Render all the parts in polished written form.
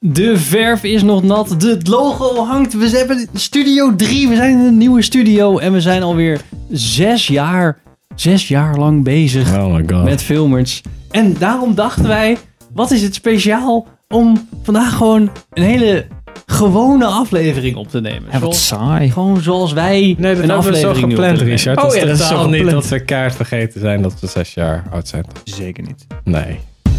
De verf is nog nat. Het logo hangt. We hebben Studio 3. We zijn in een nieuwe studio. En we zijn alweer 6 jaar lang bezig met Filmers. En daarom dachten wij, wat is het speciaal om vandaag gewoon een hele gewone aflevering op te nemen. Ja, wat saai. Gewoon zoals wij dat een aflevering zo gepland, Richard. Oh, het is zo totaal niet gepland. dat we kaart vergeten zijn dat we 6 jaar oud zijn. Zeker niet. Nee.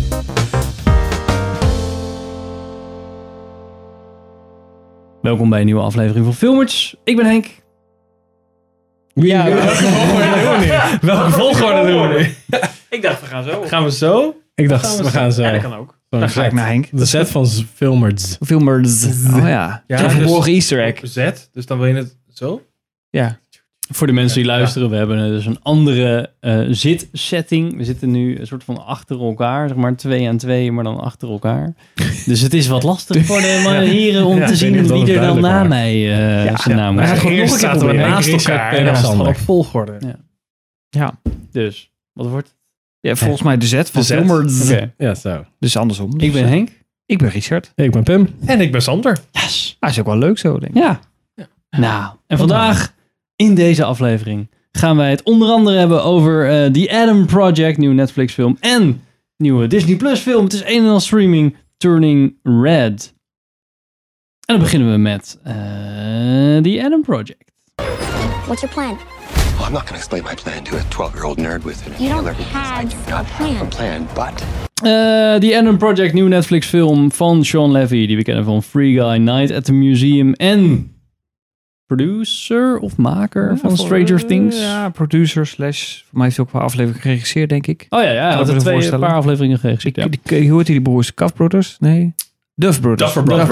Welkom bij een nieuwe aflevering van Filmers. Ik ben Henk. Ja, Welke volgorde doen we nu? ik dacht, we gaan zo. Gaan we zo? Ik dacht, we gaan zo. Ja, dat kan ook. Zo'n Dan ga ik zet. naar Henk. De set van Filmers. Filmers. Oh ja. Een verborgen easter egg. Zet, dus dan wil je het zo? Ja. Voor de mensen die luisteren, we hebben dus een andere zitsetting. We zitten nu een soort van achter elkaar, zeg maar 2 aan 2, maar dan achter elkaar. Dus het is wat lastig voor de heren om te zien wie er dan na mij zijn naam moet zeggen. Eerst zaten we naast elkaar en dan gewoon op volgorde. Ja. Dus, wat wordt het? Ja, volgens mij de Z van De Z. Filmers. Oké. Ja, zo. Dus andersom. Ik ben Henk. Ik ben Richard. Ik ben Pim. En ik ben Sander. Yes. Ah, is ook wel leuk zo, denk ik. Ja. Nou, en vandaag in deze aflevering gaan wij het onder andere hebben over The Adam Project, nieuwe Netflix film en nieuwe Disney Plus film. Het is een en al streaming, Turning Red. En dan beginnen we met The Adam Project. What's your plan? Well, I'm not going to explain my plan to a 12-year-old nerd with an You don't inhaler because I have do not a have a plan. plan, but The Adam Project, nieuwe Netflix film van Sean Levy, die we kennen van Free Guy, Night at the Museum en producer of maker van Stranger Things. Ja, producer / voor mij heeft hij ook wel afleveringen geregisseerd, denk ik. Oh ja, hij Kan had ik me er een voorstellen. paar afleveringen geregisseerd. Ja. Hoe heet die broers? Kaf Brothers? Nee. Duff Brothers.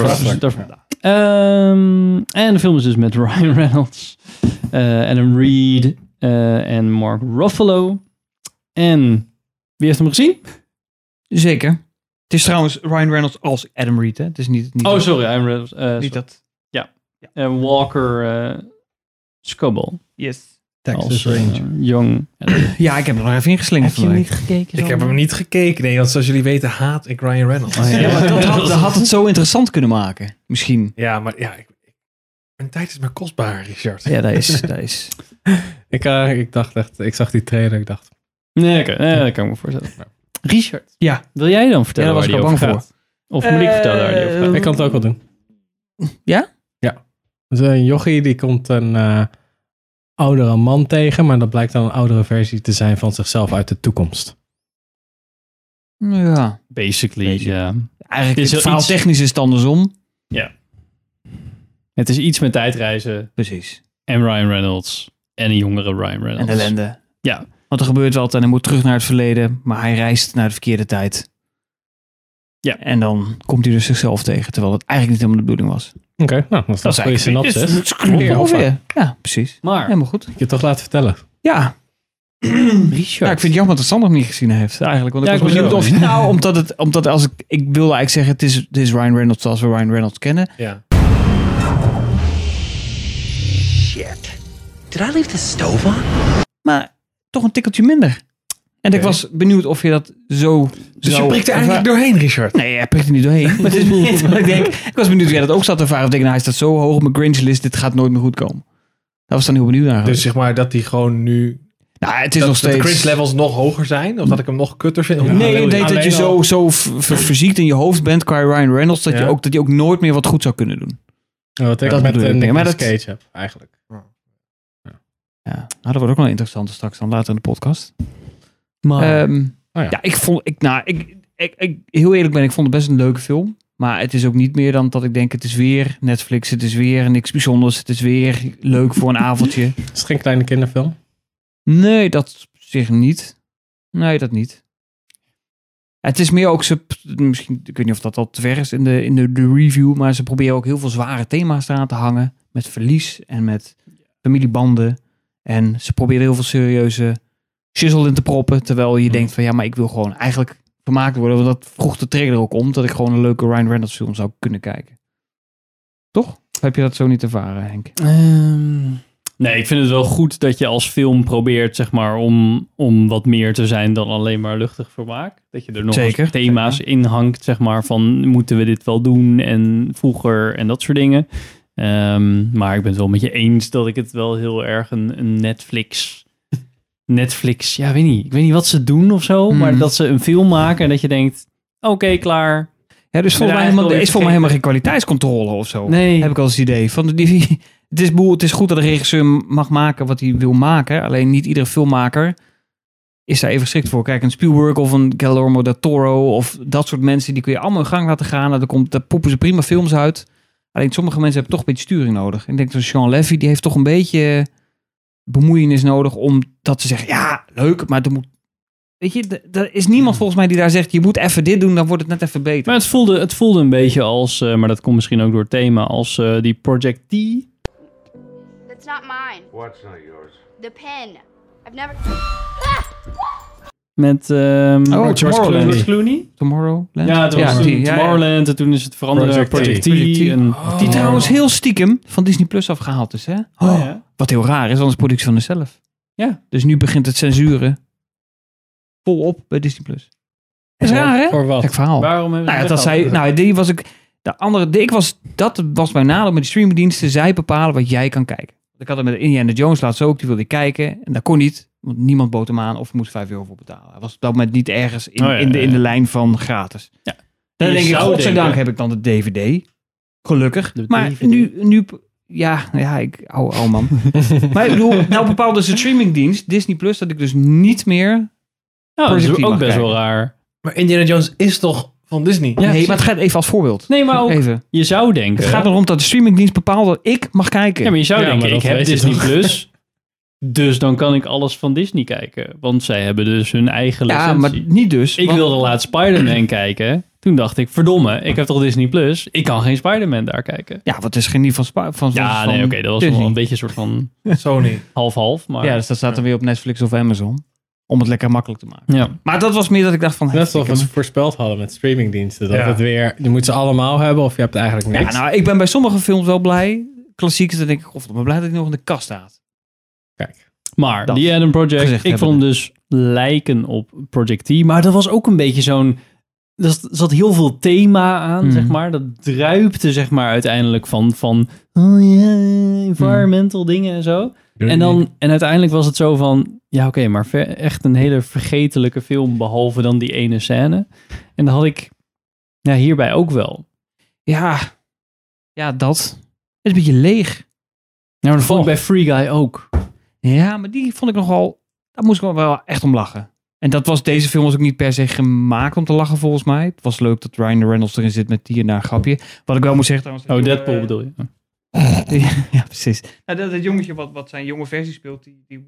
En de film is dus met Ryan Reynolds, Adam Reed en Mark Ruffalo. En wie heeft hem gezien? Zeker. Het is trouwens Ryan Reynolds als Adam Reed, hè? Het is niet Oh, sorry, Ryan Reynolds. niet dat. En Walker Scobell. Yes. Texas als Ranger. jong. Ja, ik heb er nog even ingeslingerd vandaag. gekeken? Ik heb hem niet gekeken. Nee, want zoals jullie weten haat ik Ryan Reynolds. Oh, ja. Ja, maar dat had het zo interessant kunnen maken. Misschien. Ja, maar ja, mijn tijd is maar kostbaar, Richard. Ja, dat is. Ik dacht echt, ik zag die trailer, ik dacht... Nee, oké. Dat kan ik me voorstellen. Richard, Ja. wil jij dan vertellen Ja, daar waar was die ik al over bang gaat? Of moet ik vertellen waar die over gaat? Ik kan het ook wel doen. Ja? Ja. Dus een jochie die komt een oudere man tegen, maar dat blijkt dan een oudere versie te zijn van zichzelf uit de toekomst. Ja. Basically, ja. Eigenlijk Is er het verhaal iets- technisch is het andersom. Het is iets met tijdreizen Precies. en Ryan Reynolds en een jongere Ryan Reynolds. En ellende. Ja. Want er gebeurt wat en hij moet terug naar het verleden, maar hij reist naar de verkeerde tijd. Ja. En dan komt hij dus zichzelf tegen, terwijl het eigenlijk niet helemaal de bedoeling was. Oké, nou, dat is een goede synopsis. Ongeveer. Ja, precies. Maar, Helemaal goed. Ik je toch laten vertellen. Ja. Richard. Ja, ik vind het jammer dat Sander nog niet gezien heeft, eigenlijk. Want Ja, ik was ik benieuwd ook. of... Nou, omdat als ik wilde eigenlijk zeggen, het is Ryan Reynolds zoals we Ryan Reynolds kennen. Ja. Shit. Did I leave the stove on? Maar toch een tikkeltje minder. En ik was benieuwd of je dat zo... Dus zou je prikt er eigenlijk ervaren. doorheen, Richard. Nee, hij prikt er niet doorheen. Maar het is niet wat ik denk. Ik was benieuwd of jij dat ook zat te ervaren. Of denk, nou, hij staat zo hoog op mijn Grinch-list, dit gaat nooit meer goed komen. Daar was dan heel benieuwd naar. Dus zeg maar dat hij gewoon nu... nou, het is Dat, nog dat de steeds... cringe levels nog hoger zijn? Of dat ik hem nog kutter vind? Of Nee, ik alleen- denk dat je alleen al- zo verziekt in je hoofd bent qua Ryan Reynolds, dat Ja. je ook nooit meer wat goed zou kunnen doen. Wat ik Dat met bedoel ik. Nicolas Maar dat- Cage heb, eigenlijk. Ja, nou, dat wordt ook wel interessant straks dan later in de podcast. Maar, Ja, heel eerlijk ben ik vond het best een leuke film. Maar het is ook niet meer dan dat ik denk, het is weer Netflix, het is weer niks bijzonders, het is weer leuk voor een avondje. Is het geen kleine kinderfilm? Nee, dat zich niet. Nee, dat niet. Het is meer ook, misschien, ik weet niet of dat al te ver is in de review, maar ze proberen ook heel veel zware thema's eraan te hangen. Met verlies en met familiebanden. En ze proberen heel veel serieuze shizzle in te proppen. Terwijl je denkt van ja, maar ik wil gewoon eigenlijk vermaakt worden. Want dat vroeg de trailer ook om, dat ik gewoon een leuke Ryan Reynolds film zou kunnen kijken. Toch? Of heb je dat zo niet ervaren, Henk? Nee, ik vind het wel goed dat je als film probeert, zeg maar, om wat meer te zijn dan alleen maar luchtig vermaak. Dat je er nog eens thema's in hangt, zeg maar, van moeten we dit wel doen en vroeger en dat soort dingen. Maar ik ben het wel met je eens dat ik het wel heel erg een Netflix, ja, ik weet niet wat ze doen of zo, maar dat ze een film maken en dat je denkt, oké, klaar. Ja, dus volgens mij is volgens mij helemaal geen kwaliteitscontrole of zo. Nee. Heb ik al eens het idee. Het is goed dat de regisseur mag maken wat hij wil maken. Alleen niet iedere filmmaker is daar even geschikt voor. Kijk, een Spielberg of een Guillermo del Toro of dat soort mensen, die kun je allemaal in gang laten gaan. Daar poepen ze prima films uit. Alleen sommige mensen hebben toch een beetje sturing nodig. Ik denk dat Sean Levy, die heeft toch een beetje bemoeienis nodig om dat te zeggen. Ja, leuk, maar er moet... Weet je, er is niemand volgens mij die daar zegt, je moet even dit doen, dan wordt het net even beter. Maar het voelde een beetje als, maar dat komt misschien ook door het thema, als die Project T. That's not mine. What's not yours? The pen. I've never... Met George Clooney. Tomorrowland? Ja, het was Tomorrowland en toen is het veranderd naar Project T. Die trouwens heel stiekem van Disney Plus afgehaald is, hè? Ja. Wat heel raar is, anders productie van zichzelf. Ja. Dus nu begint het censuren volop bij Disney Plus. Dat is raar, hè? Voor wat? Gek verhaal. Waarom hebben Nou ja, dat zei... Nou, die was ik... De andere... Dat was mijn nadeel met de streamingdiensten. Zij bepalen wat jij kan kijken. Ik had het met Indiana Jones laatst ook. Die wilde ik kijken. En dat kon niet. Want niemand bood hem aan. Of je moest €5 voor betalen. Hij was op dat moment niet ergens in de lijn van gratis. Ja. Dan denk ik, godzijdank heb ik dan de DVD. Gelukkig. Maar DVD. Nu ja, ik oude man. Maar ik bedoel, nou bepaalde de streamingdienst Disney Plus dat ik dus niet meer... Nou, dat is ook best wel raar. Maar Indiana Jones is toch van Disney? Ja, nee, maar het gaat even als voorbeeld. Nee, maar ook, even. Je zou denken... Het gaat erom dat de streamingdienst bepaalt dat ik mag kijken. Ja, maar je zou denken, ik heb Disney Plus, dus dan kan ik alles van Disney kijken. Want zij hebben dus hun eigen licentie. Ja, maar niet dus. Ik wilde laatst Spider-Man kijken. Toen dacht ik, verdomme, ik heb toch Disney Plus? Ik kan geen Spider-Man daar kijken. Ja, want het is geen niet van ja, nee, oké, dat was wel een beetje een soort van... Sony. Half-half, maar... Ja, dus dat staat dan weer op Netflix of Amazon. Om het lekker makkelijk te maken. Ja. Maar dat was meer dat ik dacht van... Net zoals we voorspeld hadden met streamingdiensten. Dat het weer... Je moet ze allemaal hebben of je hebt eigenlijk niks. Ja, nou, ik ben bij sommige films wel blij. Klassiekers, dan denk ik, ik ben blij dat hij nog in de kast staat. Kijk. Maar die Adam Project, ik vond hem dus lijken op Project T. Maar dat was ook een beetje zo'n... Er zat heel veel thema aan, zeg maar. Dat druipte, zeg maar, uiteindelijk van environmental dingen en zo. En uiteindelijk was het zo van... Ja, oké, maar echt een hele vergetelijke film... behalve dan die ene scène. En dat had ik hierbij ook wel. Ja, dat. Het is een beetje leeg. Nou, dat vond ik bij Free Guy ook. Ja, maar die vond ik nogal... Daar moest ik wel echt om lachen. En deze film was ook niet per se gemaakt om te lachen, volgens mij. Het was leuk dat Ryan Reynolds erin zit met die en daar grapje. Wat ik wel moet zeggen trouwens... Deadpool bedoel je? Ja, precies. Nou, dat jongetje wat zijn jonge versie speelt, die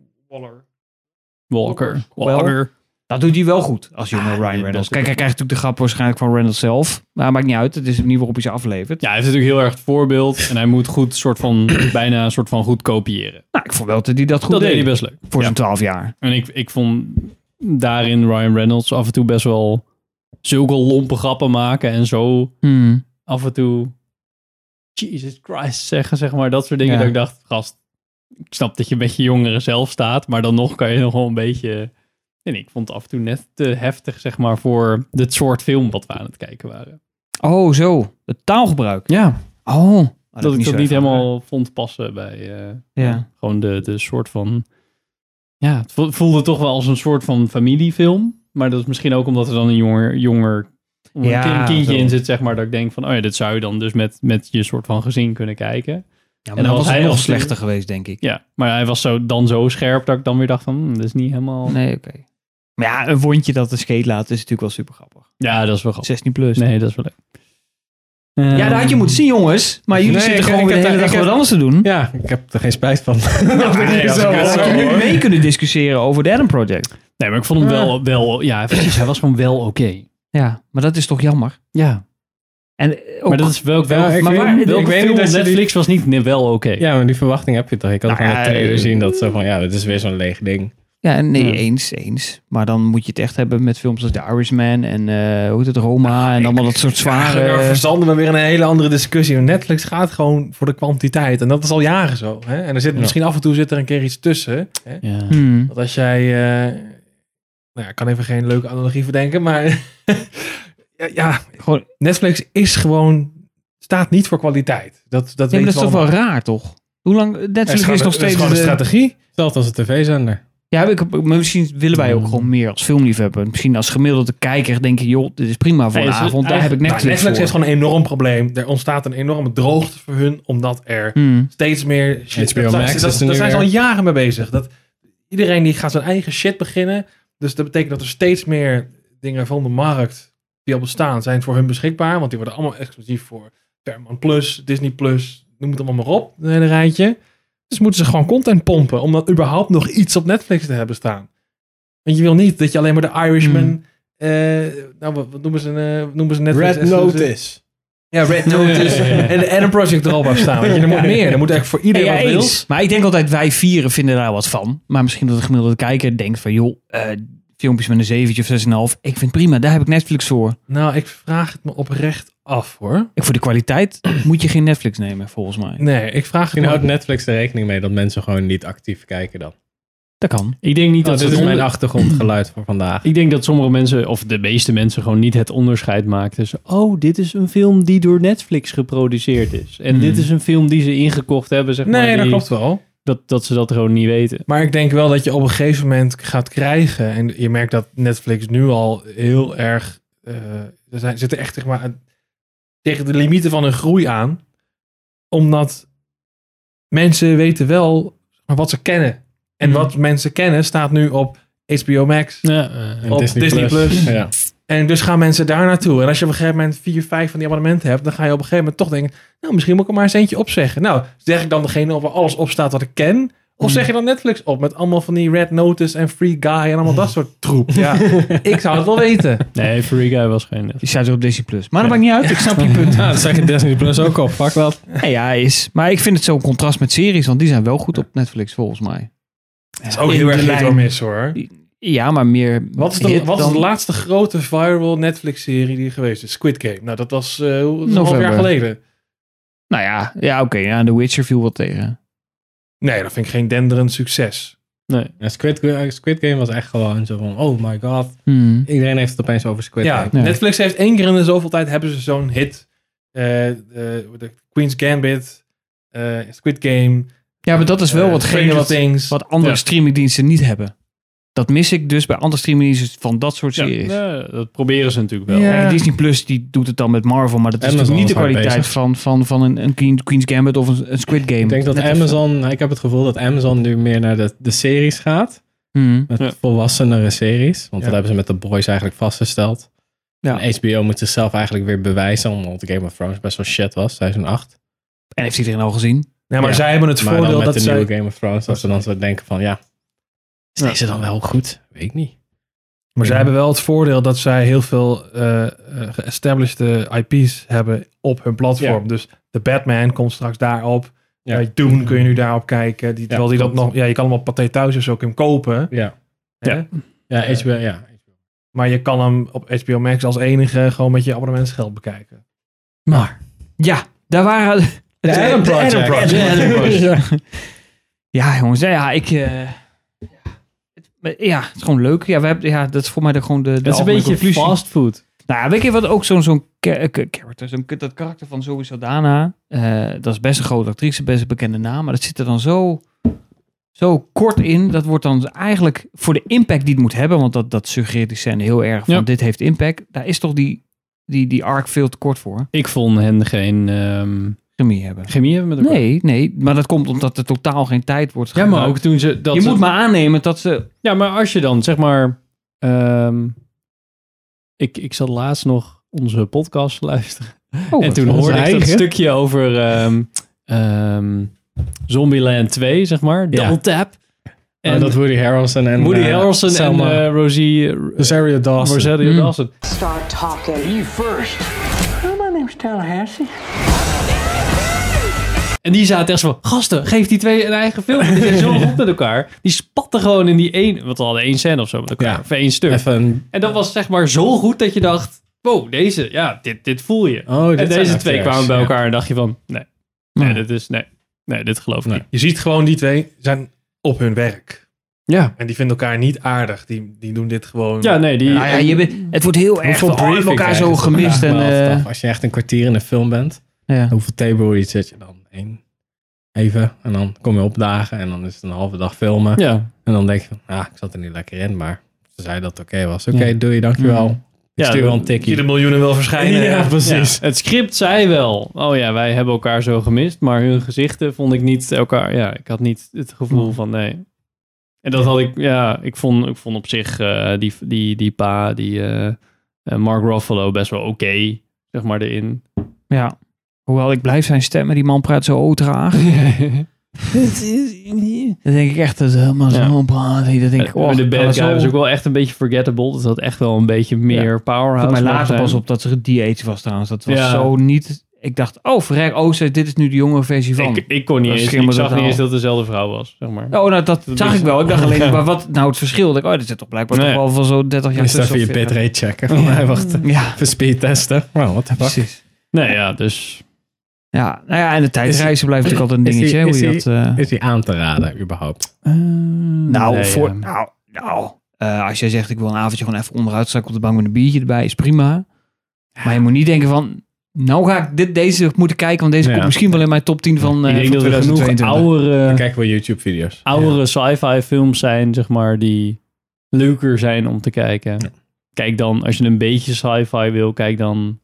Walker. Dat doet hij wel goed als jonge Ryan Reynolds. Kijk, hij krijgt natuurlijk de grap waarschijnlijk van Reynolds zelf. Maar maakt niet uit. Het is de manier waarop hij ze aflevert. Ja, hij heeft natuurlijk heel erg het voorbeeld. En hij moet goed bijna een soort van goed kopiëren. Nou, ik vond wel dat hij dat goed deed. Dat deed hij best leuk. Voor zijn 12 jaar. En ik vond daarin Ryan Reynolds af en toe best wel zulke lompe grappen maken. En zo af en toe Jesus Christ zeggen, zeg maar. Dat soort dingen. Dat ik dacht, gast, ik snap dat je met je jongeren zelf staat. Maar dan nog kan je nog wel een beetje... En ik vond het af en toe net te heftig, zeg maar, voor dit soort film wat we aan het kijken waren. Oh, zo. Het taalgebruik. Ja. Oh. Dat ik dat niet helemaal vond passen bij gewoon de soort van... Ja, het voelde toch wel als een soort van familiefilm. Maar dat is misschien ook omdat er dan een jonger kindje in zit, zeg maar. Dat ik denk van, dit zou je dan dus met je soort van gezin kunnen kijken. Ja, maar en dan was hij nog slechter geweest, denk ik. Ja, maar hij was dan zo scherp dat ik dan weer dacht van, dat is niet helemaal... Nee, oké. Maar ja, een wondje dat de skate laat is natuurlijk wel super grappig. Ja, dat is wel grappig. 16 plus. Nee, dat is wel leuk. Ja, dat had je moeten zien, jongens. Maar jullie zitten gewoon weer de hele dag wat anders te doen. Ja, ik heb er geen spijt van. Je nu mee kunnen discussiëren over de Adam Project. Nee, maar ik vond hem wel ja, precies. Hij was gewoon wel oké. Ja, maar dat is toch jammer? Ja. En ook, maar dat is wel... Ik weet niet dat Netflix was niet wel oké. Ja, maar die verwachting heb je toch? Ik had gewoon het trailer zien dat zo van... Ja, dit is weer zo'n leeg ding. Ja, nee, eens. Maar dan moet je het echt hebben met films als The Irishman en hoe heet het, Roma en allemaal dat soort zware... Daar verzanden we weer in een hele andere discussie. Netflix gaat gewoon voor de kwantiteit. En dat is al jaren zo. Hè? En er zit misschien af en toe zit er een keer iets tussen. Hè? Ja. Want als jij... ik kan even geen leuke analogie verdenken, maar... gewoon, Netflix is gewoon... staat niet voor kwaliteit. Dat is toch wel raar, toch? Hoe lang... Netflix is nog steeds... gewoon een strategie. Hetzelfde als een tv-zender. Ja, misschien willen wij ook gewoon meer als filmliefhebber. Misschien als gemiddelde kijker denk je, joh, dit is prima voor de avond. Daar heb ik Netflix voor. heeft gewoon een enorm probleem. Er ontstaat een enorme droogte voor hun, omdat er steeds meer shit... HBO Max daar zijn ze al jaren mee bezig. Iedereen die gaat zijn eigen shit beginnen. Dus dat betekent dat er steeds meer dingen van de markt die al bestaan, zijn voor hun beschikbaar. Want die worden allemaal exclusief voor Paramount Plus, Disney Plus, noem het allemaal maar op, een hele rijtje. Dus moeten ze gewoon content pompen om dan überhaupt nog iets op Netflix te hebben staan. Want je wil niet dat je alleen maar de Irishman... wat noemen ze Netflix? Red Notice. Ja, Red Notice. En de Adam Project erop af staan. Want er moet meer. Er moet echt voor iedereen wat wil. Maar ik denk altijd, wij vieren vinden daar wat van. Maar misschien dat de gemiddelde kijker denkt van, joh, filmpjes met een 7 of 6,5. Ik vind prima, daar heb ik Netflix voor. Nou, ik vraag het me oprecht af, hoor. Voor de kwaliteit moet je geen Netflix nemen, volgens mij. Nee, ik vraag het me... houdt Netflix er rekening mee dat mensen gewoon niet actief kijken dan? Dat kan. Ik denk niet dat dit is mijn achtergrondgeluid voor vandaag. Ik denk dat sommige mensen, of de meeste mensen, gewoon niet het onderscheid maken tussen... dit is een film die door Netflix geproduceerd is. En dit is een film die ze ingekocht hebben, zeg maar. Nee, dat klopt wel. Dat ze dat gewoon niet weten. Maar ik denk wel dat je op een gegeven moment gaat krijgen... En je merkt dat Netflix nu al heel erg... zitten echt, zeg maar, tegen de limieten van hun groei aan. Omdat mensen weten wel wat ze kennen. En wat mensen kennen staat nu op HBO Max, op Disney Plus. Ja. En dus gaan mensen daar naartoe. En als je op een gegeven moment 4, 5 van die abonnementen hebt, dan ga je op een gegeven moment toch denken, nou, misschien moet ik er maar eens eentje opzeggen. Nou, zeg ik dan degene waar alles op staat wat ik ken? Of zeg je dan Netflix op met allemaal van die Red Notice en Free Guy en allemaal dat soort troep? Ja, ik zou het wel weten. Nee, Free Guy was geen... Die staat er op Disney Plus. Maar dat maakt niet uit, ik snap je punt. Ja, dat zeg je Disney Plus ook op. Fuck dat. Ja, is. Maar ik vind het zo'n contrast met series, want die zijn wel goed op Netflix volgens mij. Dat is ook heel erg hit or miss, hoor. Ja, maar meer... Wat is de laatste grote viral Netflix-serie die geweest is? Squid Game. Nou, dat was een half jaar geleden. Nou ja, oké. Ja, The Witcher viel wel tegen. Nee, dat vind ik geen denderend succes. Nee. Ja, Squid Game was echt gewoon zo van, oh my god. Iedereen heeft het opeens over Squid Game. Ja, Netflix heeft 1 keer in de zoveel tijd hebben ze zo'n hit. De Queen's Gambit, Squid Game. Ja, maar dat is wel wat andere streamingdiensten niet hebben. Dat mis ik dus bij andere streamingdiensten van dat soort series. Ja, dat proberen ze natuurlijk wel. Ja. Disney Plus die doet het dan met Marvel, maar dat is natuurlijk niet de kwaliteit van een Queen's Gambit of een Squid Game. Ik denk dat Amazon, ik heb het gevoel dat Amazon nu meer naar de series gaat. Met volwassenere series. Want dat hebben ze met The Boys eigenlijk vastgesteld. Ja. En HBO moet zichzelf eigenlijk weer bewijzen, omdat Game of Thrones best wel shit was, seizoen 8. En heeft iedereen al gezien? Ja, maar zij hebben het voordeel dat de nieuwe Game of Thrones, dat ze dan zo denken van, is deze dan wel goed? Weet ik niet. Maar zij hebben wel het voordeel dat zij heel veel geestablished IP's hebben op hun platform. Ja. Dus de Batman komt straks daarop. Dune kun je nu daarop kijken. Terwijl die dat nog... Ja, je kan hem op Pathé Thuis of zo kunnen kopen. Ja. HBO, ja. Maar je kan hem op HBO Max als enige gewoon met je abonnementsgeld bekijken. Maar, daar waren... De Adam Project. Ja, jongens. Ja, ik... Ja, het is gewoon leuk. Ja, dat is voor mij gewoon de het is een beetje fastfood. Nou, weet je wat ook zo'n character, dat karakter van Zoe Saldana, dat is best een grote actrice, best een bekende naam, maar dat zit er dan zo kort in. Dat wordt dan eigenlijk voor de impact die het moet hebben, want dat suggereert die scène heel erg van dit heeft impact. Daar is toch die arc veel te kort voor. Ik vond hen geen... chemie hebben met elkaar. Nee, maar dat komt omdat er totaal geen tijd wordt gebruikt. Ja, maar ook toen ze... Je moet maar aannemen dat ze... Ja, maar als je dan, zeg maar... Ik zat laatst nog onze podcast luisteren. En toen hoorde ik dat stukje over Zombieland 2, zeg maar. Double Tap. En dat Woody Harrelson en Rosario Dawson. Start talking. You first. My name's Tallahassee. En die zaten echt zo van, gasten, geef die twee een eigen film. Die zijn zo goed met elkaar. Die spatten gewoon in die één, want we hadden 1 scène of zo met elkaar. Of 1 stuk. En dat was zeg maar zo goed dat je dacht, wow, deze, ja, dit voel je. En deze twee kwamen bij elkaar en dacht je van, nee, dit geloof ik niet. Je ziet gewoon die twee zijn op hun werk. Ja. En die vinden elkaar niet aardig. Die doen dit gewoon... Ja, nee. Het wordt heel erg van elkaar zo gemist. Als je echt een kwartier in een film bent, hoeveel table zet je dan? 1. Even. En dan kom je opdagen en dan is het een halve dag filmen. Ja. En dan denk je van, ik zat er niet lekker in, maar ze zei dat het oké was. Oké, doe je, dankjewel. Ik stuur wel een tikkie. De miljoenen wil verschijnen. Ja, precies. Ja. Het script zei wel, wij hebben elkaar zo gemist, maar hun gezichten vond ik niet elkaar... Ja, ik had niet het gevoel van, nee... En dat had ik, ik vond op zich die pa, Mark Ruffalo best wel oké, zeg maar, erin. Ja, hoewel ik blijf zijn stemmen, die man praat zo traag. Dan denk ik echt, dat is helemaal zo praten. Dat denk ik, de bad guy was ook wel echt een beetje forgettable. Dat had echt wel een beetje meer powerhouse. Voor mij later pas op dat ze de-age was trouwens. Dat was zo niet... Ik dacht, dit is nu de jonge versie van. Ik kon niet eens. Ik zag niet eens dat het dezelfde vrouw was, zeg maar. Oh, nou, dat zag ik wel. Ik dacht alleen, maar wat nou het verschil? Ik dacht, dit zit toch blijkbaar toch wel van zo 30 jaar tussen. Even je bitrate checken. Van mij wacht. Even speed testen. Wow, wat de fuck. Precies. Nee, ja, dus... Ja, nou ja, en de tijdreizen blijft natuurlijk altijd een dingetje. Is die aan te raden, überhaupt? Als jij zegt, ik wil een avondje gewoon even onderuit staan op de bank met een biertje erbij, is prima. Maar je moet niet denken van... Nou ga ik deze moeten kijken, want deze komt misschien wel in mijn top 10 van 2022. Ik denk dat er genoeg kijken we YouTube-video's. Oudere sci-fi films zijn, zeg maar, die leuker zijn om te kijken. Ja. Kijk dan, als je een beetje sci-fi wil, kijk dan...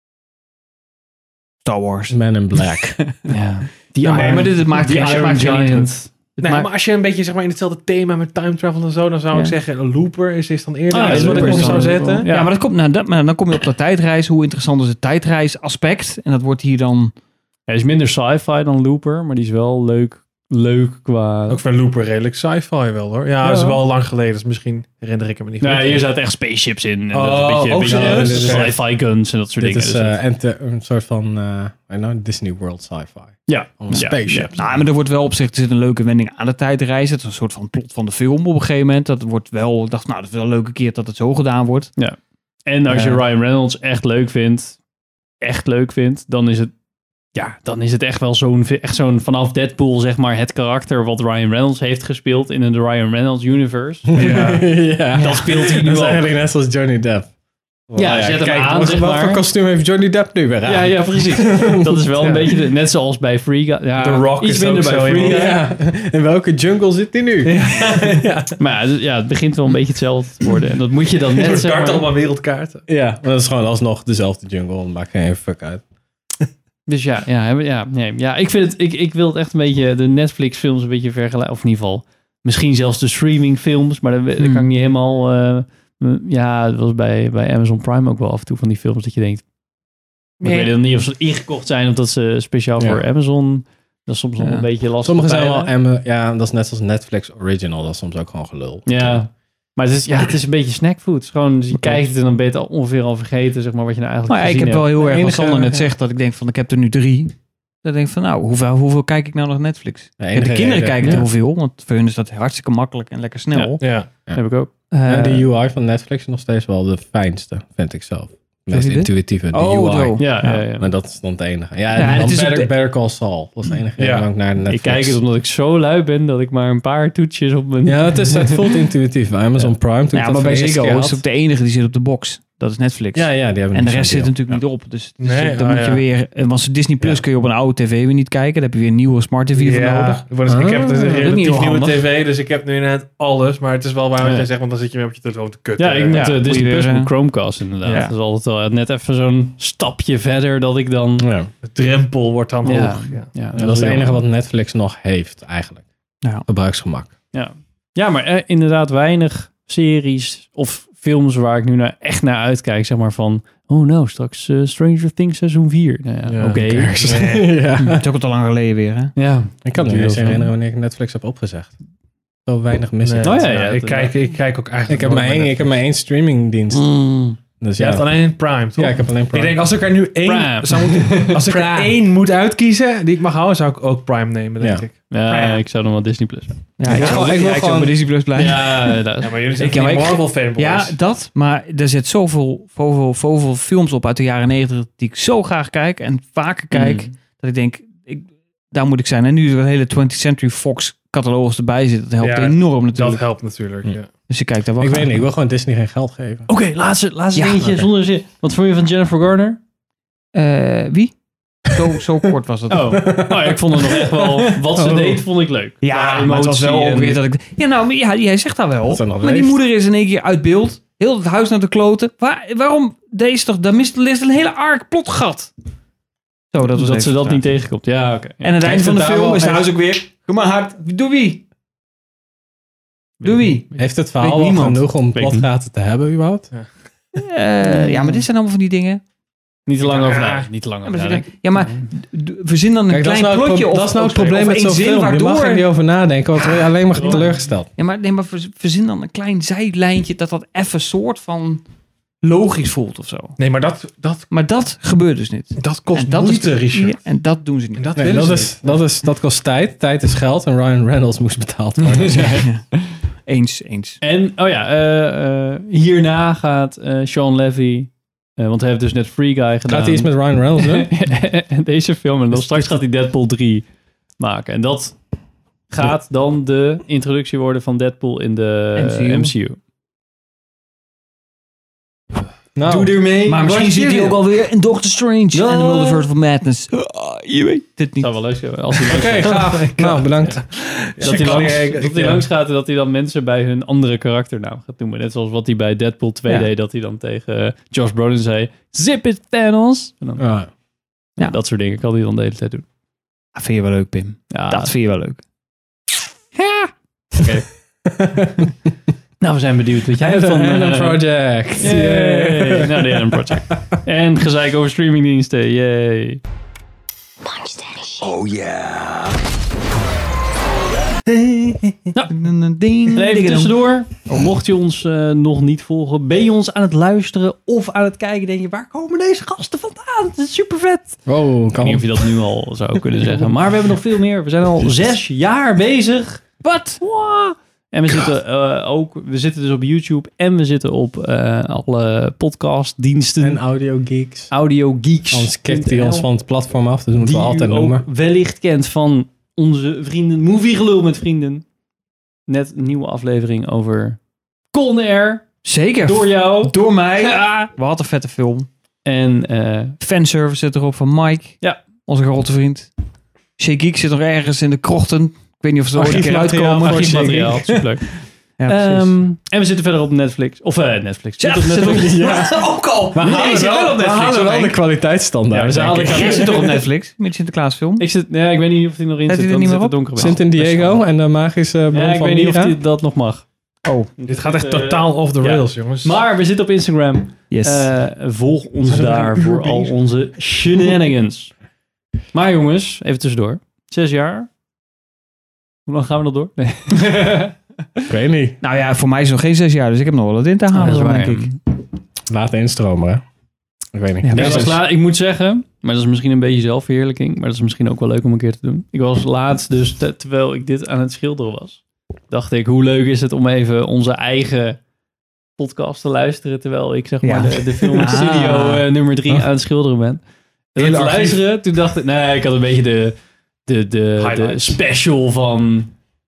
Star Wars. Man in Black. Maar dit maakt geen Giant. Maar als je een beetje zeg maar in hetzelfde thema met time travel en zo, dan zou ik zeggen, een Looper is dan eerder iets wat ik op zou zetten. Ja, maar dat komt dan kom je op dat tijdreis. Hoe interessant is het tijdreisaspect? En dat wordt hier dan... Hij is minder sci-fi dan Looper, maar die is wel leuk qua... Ook van Looper redelijk sci-fi wel hoor. Ja, dat is wel lang geleden, dus misschien herinner ik me niet goed. Nee, hier zaten echt spaceships in. En een beetje sci-fi guns en dat soort dingen. Dit is een soort van Disney World sci-fi. Ja. Spaceships. Nou, maar er wordt wel op zich, er zit een leuke wending aan de tijdreis. Het is een soort van plot van de film op een gegeven moment. Dat wordt wel, dat is wel een leuke keer dat het zo gedaan wordt. Ja. En als je Ryan Reynolds echt leuk vindt, dan is het echt wel zo'n vanaf Deadpool, zeg maar, het karakter wat Ryan Reynolds heeft gespeeld in de Ryan Reynolds universe. Ja. Dat speelt hij nu al. Dat is eigenlijk net zoals Johnny Depp. Ja, zet hem aan, zeg maar. Wat voor kostuum heeft Johnny Depp nu weer aan? Ja, precies. Dat is wel een beetje, net zoals bij Free Guy. Ja, The Rock iets is minder bij Free Guy. Ja. In welke jungle zit hij nu? Maar het begint wel een beetje hetzelfde te worden. En dat moet je dan net zeggen. Het allemaal wereldkaarten. Ja, maar dat is gewoon alsnog dezelfde jungle. Dat maakt geen fuck uit. Dus ik wil het echt een beetje, de Netflix films een beetje vergelijken. Of in ieder geval, misschien zelfs de streaming films. Maar dat kan ik niet helemaal... het was bij Amazon Prime ook wel af en toe van die films dat je denkt... Ik weet niet of ze ingekocht zijn of dat ze speciaal voor Amazon... Dat is soms nog een beetje lastig. Sommige zijn wel... dat is net zoals Netflix Original. Dat is soms ook gewoon gelul. Ja, maar het is een beetje snackfood. Het is gewoon, je kijkt het en dan ben je het ongeveer al vergeten, zeg maar, wat je nou eigenlijk gezien hebt. Ik heb wel heel erg, wat Sander net zegt, dat ik denk van, ik heb er nu 3... Dan denk ik van, nou, hoeveel kijk ik nou nog Netflix? De kinderen kijken er heel veel, want voor hun is dat hartstikke makkelijk en lekker snel. Ja. Heb ik ook. De UI van Netflix is nog steeds wel de fijnste, vind ik zelf. Meest intuïtieve, de UI. Ja. Maar dat is dan het enige. Het is Better Call Saul. Dat is de enige reden ook naar Netflix. Ik kijk het omdat ik zo lui ben dat ik maar een paar toetjes op mijn... Ja, het voelt intuïtief. Amazon Prime. Maar bij Ziggo is ook de enige die zit op de box. Dat is Netflix. Ja, die hebben en de rest zit natuurlijk niet op. Dus dan moet je weer... Want Disney Plus kun je op een oude tv weer niet kijken. Daar heb je weer een nieuwe Smart TV voor nodig. Ik heb een relatief nieuwe tv, dus ik heb nu net alles. Maar het is wel waar wat jij zegt, want dan zit je weer op je telefoon te kutten. Ja, ik moet Disney Plus met Chromecast inderdaad. Ja. Dat is altijd wel net even zo'n stapje verder dat ik dan... Ja. De drempel wordt dan hoog. Ja, dat is het enige wat Netflix nog heeft, eigenlijk. Ja. Gebruiksgemak. Ja, maar inderdaad weinig series of films waar ik nu echt naar uitkijk, zeg maar van, oh nou, straks Stranger Things seizoen 4. Oké. Het is ook al te lang geleden weer, hè? Ja. Ik kan me niet eens herinneren wanneer ik Netflix heb opgezegd. Zo weinig mis. Ik kijk ook eigenlijk... Ik heb maar één streamingdienst. Dus je hebt alleen Prime, toch? Ja, ik heb alleen Prime. Ik denk, als ik er nu één moet uitkiezen die ik mag houden, zou ik ook Prime nemen, denk ik. Ja, ik zou dan wel Disney Plus hebben. Ja, ik wil gewoon bij Disney Plus blijven. Ja, maar jullie zijn Marvel fanboys. Ja, dat. Maar er zit zoveel films op uit de jaren 90 die ik zo graag kijk en vaker kijk, dat ik denk, daar moet ik zijn. En nu er een hele 20th Century Fox catalogus erbij zit, dat helpt enorm natuurlijk. Dat helpt natuurlijk, ja. Dus je kijkt daar wel. Ik weet niet, ik wil gewoon Disney geen geld geven. Oké, laatste dingetje zonder zin. Wat vond je van Jennifer Garner? Wie? Zo kort was het. Ik vond het nog echt wel... Wat ze deed, vond ik leuk. Ja, maar het was wel ook weer dat ik... jij zegt dat wel. Maar die moeder is in één keer uit beeld. Heel het huis naar de kloten. Waarom? Deze toch... Daar mist een hele arc plotgat. Zo, dat ze dat niet tegenkomt. Ja, oké. En aan het einde van de film is het huis ook weer... gemaakt. Doe wie? Heeft het verhaal wel genoeg om plotgaten te hebben, überhaupt? Ja, maar dit zijn allemaal van die dingen... Niet te lang over nadenken. Ja, maar verzin dan een klein plotje. Dat is nou het probleem met zo'n film. Je mag er niet over nadenken, want word je alleen maar teleurgesteld. Ja, maar verzin dan een klein zijlijntje dat even soort van logisch voelt of zo. Nee, maar dat gebeurt dus niet. Dat kost moeite, Richard. En dat doen ze niet. Dat kost tijd. Tijd is geld en Ryan Reynolds moest betaald worden. Eens. En, hierna gaat Sean Levy... want hij heeft dus net Free Guy gedaan. Gaat hij iets met Ryan Reynolds doen? En deze film. En dan straks gaat hij Deadpool 3 maken. En dat gaat dan de introductie worden van Deadpool in de MCU. Nou, doe ermee. Maar misschien zit hij ook alweer in Doctor Strange. En The Multiverse of Madness. Je weet het niet. Dat zou wel leuk zijn. Oké, gaaf. Nou, bedankt. Dat hij langs gaat en dat hij dan mensen bij hun andere karakternaam gaat noemen. Net zoals wat hij bij Deadpool 2 deed. Dat hij dan tegen Josh Brolin zei... Zip it, Thanos. En dan, dat soort dingen kan hij dan de hele tijd doen. Dat vind je wel leuk, Pim. Ja, dat vind je wel leuk. Ja. Oké. Nou, we zijn benieuwd wat jij hebt van... Adam Project. Yay. Nou, de Adam Project. En gezeik over streamingdiensten. Yay. Oh yeah. Even tussendoor. Mocht je ons nog niet volgen, ben je ons aan het luisteren of aan het kijken, denk je, waar komen deze gasten vandaan? Het is super vet. Wow, ik weet niet of je dat nu al zou kunnen zeggen. Maar we hebben nog veel meer. We zijn al 6 jaar bezig. Wat? Wow. En we zitten dus op YouTube en we zitten op alle podcastdiensten. En Audio Geeks. Anders kikt hij ons van het platform af, dus moeten we altijd noemen. Wellicht kent van onze vrienden, Movie Gelul met Vrienden. Net een nieuwe aflevering over Con Air. Zeker. Door jou. Door mij. Ja. Wat een vette film. En fanservice zit erop van Mike. Ja. Onze grote vriend. Shea Geek zit nog ergens in de krochten. Ik weet niet of ze er ooit een keer uitkomen. Archiefmateriaal. Superleuk. Ja, en we zitten verder op Netflix. Of Netflix. Ja, op Netflix. Ook al. We halen wel de kwaliteitsstandaard. Ja, jij zit toch op Netflix? Met Sinterklaasfilm? Ik weet niet of hij nog in zit. Er niet meer op? Sint Diego en de magische bron van ik weet niet of hij dat nog mag. Oh, dit gaat echt totaal off the rails, jongens. Maar we zitten op Instagram. Yes. Volg ons daar voor al onze shenanigans. Maar jongens, even tussendoor. 6 jaar. Hoe lang gaan we nog door? Nee. Ik weet niet. Nou ja, voor mij is het nog geen 6 jaar, dus ik heb nog wel wat in te halen, denk ik. Laat instromen, hè? Ik weet niet. Ja, ik moet zeggen, maar dat is misschien een beetje zelfverheerlijking, maar dat is misschien ook wel leuk om een keer te doen. Ik was laatst dus, terwijl ik dit aan het schilderen was, dacht ik, hoe leuk is het om even onze eigen podcast te luisteren, terwijl ik zeg maar de film studio nummer 3 aan het schilderen ben. En te luisteren, toen dacht ik, nee, ik had een beetje de special van...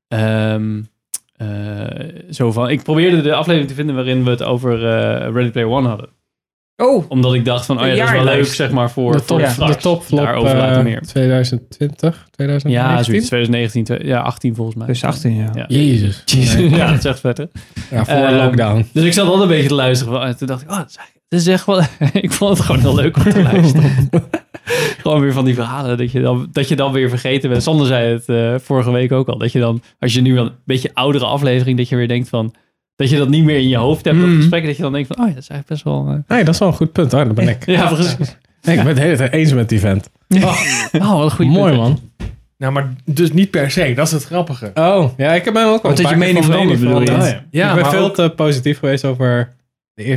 zo van, ik probeerde de aflevering te vinden waarin we het over Ready Player One hadden. Oh. Omdat ik dacht van, dat is wel leuk, zeg maar, voor de topflop daarover later meer. 2020, 2019? Ja, zoiets, 2019, 18 volgens mij. 2018, ja. Jezus. Ja, dat is echt vet, hè? Ja, voor lockdown. Dus ik zat altijd een beetje te luisteren. En toen dacht ik, dat is echt wel... ik vond het gewoon heel leuk om te luisteren. Gewoon weer van die verhalen dat je dan weer vergeten bent. Sander zei het vorige week ook al. Dat je dan, als je nu een beetje oudere aflevering, dat je weer denkt van... Dat je dat niet meer in je hoofd hebt op gesprek. Dat je dan denkt van, dat is eigenlijk best wel... Nee, dat is wel een goed punt. Dat ben ik. Ja, precies. Ik ben het de hele tijd eens met die vent. Wat een goede mooi, man. Nou, maar dus niet per se. Dat is het grappige. Oh, ja, ik heb hem ook wel dat je mening veranderd, bedoel je? Ja, ik ben veel te positief geweest over de eerste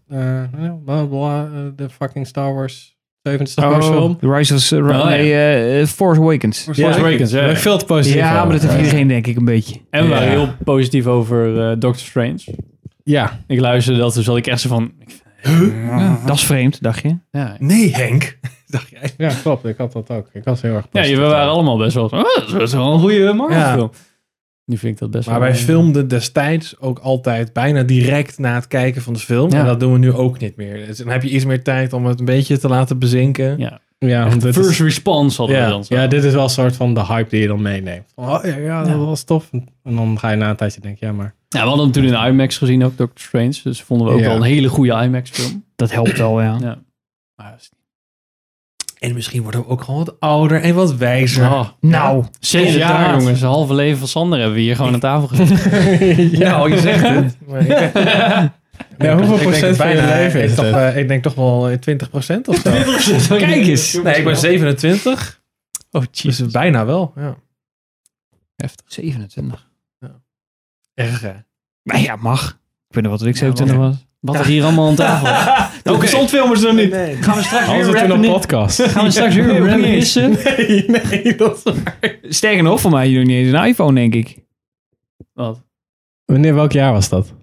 de fucking Star Wars 7 Star Wars film. The Rise of Force Awakens. Force Awakens, ja. Daar ben ik veel te positief Ja, maar dat heeft iedereen denk ik een beetje. En we waren heel positief over Doctor Strange. Ja. Ik luisterde dat, dus had ik echt zo van... Dat is vreemd, dacht je? Ja, Nee, Henk. Dacht jij? Ja, klopt. Ik had dat ook. Ik was heel erg ja, positief. we waren allemaal best wel van... dat is wel een goede Marvel-film. Nu vind ik dat best Maar wel... wij filmden destijds ook altijd bijna direct na het kijken van de film. Ja. En dat doen we nu ook niet meer. Dus dan heb je iets meer tijd om het een beetje te laten bezinken. Ja. Ja, want dit First is, response hadden we dan zo. ja, dit is wel een soort van de hype die je dan meeneemt. Dat was tof. En dan ga je na een tijdje denken, ja, maar... Ja, we hadden hem toen in IMAX gezien, ook Doctor Strange. Dus vonden we ook wel een hele goede IMAX-film. Dat helpt wel, ja. Ja. Maar, En misschien worden we ook gewoon wat ouder en wat wijzer. oh, Nou, 6 jaar, inderdaad. jongens. Een halve leven van Sander hebben we hier gewoon aan tafel gezet. Ja, je zegt het. Ja, hoeveel procent van je leven is het? Ik denk toch wel 20% of zo. kijk eens. Nee, ik ben 27. Oh, Dus jezus. bijna wel. Ja. Heftig. 27. Erg, hè? Maar ja, mag. Ik weet nog wat ik 27 was. Wat er hier allemaal aan tafel. Ook bestond filmers nog niet. Gaan we straks Alles weer in een rappen? podcast. Gaan we straks weer reminiscen? Nee, dat is waar. Sterker nog, voor mij nog niet eens een iPhone, denk ik. Wat? Wanneer, welk jaar was dat?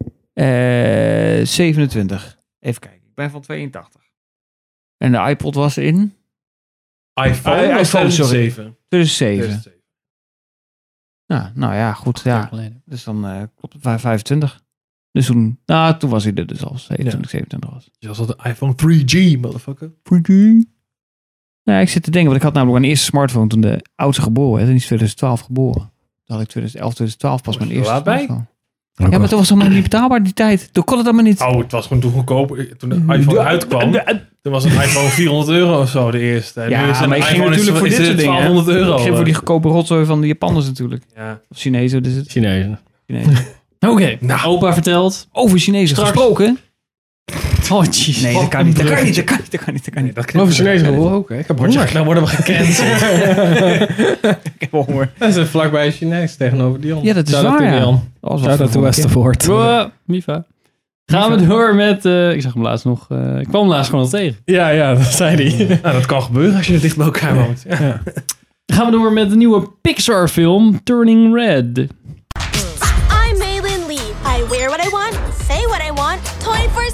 27. Even kijken. Ik ben van 82. En de iPod was in iPhone, iPhone, sorry. 2007. 2007. Nou ja, goed. Ja. Dus dan klopt het 25. Dus toen was hij er dus al. 27 was. Je was al de iPhone 3G, motherfucker. Ja, ik zit te denken, want ik had namelijk mijn eerste smartphone toen de oudste geboren werd. En die is 2012 geboren. Toen had ik 2011, 2012 pas mijn er eerste laat bij? smartphone. Ja, maar toen was het allemaal niet betaalbaar die tijd. Toen kon het allemaal niet. Oh, het was gewoon toen goedkoop. Toen de iPhone uitkwam, toen was een iPhone 400 euro of zo de eerste. En Ja, nu is een maar ik ging iPhone natuurlijk voor is dit soort dingen, hè? 1200 euro. Ik geef voor die goedkope rotzooi van de Japanners natuurlijk. Ja. Of Chinezen, dus het Chinezen. Chinezen. Oké, opa vertelt. Over Chinezen Straks. gesproken. Oh, jeez. Nee, dat kan niet. Dat kan niet. Dat kan niet. Dat kan niet. Dat kan niet. Dat knipt Over er. Chinezen ook. Ik heb honger. Dan worden we gecanceld. Ik heb honger. Dat is vlakbij Chinees tegenover Dion. Ja, dat is Shout-out waar, to ja. Dion. Dat was Shout-out to Westervoort. Mifa. Gaan we door met... ik zag hem laatst nog... ik kwam hem laatst gewoon al tegen. Ja, dat zei hij. Nou, dat kan gebeuren als je dicht bij elkaar woont. Ja. Gaan we door met de nieuwe Pixar film Turning Red. I'm Maylin Lee. I wear what I want, say what I want, 24/7,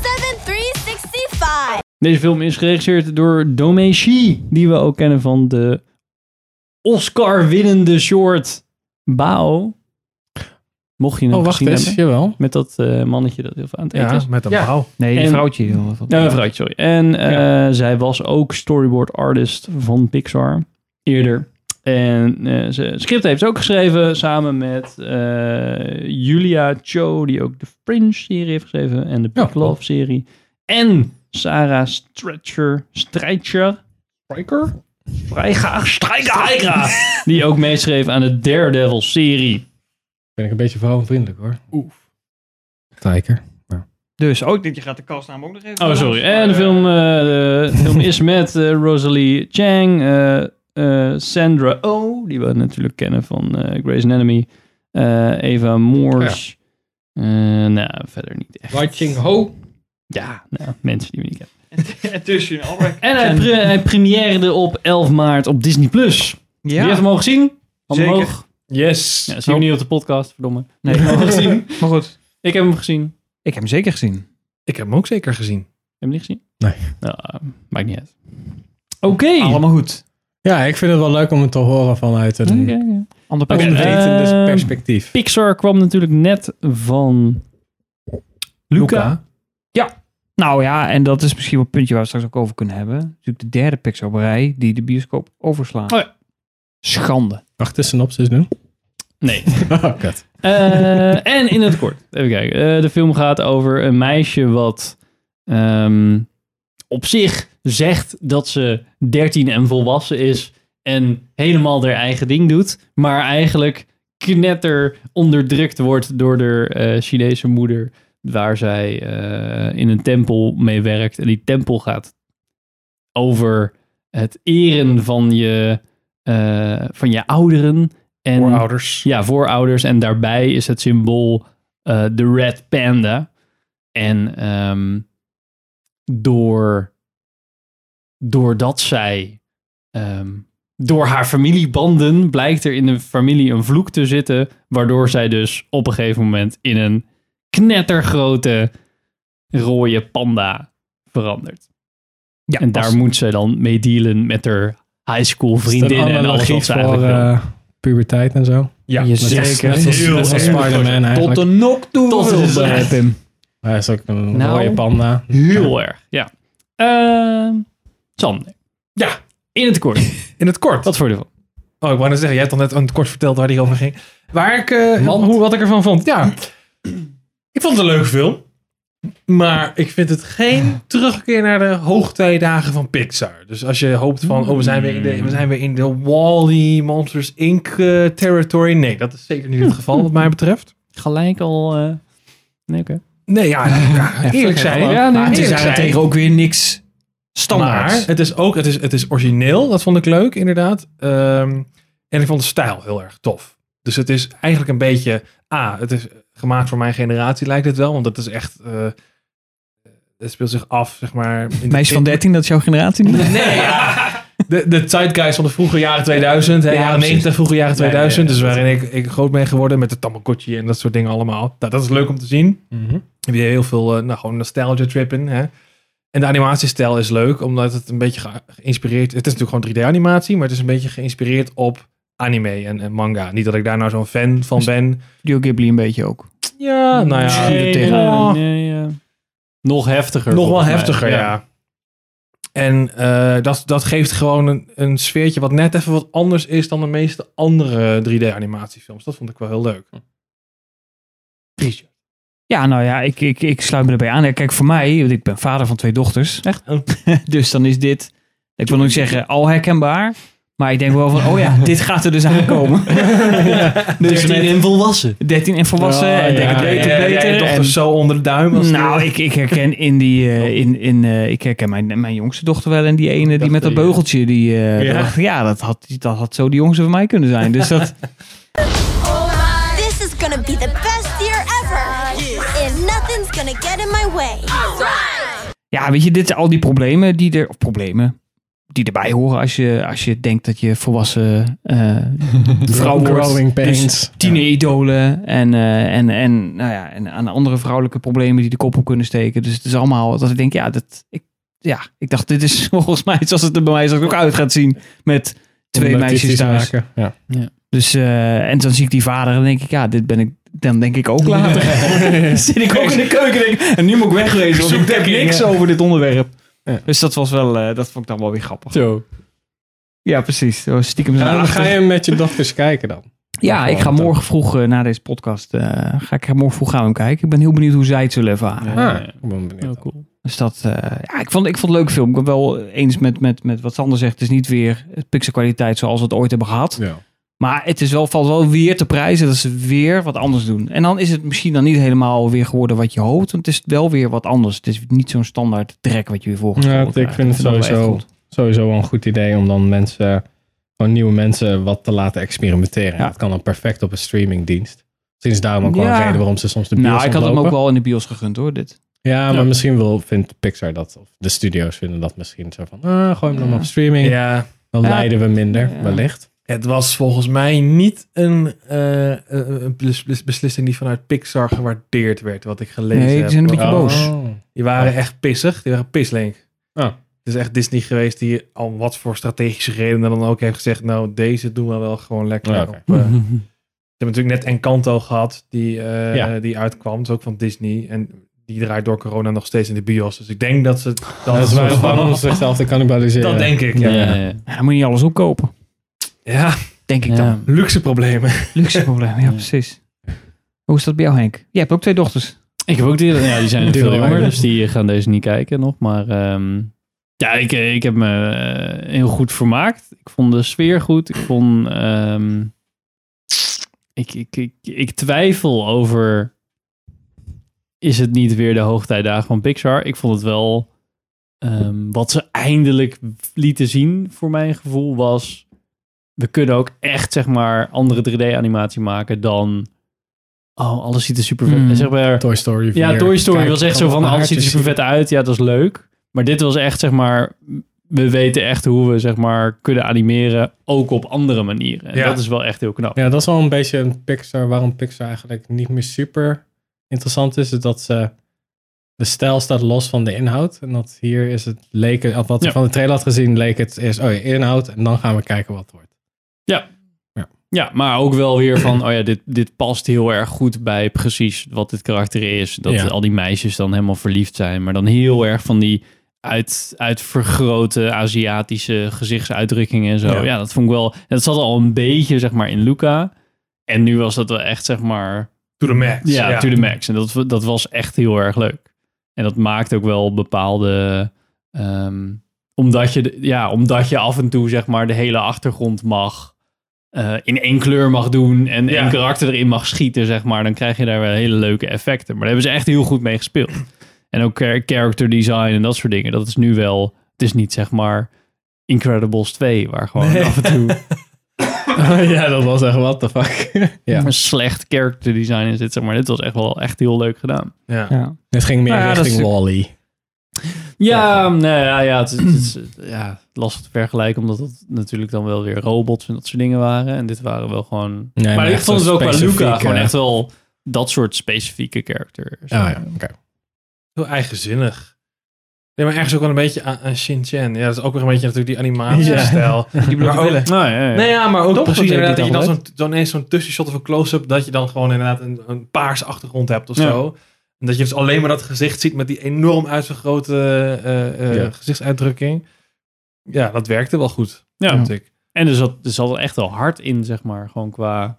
365. Deze film is geregisseerd door Domee Shi, die we ook kennen van de Oscar-winnende short Bao. Mocht je hem Wacht gezien eens. hebben. Jawel. Met dat mannetje dat heel veel aan het eten Ja, is. met een Ja. bouw. Nee, die En- vrouwtje. Ja, een vrouwtje, sorry. En zij was ook storyboard artist van Pixar eerder. En ze script heeft ze ook geschreven samen met Julia Cho, die ook de Fringe-serie heeft geschreven en de Big Love-serie. En Sarah Streicher, die ook meeschreef aan de Daredevil-serie. Ben ik een beetje vrouwenvriendelijk hoor. Tijker. Dus ook dit, je gaat de castnaam ook nog even. Oh, sorry. En de film is met Rosalie Chang, Sandra Oh, die we natuurlijk kennen van Grey's Anatomy, Eva Moors. Nou, verder niet echt. Watching Ho. Ja, nou, mensen die we niet kennen. En tussen Albrecht. En hij première op 11 maart op Disney+. Plus. Wie heeft hem al gezien? Handen Zeker. omhoog. Yes. Ja, zie je niet op de podcast, verdomme. Nee, Ik heb hem al gezien. maar goed. Ik heb hem gezien. Ik heb hem zeker gezien. Ik heb hem ook zeker gezien. Heb je hem niet gezien? Nee. Nou, maakt niet uit. Oké. Allemaal goed. Ja, ik vind het wel leuk om het te horen vanuit een Ander Oké, onwetende perspectief. Pixar kwam natuurlijk net van Luca. Nou ja, en dat is misschien wel een puntje waar we straks ook over kunnen hebben. Natuurlijk de derde Pixar op rij die de bioscoop overslaat. Oh ja. Schande. Wacht, de synopsis nu. Nee. Kut. En in het kort. Even kijken. De film gaat over een meisje wat op zich zegt dat ze 13 en volwassen is en helemaal haar eigen ding doet, maar eigenlijk knetter onderdrukt wordt door de Chinese moeder, waar zij in een tempel mee werkt. En die tempel gaat over het eren van je ouderen. En, Voorouders. Ja, voorouders. En daarbij is het symbool de Red Panda. En doordat zij... door haar familiebanden blijkt er in de familie een vloek te zitten, waardoor zij dus op een gegeven moment in een knettergrote rode panda verandert. Ja, en daar moet zij dan mee dealen met haar high school vriendinnen en alles wat ze eigenlijk puberteit en zo. Ja, zeker. Net als Spider-Man eigenlijk. Tot de nok toe. Tot de hem. Hij is ook een rode panda. Heel erg, ja. Sander. Ja. In het kort. In het kort? Wat vond je ervan? Oh, ik wou net zeggen, jij hebt al net in het kort verteld waar die over ging. Wat ik ervan vond. Ja, ik vond het een leuke film. Maar ik vind het geen terugkeer naar de hoogtijdagen van Pixar. Dus als je hoopt van, we zijn weer in de Wall-E, Monsters Inc. territory. Nee, dat is zeker niet het geval wat mij betreft. Gelijk al... Nee, oké. Nee, eerlijk zijn. Het is daarentegen ook weer niks standaard. Maar het is origineel. Dat vond ik leuk, inderdaad. En ik vond de stijl heel erg tof. Dus het is eigenlijk een beetje... het is gemaakt voor mijn generatie, lijkt het wel. Want het is echt... het speelt zich af, zeg maar... Meisje van 13, dat is jouw generatie niet? Nee, ja. De zeitgeist van de vroege jaren 2000. Jaren 90, vroege jaren 2000. Dus waarin ik groot ben geworden met de Tamagotchi en dat soort dingen allemaal. Nou, dat is leuk om te zien. Mm-hmm. Heb je heel veel gewoon nostalgia trip in. Hè? En de animatiestijl is leuk, omdat het een beetje geïnspireerd... Het is natuurlijk gewoon 3D-animatie, maar het is een beetje geïnspireerd op anime en manga. Niet dat ik daar nou zo'n fan van ben. Studio Ghibli een beetje ook. Ja, nou ja. Nee, nog heftiger. Nog wel heftiger, ja. En dat geeft gewoon een sfeertje wat net even wat anders is dan de meeste andere 3D-animatiefilms. Dat vond ik wel heel leuk. Richard. Ja, nou ja, ik sluit me erbij aan. Ja, kijk, voor mij, want ik ben vader van 2 dochters. Echt? Dus dan is dit, ik wil niet zeggen al herkenbaar, maar ik denk wel van, dit gaat er dus aankomen. Dus 13 en volwassen. 13 en volwassen. En beter. Je dochter zo onder de duim. Ik herken ik herken mijn jongste dochter wel en die ene die met dat beugeltje. Dat had zo de jongste van mij kunnen zijn. Dus dat... This is gonna be the best year ever. And nothing's gonna get in my way. Ja, weet je, dit zijn al die problemen die erbij horen als je denkt dat je volwassen vrouw wordt. Dus tieneridolen en aan andere vrouwelijke problemen die de kop op kunnen steken. Dus het is allemaal dat ik denk, ik dacht, dit is volgens mij zoals het er bij mij ook uit gaat zien met 2 meisjes thuis. Ja. Dus en dan zie ik die vader en denk ik, dan denk ik ook later. Dan zit ik ook in de keuken en nu moet ik wegwezen, want ik denk niks over dit onderwerp. Ja. Dus dat was wel, dat vond ik dan wel weer grappig. Zo. Ja, precies. Zo stiekem dan ga je met je dochters kijken dan? Ja, ik ga morgen vroeg na deze podcast, morgen vroeg gaan we hem kijken. Ik ben heel benieuwd hoe zij het zullen ervaren. Ik ben benieuwd. Heel cool. Dus dat, ik vond het een leuke film. Ik ben wel eens met wat Sander zegt. Het is niet weer Pixar kwaliteit zoals we het ooit hebben gehad. Ja. Maar het is valt wel weer te prijzen dat ze weer wat anders doen. En dan is het misschien dan niet helemaal weer geworden wat je hoopt. Want het is wel weer wat anders. Het is niet zo'n standaard track wat je weer volgens ik vind het sowieso wel een goed idee om dan gewoon nieuwe mensen wat te laten experimenteren. Ja. Dat kan dan perfect op een streamingdienst. Misschien is daarom ook wel een reden waarom ze soms de bios ik had hem ook wel in de bios gegund hoor, dit. Ja, maar misschien vindt Pixar dat, of de studio's vinden dat misschien zo van, gooi hem dan op streaming. Ja. Dan lijden we minder, wellicht. Het was volgens mij niet een beslissing die vanuit Pixar gewaardeerd werd, wat ik gelezen heb. Nee, die zijn een beetje boos. Die waren echt pissig. Die waren pislink. Het is echt Disney geweest die al wat voor strategische redenen dan ook heeft gezegd, nou, deze doen we wel gewoon lekker. Ze hebben natuurlijk net Encanto gehad, die uitkwam. Dat is ook van Disney. En die draait door corona nog steeds in de bios. Dus ik denk dat ze... Dat is wel om zichzelf te cannibaliseren. Dat denk ik, ja. Dan moet je niet alles opkopen. Ja. Denk ik dan. Luxe problemen. Luxe problemen, ja precies. Hoe is dat bij jou, Henk? Jij hebt ook 2 dochters. Ik heb ook die zijn veel jonger, dus die gaan deze niet kijken nog. Maar ik heb me heel goed vermaakt. Ik vond de sfeer goed. Ik vond... Ik twijfel over... Is het niet weer de hoogtijdagen van Pixar? Ik vond het wel... wat ze eindelijk lieten zien, voor mijn gevoel, was... We kunnen ook echt, zeg maar, andere 3D-animatie maken dan... alles ziet er super vet. Zeg maar, Toy Story 4. Ja, Toy Story was echt zo van, alles ziet er super vet uit. Ja, dat is leuk. Maar dit was echt, zeg maar... We weten echt hoe we, zeg maar, kunnen animeren. Ook op andere manieren. En dat is wel echt heel knap. Ja, dat is wel een beetje een Pixar... Waarom Pixar eigenlijk niet meer super interessant is dat ze... De stijl staat los van de inhoud. En dat hier is het wat je van de trailer had gezien, leek het eerst, inhoud. En dan gaan we kijken wat het wordt. Ja, maar ook wel weer van, dit past heel erg goed bij precies wat dit karakter is. Dat al die meisjes dan helemaal verliefd zijn. Maar dan heel erg van die uitvergrote Aziatische gezichtsuitdrukkingen en zo. Ja, dat vond ik wel... Dat zat al een beetje, zeg maar, in Luca. En nu was dat wel echt, zeg maar... To the max. Ja, to the max. En dat was echt heel erg leuk. En dat maakt ook wel bepaalde... omdat je af en toe, zeg maar, de hele achtergrond mag... in één kleur mag doen en één karakter erin mag schieten, zeg maar. Dan krijg je daar wel hele leuke effecten. Maar daar hebben ze echt heel goed mee gespeeld. En ook character design en dat soort dingen. Dat is nu wel... Het is niet, zeg maar, Incredibles 2, waar gewoon af en toe... Ja, dat was echt what the fuck. Een slecht character design in zit, zeg maar. Dit was echt wel echt heel leuk gedaan. Ja. Het ging meer richting Wall-E. Het is lastig te vergelijken, omdat het natuurlijk dan wel weer robots en dat soort dingen waren. En dit waren wel gewoon... Nee, maar ik vond het ook bij Luca gewoon echt wel dat soort specifieke characters. Oké. Heel eigenzinnig. Nee, maar ergens ook wel een beetje aan Shin-Chan. Ja, dat is ook weer een beetje natuurlijk die animatiestijl. Die maar ook, maar ook toch precies dat je dan ineens zo'n tussenshot of een close-up, dat je dan gewoon inderdaad een paarse achtergrond hebt of zo. En dat je dus alleen maar dat gezicht ziet met die enorm uitvergrote gezichtsuitdrukking. Ja, dat werkte wel goed, vond ik. En er zat echt wel hard in, zeg maar. Gewoon qua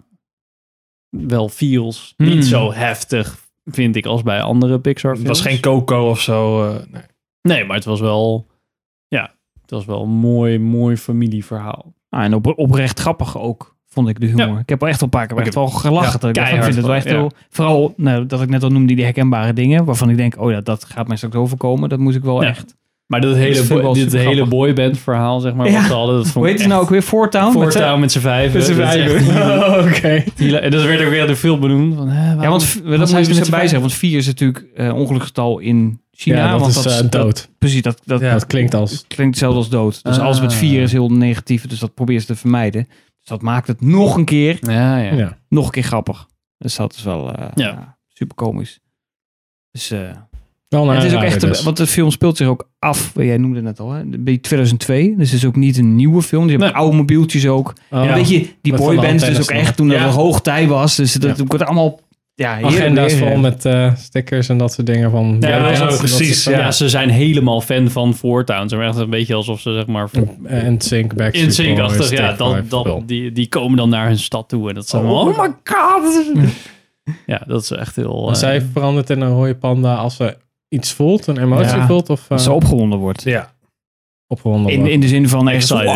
wel feels. Niet zo heftig, vind ik, als bij andere Pixar films. Het was geen Coco of zo. Nee, maar het was wel... Ja, het was wel een mooi familieverhaal. En oprecht grappig ook, vond ik de humor. Ja. Ik heb wel echt een paar keer echt wel gelachen. Ik vind het wel echt heel... Vooral, dat ik net al noemde, die herkenbare dingen, waarvan ik denk, dat gaat mij straks overkomen. Dat moest ik wel echt... Maar dit hele boyband verhaal, zeg maar, wat ze hadden, dat vond hoe heet het nou ook weer? Four-Town? Four-Town met z'n vijven. Oké. En dat werd ook weer veel benoemd. Van, want dat moet je dus erbij zeggen, want 4 is natuurlijk ongeluksgetal in China. Ja, dat is dood. Precies, dat klinkt als... Het klinkt hetzelfde als dood. Dus alles met 4 is heel negatief, dus dat probeer je te vermijden. Dus dat maakt het nog een keer, nog een keer grappig. Dus dat is wel super komisch. Dus... het is ook echt, want de film speelt zich ook af, jij noemde het net al, bij 2002. Dus het is ook niet een nieuwe film. Die hebben oude mobieltjes ook. Weet je, die boybands dus ook echt toen er hoogtij was. Dus dat wordt allemaal agenda's vol met stickers en dat soort dingen. Van, precies. Ze zijn helemaal fan van Four-Town. Ze zijn echt een beetje alsof ze, zeg maar... En Sync, Backstreet Boys. Die komen dan naar hun stad toe. En dat zijn oh my god! Ja, dat is echt heel... zij verandert in een rode panda als ze iets voelt, een emotie voelt? Of, als ze opgewonden wordt. Ja. Opgewonden wordt. In de zin van excited.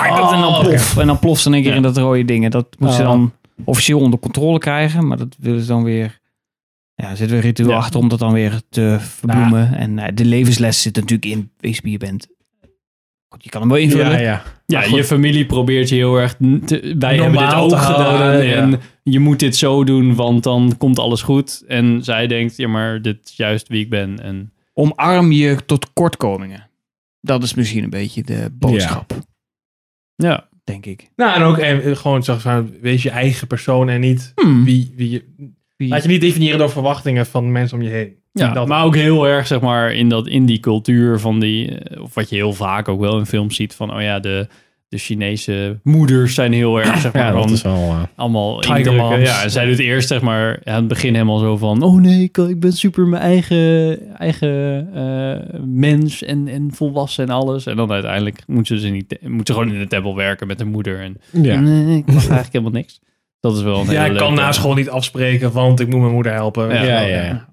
En dan ploft ze in één keer in dat rode dingen. Dat moet ze dan officieel onder controle krijgen. Maar dat willen ze dan weer... Ja, er zit weer ritueel achter om dat dan weer te verbloemen. En de levensles zit natuurlijk in. Wees wie je bent. Je kan hem wel invullen. Ja, je familie probeert je heel erg... wij hebben dit ook gedaan. En je moet dit zo doen, want dan komt alles goed. En zij denkt, maar dit is juist wie ik ben. En... Omarm je tot kortkomingen. Dat is misschien een beetje de boodschap. Ja. Denk ik. Nou, en ook gewoon wees je eigen persoon en niet wie laat je niet definiëren door verwachtingen van mensen om je heen. Ja, maar ook heel erg, zeg maar, in die cultuur van die... Of wat je heel vaak ook wel in films ziet van... de Chinese moeders zijn heel erg, zeg maar... dat is wel... allemaal indrukken. Ja, en zij doet eerst, zeg maar... aan het begin helemaal zo van... Oh nee, ik ben super mijn eigen mens en volwassen en alles. En dan uiteindelijk moet ze gewoon in de tempel werken met de moeder. En nee, ik mag eigenlijk helemaal niks. Dat is wel een hele ik kan na school niet afspreken, want ik moet mijn moeder helpen. Ja.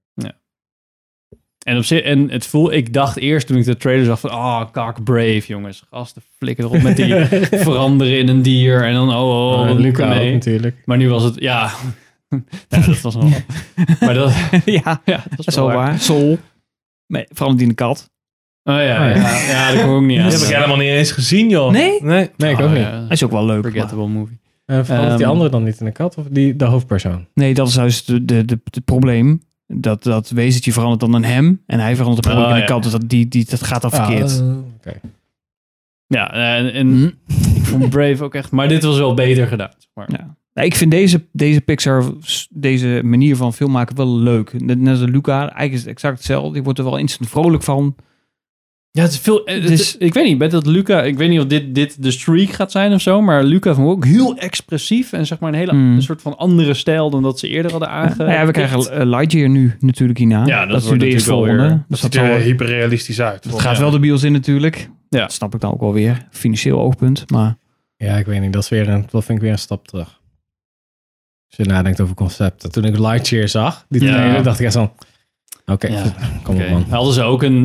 En ik dacht eerst toen ik de trailer zag van, kak brave jongens, gasten flikken erop met die veranderen in een dier en dan Luca mee. Natuurlijk. Maar nu was het, dat was wel. Maar dat, dat is wel waar. Soul, verandert in een kat. Dat kom ik ook niet aan. Dat heb ik helemaal niet eens gezien, joh. Nee, ik ook niet. Hij is ook wel leuk. Forgettable movie. Verandert die andere dan niet in een kat of de hoofdpersoon? Nee, dat is juist het probleem. dat wezentje verandert dan een hem. En hij verandert op de kant. Dus dat gaat dan verkeerd. Okay. Ja, en ik vond Brave ook echt... Maar dit was wel beter gedaan. Maar. Ja. Nou, ik vind deze Pixar, deze manier van film maken wel leuk. Net als Luca, eigenlijk is het exact hetzelfde. Ik word er wel instant vrolijk van. Ja, het is veel... ik weet niet, met dat Luca... Ik weet niet of dit de streak gaat zijn of zo, maar Luca vond ik ook heel expressief en zeg maar een hele een soort van andere stijl dan dat ze eerder hadden aange. Ja, we krijgen Lightyear nu natuurlijk hierna. Ja, dat wordt natuurlijk wel weer. Dat ziet er hyperrealistisch uit. Het gaat wel de bios in natuurlijk. Ja. Dat snap ik dan ook wel weer. Financieel oogpunt, maar... Ja, ik weet niet. Dat vind ik weer een stap terug. Als je nadenkt over concepten. Toen ik Lightyear zag, die trailer, dacht ik echt zo... Oké, kom op man. Hadden ze ook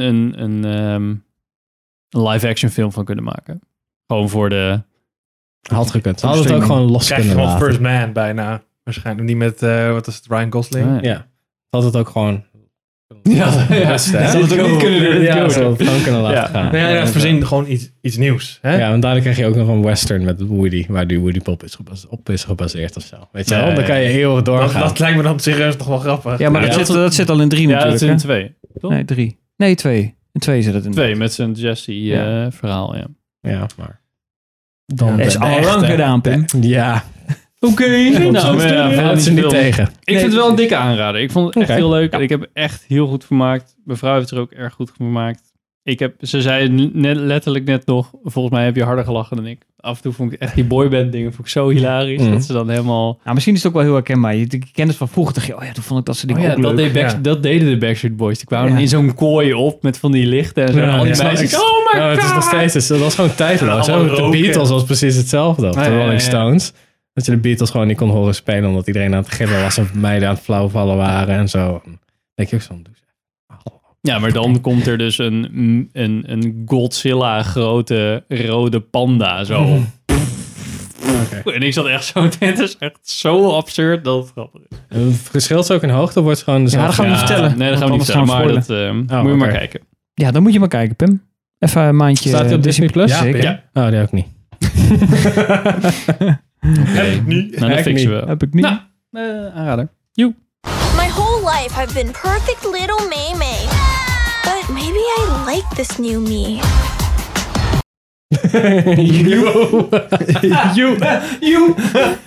een live-action film van kunnen maken. Gewoon voor de... Had gekund. Ze hadden het ook gewoon los kunnen laten. Krijg je First Man bijna. Waarschijnlijk niet met, wat is het, Ryan Gosling? Ja. Had het ook gewoon... Ja, ze hadden het ook niet kunnen laten gaan. Nee, ja, verzin gewoon iets nieuws. Hè? Ja, en daarna krijg je ook nog een western met Woody, waar die Woody Pop op is gebaseerd of zo. Weet je wel? Dan kan je heel erg doorgaan. Dat lijkt me dan serieus nog wel grappig. Ja, maar dat zit al in 3 natuurlijk. Ja, dat zit in 2. Toch? Nee, 3. Nee, 2. In 2 zit het in 2 met zijn Jesse verhaal, ja. Ja, maar... Dan is al lang gedaan, Pim. Ja. Oké. Nou, dat is er niet tegen. Ik vind het wel een dikke aanrader. Ik vond het echt heel leuk. Ja. Ik heb echt heel goed vermaakt. Mijn vrouw heeft er ook erg goed vermaakt. Ze zei letterlijk net nog, volgens mij heb je harder gelachen dan ik. Af en toe vond ik echt die boyband dingen vond ik zo hilarisch. Dat ze dan helemaal... Nou, misschien is het ook wel heel herkenbaar. Je kent het van vroeger. Dacht je, toen vond ik dat ze dingen ook leuk. Dat deden de Backstreet Boys. Die kwamen in zo'n kooi op met van die lichten en zo. En al die meisjes. Oh my god! Het is nog steeds, dat was gewoon tijdloos. De Beatles was precies hetzelfde. De Rolling Stones. Dat je de Beatles gewoon niet kon horen spelen omdat iedereen aan het gillen was en meiden aan het flauwvallen waren en zo. Dan denk je ook zo. Ja, maar dan komt er dus een Godzilla grote rode panda zo. Okay. En ik zat echt zo, dit is echt zo absurd dat het grappig is. Het verschilt ook in hoogte, wordt gewoon... dat gaan we niet vertellen. Nee, dat gaan we niet vertellen, maar dat moet je maar kijken. Ja, dan moet je maar kijken, Pim. Even een maandje... Staat hij op Disney Plus? Ja, zeker. Oh, die ook niet. Heb ik niet. Nou, dat fixen we. Heb ik niet. Aanrader. Joe. My whole life I've been perfect little May. But maybe I like this new me. You.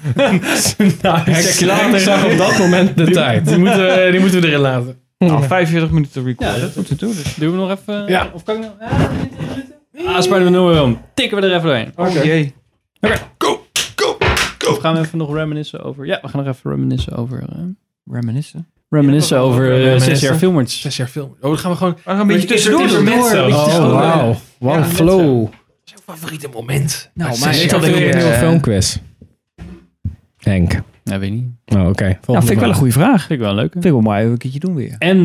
Ik zag op dat moment de tijd. Die moeten we erin laten. Nou, 45 minuten recorden. Ja, dat moet het doen. Dus. Doen we nog even... Ja. Of kan ik nog... Spider-Man No Way Home. Tikken we er even doorheen. Oké. Go. Of gaan we even nog reminiscen over... Ja, we gaan nog even reminiscen over... Reminiscen over 6 jaar filmers. 6 jaar film. Oh, dan gaan we gewoon... een beetje tussendoor. Wow, flow. Dat is jouw favoriete moment. Nou, maar ik had een nieuwe filmquiz. Henk. Ja, weet niet. Oh, oké. Nou, vind ik wel een goede vraag. Vind ik wel leuk. Vind ik wel mooi een keertje doen weer. En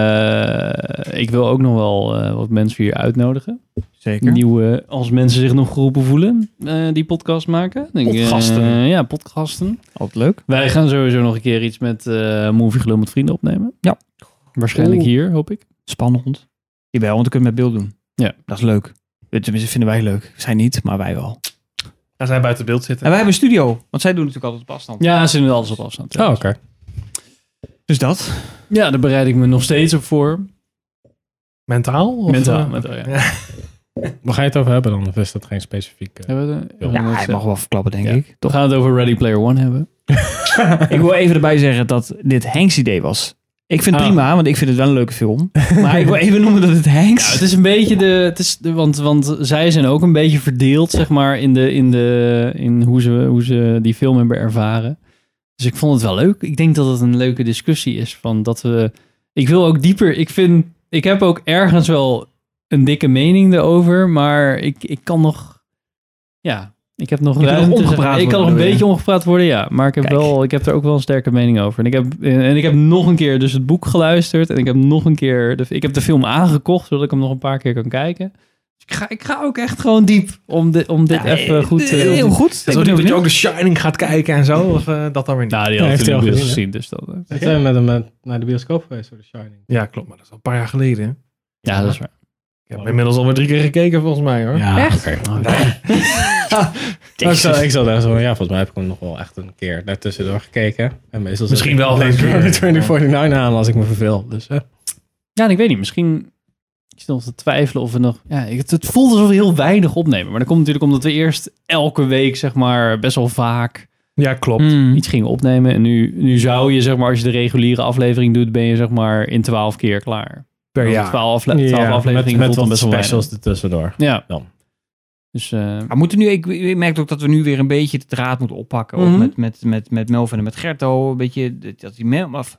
ik wil ook nog wel wat mensen hier uitnodigen. Zeker. Nieuwe, als mensen zich nog geroepen voelen, die podcast maken. Podcasten. Podcasten. Altijd leuk. Wij gaan sowieso nog een keer iets met Movie Gelul met vrienden opnemen. Ja. Waarschijnlijk hier, hoop ik. Spannend. Jawel, want we kunnen met beeld doen. Ja. Dat is leuk. Tenminste, vinden wij leuk. Zij niet, maar wij wel. Gaan zij buiten beeld zitten? En wij hebben een studio, want zij doen natuurlijk altijd op afstand. Ja, ze doen alles op afstand. Oh, oké. Dus dat. Ja, daar bereid ik me nog steeds op voor. Mentaal? Of Mentaal, ja. Waar ga je het over hebben dan? Of is dat geen specifiek... Ja, hij mag wel verklappen, denk ik. Toch gaan we het over Ready Player One hebben. Ik wil even erbij zeggen dat dit Hanks idee was. Ik vind het prima, want ik vind het wel een leuke film. Maar ik wil even noemen dat het Hanks... Ja, het is een beetje want zij zijn ook een beetje verdeeld, zeg maar, in hoe ze die film hebben ervaren. Dus ik vond het wel leuk. Ik denk dat het een leuke discussie is. Van dat we... Ik wil ook dieper... Ik heb ook ergens wel een dikke mening erover, maar ik kan nog... Ja... Ik heb nog ruimte. Ik kan nog een beetje omgepraat worden, ja. Maar ik heb er ook wel een sterke mening over. En ik heb nog een keer dus het boek geluisterd. En ik heb nog een keer... Ik heb de film aangekocht, zodat ik hem nog een paar keer kan kijken. Dus ik ga ook echt gewoon diep om dit even goed... heel goed. Zo dat je ook The Shining gaat kijken en zo? Of dat dan weer niet? Nou, die had ik al gezien. Dus dat... Ik ben met hem naar de bioscoop geweest voor The Shining. Ja, klopt. Maar dat is al een paar jaar geleden, hè? Ja, dat is waar. Ik heb inmiddels alweer 3 keer gekeken, volgens mij, hoor. Ja, echt? Okay. Ik zat daar zo van, volgens mij heb ik hem nog wel echt een keer daartussendoor gekeken. En meestal misschien wel Blade Runner 2049 aan als ik me verveel. Dus, Ja, en ik weet niet, misschien... Ik zit nog te twijfelen of we nog... Ja, het voelt alsof we heel weinig opnemen. Maar dat komt natuurlijk omdat we eerst elke week, zeg maar, best wel vaak... Ja, klopt. Iets gingen opnemen. En nu zou je, zeg maar, als je de reguliere aflevering doet, ben je, zeg maar, in 12 keer klaar. Per jaar. 12 afleveringen met voelt best wel specials ertussendoor. Ja. Dan. Dus, we moeten nu, ik merk ook dat we nu weer een beetje de draad moeten oppakken. Ook met Melvin en met Gerto. Een beetje dat die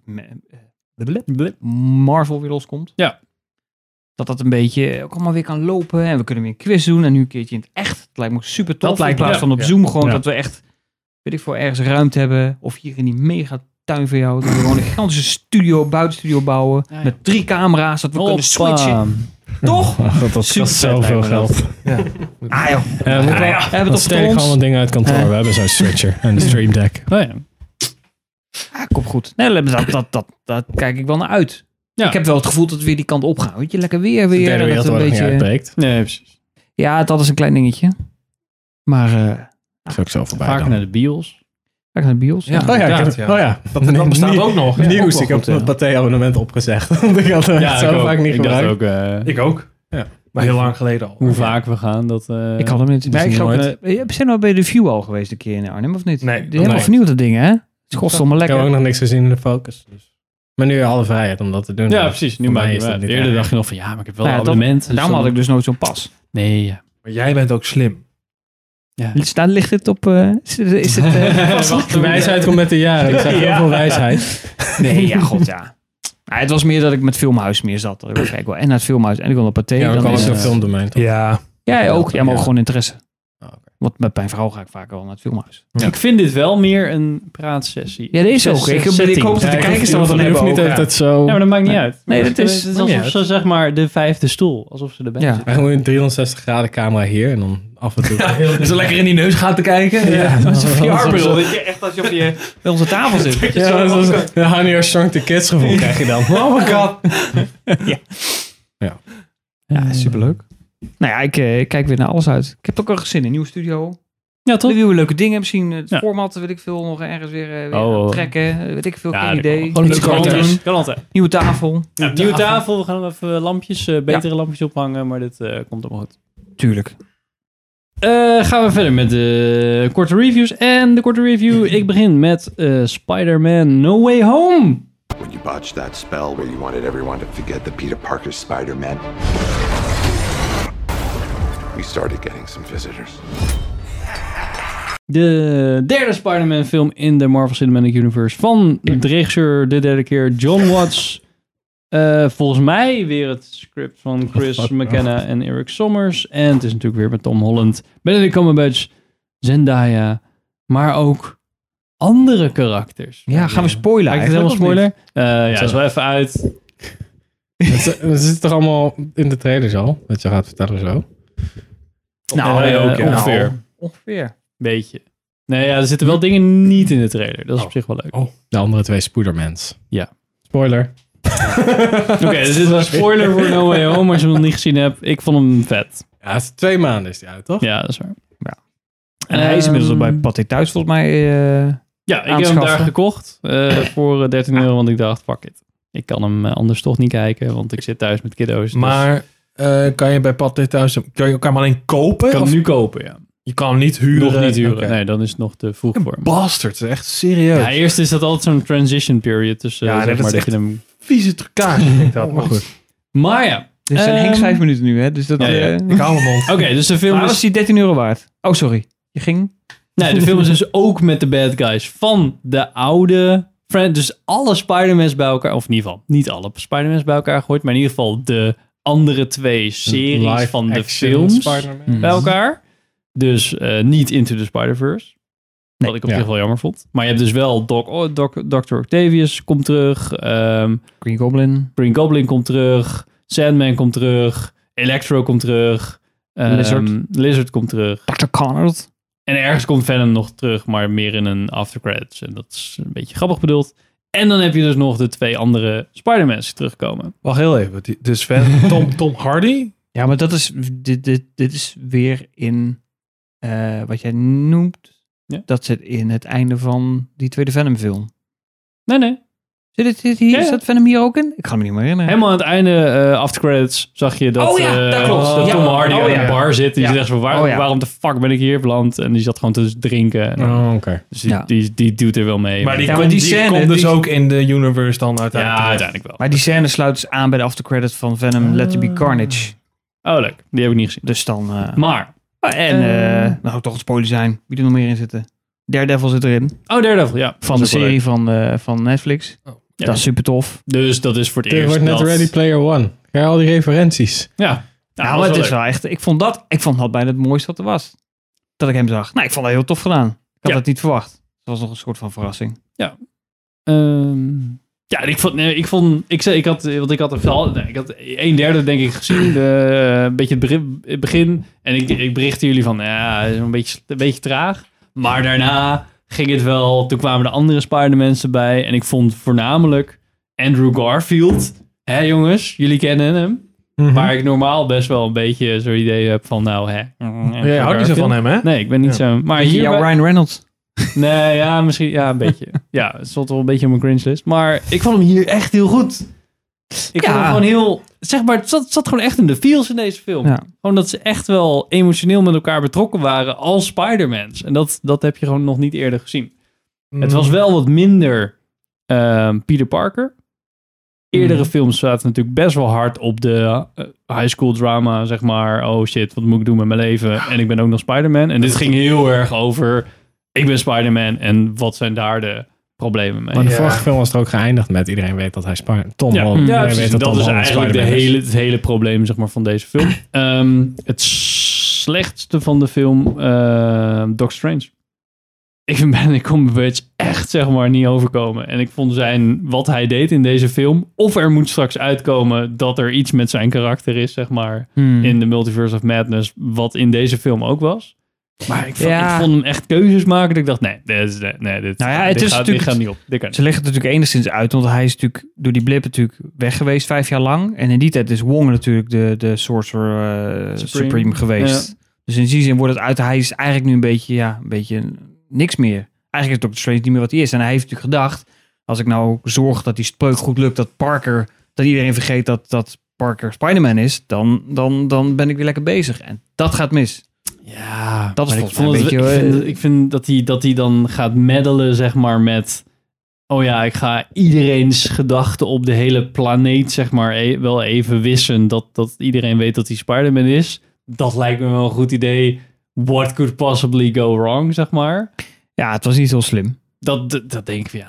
Marvel weer loskomt. Ja. Dat een beetje ook allemaal weer kan lopen. En we kunnen weer een quiz doen. En nu een keertje in het echt. Het lijkt me super tof. In plaats van op Zoom gewoon dat we echt, weet ik veel, ergens ruimte hebben. Of hier in die mega tuin van jou. Dat we gewoon een gigantische buitenstudio bouwen. Ja. Met 3 camera's. Dat we kunnen switchen. Toch? Dat kost zoveel geld. Ja. Joh. We hebben het gewoon wat dingen uit kantoor. We hebben zo'n switcher en de Stream Deck. Oh ja. Komt goed. Nee, dat kijk ik wel naar uit. Ja. Ik heb wel het gevoel dat we weer die kant op gaan. Weet je, lekker weer. De derde wereld een beetje uitbreekt. Nee, precies. Ja, dat is een klein dingetje. Maar... dat is ook zo voorbij. Vaker naar de bios. Vaker naar de bios. Ja. Dat bestaat ook nog. Nieuws. Ik heb het Pathé-abonnement opgezegd. Want ik had het zo vaak niet gebruikt. Ik ook. Ja. Maar heel lang geleden al. Hoe vaak we gaan, dat... Ik had hem niet. Nee, we zijn nou bij de View al geweest een keer in Arnhem, of niet? Nee. Die helemaal vernieuwd, dat ding, hè? Het kost allemaal lekker. Ik heb ook nog niks gezien in de Focus. Dus. Maar nu alle vrijheid om dat te doen. Ja, precies. Nu maak je het. Eerder dacht je nog van, ja, maar ik heb wel een abonnement. Dus daarom had ik dus nooit zo'n pas. Nee, ja. Maar jij bent ook slim. Ja. Ligt het op... is het de wijsheid komt met de jaren. Ik zeg heel veel wijsheid. Nee, ja, god, ja. Het was meer dat ik met Filmhuis meer zat. Ik kijk wel en naar het Filmhuis en ik wil naar Pathé. Ja, dan kan ik een filmdomein. Ja. Ja, ook. Ja, maar ook gewoon interesse. Want met mijn vrouw ga ik vaak wel naar het Filmhuis. Ja. Ik vind dit wel meer een praatsessie. Ja, dit is ook. Ik hoop dat de kijkers dan van hebben. Niet altijd zo... Ja, maar dat maakt niet uit. Nee, dat is... Het is alsof ze, zeg maar, de 5e stoel. Alsof ze erbij zitten. Ja, gewoon een 360 graden camera hier en dan af en toe. Zo lekker in die neus gaat te kijken. Ja, dat is een VR-bril. Echt als je bij onze tafel zit. Ja, dat is een Honey or Shrunk the Kids gevoel krijg je dan. Oh my god. Ja, superleuk. Nou ja, ik kijk weer naar alles uit. Ik heb ook al zin in een nieuwe studio. Ja, toch? Nieuwe leuke dingen. Misschien het format, weet ik veel, nog ergens weer trekken. Weet ik veel, geen idee. Gewoon leuke nieuwe tafel. Ja, nieuwe tafel. We gaan even lampjes, betere lampjes ophangen. Maar dit komt allemaal goed. Tuurlijk. Gaan we verder met de korte reviews. En de korte review, ik begin met Spider-Man No Way Home. When you botched that spell where you wanted everyone to forget the Peter Parker Spider-Man, we started getting some visitors. De derde Spider-Man film in de Marvel Cinematic Universe van de regisseur de derde keer John Watts. Volgens mij weer het script van Chris McKenna en Eric Sommers. En het is natuurlijk weer met Tom Holland, Benedict Cumberbatch, Zendaya, maar ook andere karakters. Ja, gaan we spoilen eigenlijk? Helemaal spoiler? Ja, zo even uit. Het zit toch allemaal in de trailers al? Dat je gaat vertellen zo? Ongeveer. Beetje. Nee, ja, er zitten wel dingen niet in de trailer. Dat is op zich wel leuk. De andere 2 Spider-Mans. Ja. Spoiler. Oké, dus dit was spoiler voor No Way Home. Als je hem nog niet gezien hebt. Ik vond hem vet. Ja, het is 2 maanden is die uit, toch? Ja, dat is waar. Ja. En hij is inmiddels al bij Pathé Thuis volgens mij ja, ik heb hem daar gekocht voor €13. Want ik dacht, fuck it. Ik kan hem anders toch niet kijken. Want ik zit thuis met kiddo's. Maar kan je bij Pathé Thuis... Kan je hem alleen kopen? Ik kan hem nu kopen, ja. Je kan hem niet huren? Nog niet huren. Okay. Nee, dan is het nog te vroeg voor hem. Bastard, echt serieus. Ja, eerst is dat altijd zo'n transition period. Tussen, ja, zeg dat maar, is echt hem... vieze trucage, vind ik dat. Maar goed. Maar ja. Dus zijn Henk 5 minuten nu, hè? Dus dat, ik hou mijn mond. Oké, dus de film is... was die €13 waard? Oh, sorry. Je ging... Nee, de film is dus ook met de bad guys van de oude... Dus alle Spider-Mans bij elkaar... Of in ieder geval, niet alle Spider-Mans bij elkaar gegooid. Maar in ieder geval de andere 2 series live van de films bij elkaar. Dus niet Into the Spider-Verse. Wat ik op zich wel jammer vond. Maar je hebt dus wel Dr. Octavius komt terug. Green Goblin komt terug. Sandman komt terug. Electro komt terug. Lizard komt terug. Dr. Connors. En ergens komt Venom nog terug, maar meer in een aftercredits. En dat is een beetje grappig bedoeld. En dan heb je dus nog de 2 andere Spider-Mans die terugkomen. Wacht heel even. Dus Venom, Tom Hardy? Ja, maar dat is... Dit is weer in... wat jij noemt, dat zit in het einde van die tweede Venom film. Nee. Zit hier? Ja. Zat Venom hier ook in? Ik ga me niet meer herinneren. Helemaal aan het einde, after credits, zag je dat, dat klopt. dat Tom Hardy in een bar zit. En die zegt zo, waarom de fuck ben ik hier beland? En die zat gewoon te drinken. Dus die doet er wel mee. Maar die scène komt dus ook in de universe dan uiteindelijk. Ja, uiteindelijk wel. Maar die scène sluit dus aan bij de after credits van Venom Let There Be Carnage. Oh, leuk. Die heb ik niet gezien. Dus dan... maar... nou, toch een spoiler zijn. Wie er nog meer in zitten? Daredevil zit erin. Oh, Daredevil, ja. Van de serie van Netflix. Ja. Dat is super tof. Dus dat is voor het eerst. Het wordt net Ready Player One. Krijg al die referenties. Ja. Nou, maar het is wel echt... Ik vond dat bijna het mooiste wat er was. Dat ik hem zag. Nou, ik vond dat heel tof gedaan. Ik had dat niet verwacht. Het was nog een soort van verrassing. Ja. Ja, ik had een derde denk ik gezien. Een beetje het begin. En ik berichtte jullie van, ja, het is een beetje traag. Maar daarna ging het wel. Toen kwamen de andere Spider-Mans erbij. En ik vond voornamelijk Andrew Garfield. Hè jongens, jullie kennen hem. Mm-hmm. Waar ik normaal best wel een beetje zo'n idee heb van, nou hè. Jij houdt niet zo van hem, hè? Nee, ik ben niet zo. Maar hier Ryan Reynolds. Nee, ja, misschien een beetje. Ja, het stond wel een beetje op mijn cringe list. Maar ik vond hem hier echt heel goed. Ik vond hem gewoon heel... Zeg maar, het zat gewoon echt in de feels in deze film. Ja. Gewoon dat ze echt wel emotioneel met elkaar betrokken waren als Spider-Mans. En dat heb je gewoon nog niet eerder gezien. Het was wel wat minder Peter Parker. Eerdere films zaten natuurlijk best wel hard op de high school drama, zeg maar. Oh shit, wat moet ik doen met mijn leven? En ik ben ook nog Spider-Man. En dit ging heel erg over... Ik ben Spider-Man en wat zijn daar de problemen mee? Maar de vorige film was er ook geëindigd met iedereen weet dat hij Tom Holland. Ja, weet dat is eigenlijk het hele probleem, zeg maar, van deze film. Het slechtste van de film, Doctor Strange. Ik vind Benedict Cumberbatch echt, zeg maar, niet overkomen. En ik vond wat hij deed in deze film, of er moet straks uitkomen dat er iets met zijn karakter is, zeg maar, in The Multiverse of Madness, wat in deze film ook was. Maar ik vond hem echt keuzes maken. Dat ik dacht, dit gaat niet op. Ze leggen het natuurlijk enigszins uit. Want hij is natuurlijk door die blip natuurlijk weg geweest 5 jaar lang. En in die tijd is Wong natuurlijk de Sorcerer Supreme geweest. Ja. Dus in die zin wordt het uit. Hij is eigenlijk nu een beetje niks meer. Eigenlijk is Dr. Strange niet meer wat hij is. En hij heeft natuurlijk gedacht, als ik nou zorg dat die spreuk goed lukt, dat iedereen vergeet dat Parker Spider-Man is, dan ben ik weer lekker bezig. En dat gaat mis. Ja, dat is volgens mij een beetje... Ik vind dat hij dan gaat meddelen, zeg maar, met... Oh ja, ik ga iedereen's gedachten op de hele planeet, zeg maar, wel even wissen. Dat iedereen weet dat hij Spider-Man is. Dat lijkt me wel een goed idee. What could possibly go wrong, zeg maar. Ja, het was niet zo slim. Dat denk ik,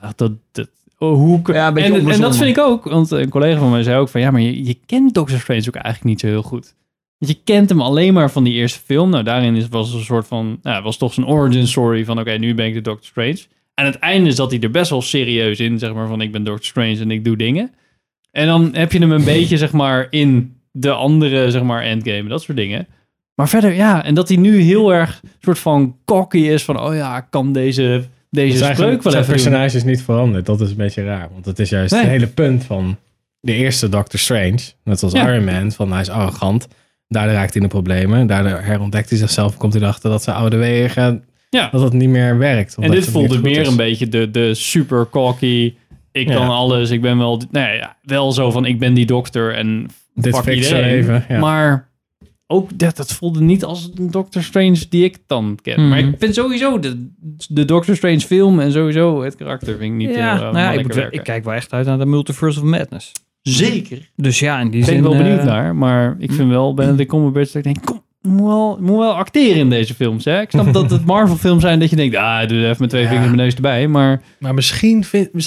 en dat vind ik ook. Want een collega van mij zei ook van... Ja, maar je kent Doctor Strange ook eigenlijk niet zo heel goed. Je kent hem alleen maar van die eerste film. Nou, daarin was een soort van... Nou, was toch zijn origin story van... Oké, nu ben ik de Doctor Strange. Aan het einde zat hij er best wel serieus in. Zeg maar van, ik ben Doctor Strange en ik doe dingen. En dan heb je hem een beetje, zeg maar... in de andere, zeg maar, endgame. Dat soort dingen. Maar verder, ja. En dat hij nu heel erg soort van cocky is. Van, oh ja, ik kan deze spreuk wel zijn even personage is niet veranderd. Dat is een beetje raar. Want het is juist het hele punt van... de eerste Doctor Strange. Net als Iron Man. Van, hij is arrogant. Daardoor raakt hij in de problemen. Daardoor herontdekt hij zichzelf en komt hij erachter dat zijn oude wegen... dat het niet meer werkt. En dit voelde meer een beetje de super cocky... Ik kan alles, ik ben wel... wel zo van, ik ben die dokter en dit fuck iedereen. Even, ja. Maar ook dat voelde niet als een Doctor Strange die ik dan ken. Maar ik vind sowieso de Doctor Strange film... en sowieso het karakter vind ik niet ik kijk wel echt uit naar de Multiverse of Madness. Zeker. Dus ja, in die zin... Ik ben wel benieuwd naar, maar ik vind wel Benedict Cumberbatch dat ik denk, kom, moet wel acteren in deze films. Hè? Ik snap dat het Marvel films zijn dat je denkt, doe even met 2 vingers mijn neus erbij, maar misschien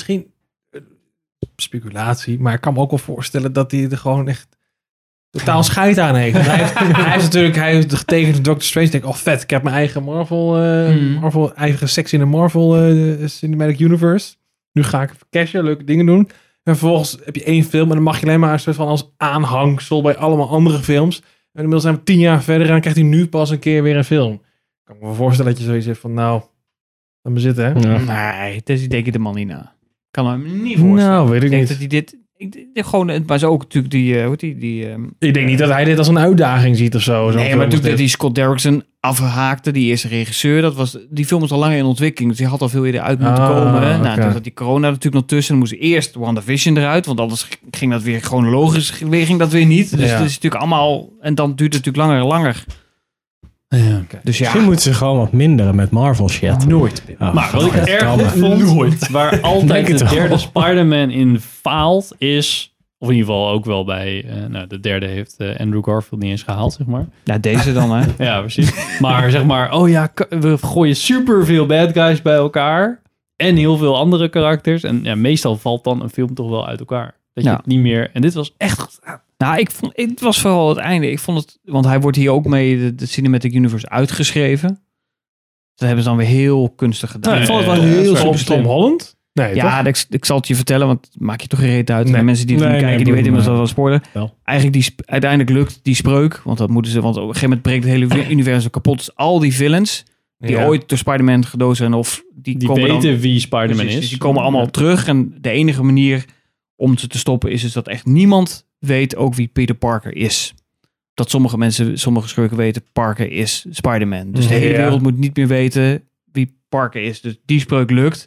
speculatie, maar ik kan me ook wel voorstellen dat hij er gewoon echt totaal scheid aan heeft. Hij heeft getekend Doctor Strange. Denk, oh vet, ik heb mijn eigen Marvel eigen sectie in de Marvel Cinematic Universe. Nu ga ik even cashen, leuke dingen doen. En vervolgens heb je 1 film en dan mag je alleen maar een soort van als aanhangsel bij allemaal andere films. En inmiddels zijn we 10 jaar verder en dan krijgt hij nu pas een keer weer een film. Ik kan me voorstellen dat je zoiets hebt van, nou, laat me zitten, hè? Ja. Nee, dus ik denk de man niet na. Kan hem niet voorstellen. Nou, weet ik niet. Dat hij dit... Maar zo ook natuurlijk die ik denk niet dat hij dit als een uitdaging ziet of zo. Nee, maar natuurlijk dat die Scott Derrickson afhaakte, die eerste regisseur. Die film was al langer in ontwikkeling, dus die had al veel eerder uit moeten komen. Hè? Nou, toen zat die corona natuurlijk nog tussen. Dan moest eerst WandaVision eruit, want anders ging dat weer chronologisch, ging dat weer niet. Dus het is natuurlijk allemaal, en dan duurt het natuurlijk langer en langer. Ja, okay. Dus misschien moeten ze gewoon wat minderen met Marvel shit. Nooit. Maar wat ik erg goed vond, waar altijd de derde Spider-Man in faalt, is, of in ieder geval ook wel bij, de derde heeft Andrew Garfield niet eens gehaald, zeg maar. Ja, deze dan, hè? Ja, precies. Maar zeg maar, we gooien superveel bad guys bij elkaar en heel veel andere karakters. En meestal valt dan een film toch wel uit elkaar. Dat je het niet meer, en dit was echt... Nou, het was vooral het einde. Ik vond het, want hij wordt hier ook mee de Cinematic Universe uitgeschreven. Dat hebben ze dan weer heel kunstig gedaan. Ik vond het wel heel super Tom Holland? Nee, ja, ik zal het je vertellen, want het maakt je toch geen reet uit. Nee. De mensen die het niet kijken, die weten immers dat wel spoilen. Eigenlijk uiteindelijk lukt die spreuk, want dat moeten ze, want op een gegeven moment breekt het hele universum kapot. Dus al die villains die ooit door Spider-Man gedood zijn, of die komen weten dan, wie Spider-Man is. Die komen allemaal terug. En de enige manier om ze te stoppen is dus dat echt niemand weet ook wie Peter Parker is. Dat sommige schurken weten, Parker is Spider-Man. Dus de hele wereld moet niet meer weten wie Parker is. Dus die spreuk lukt.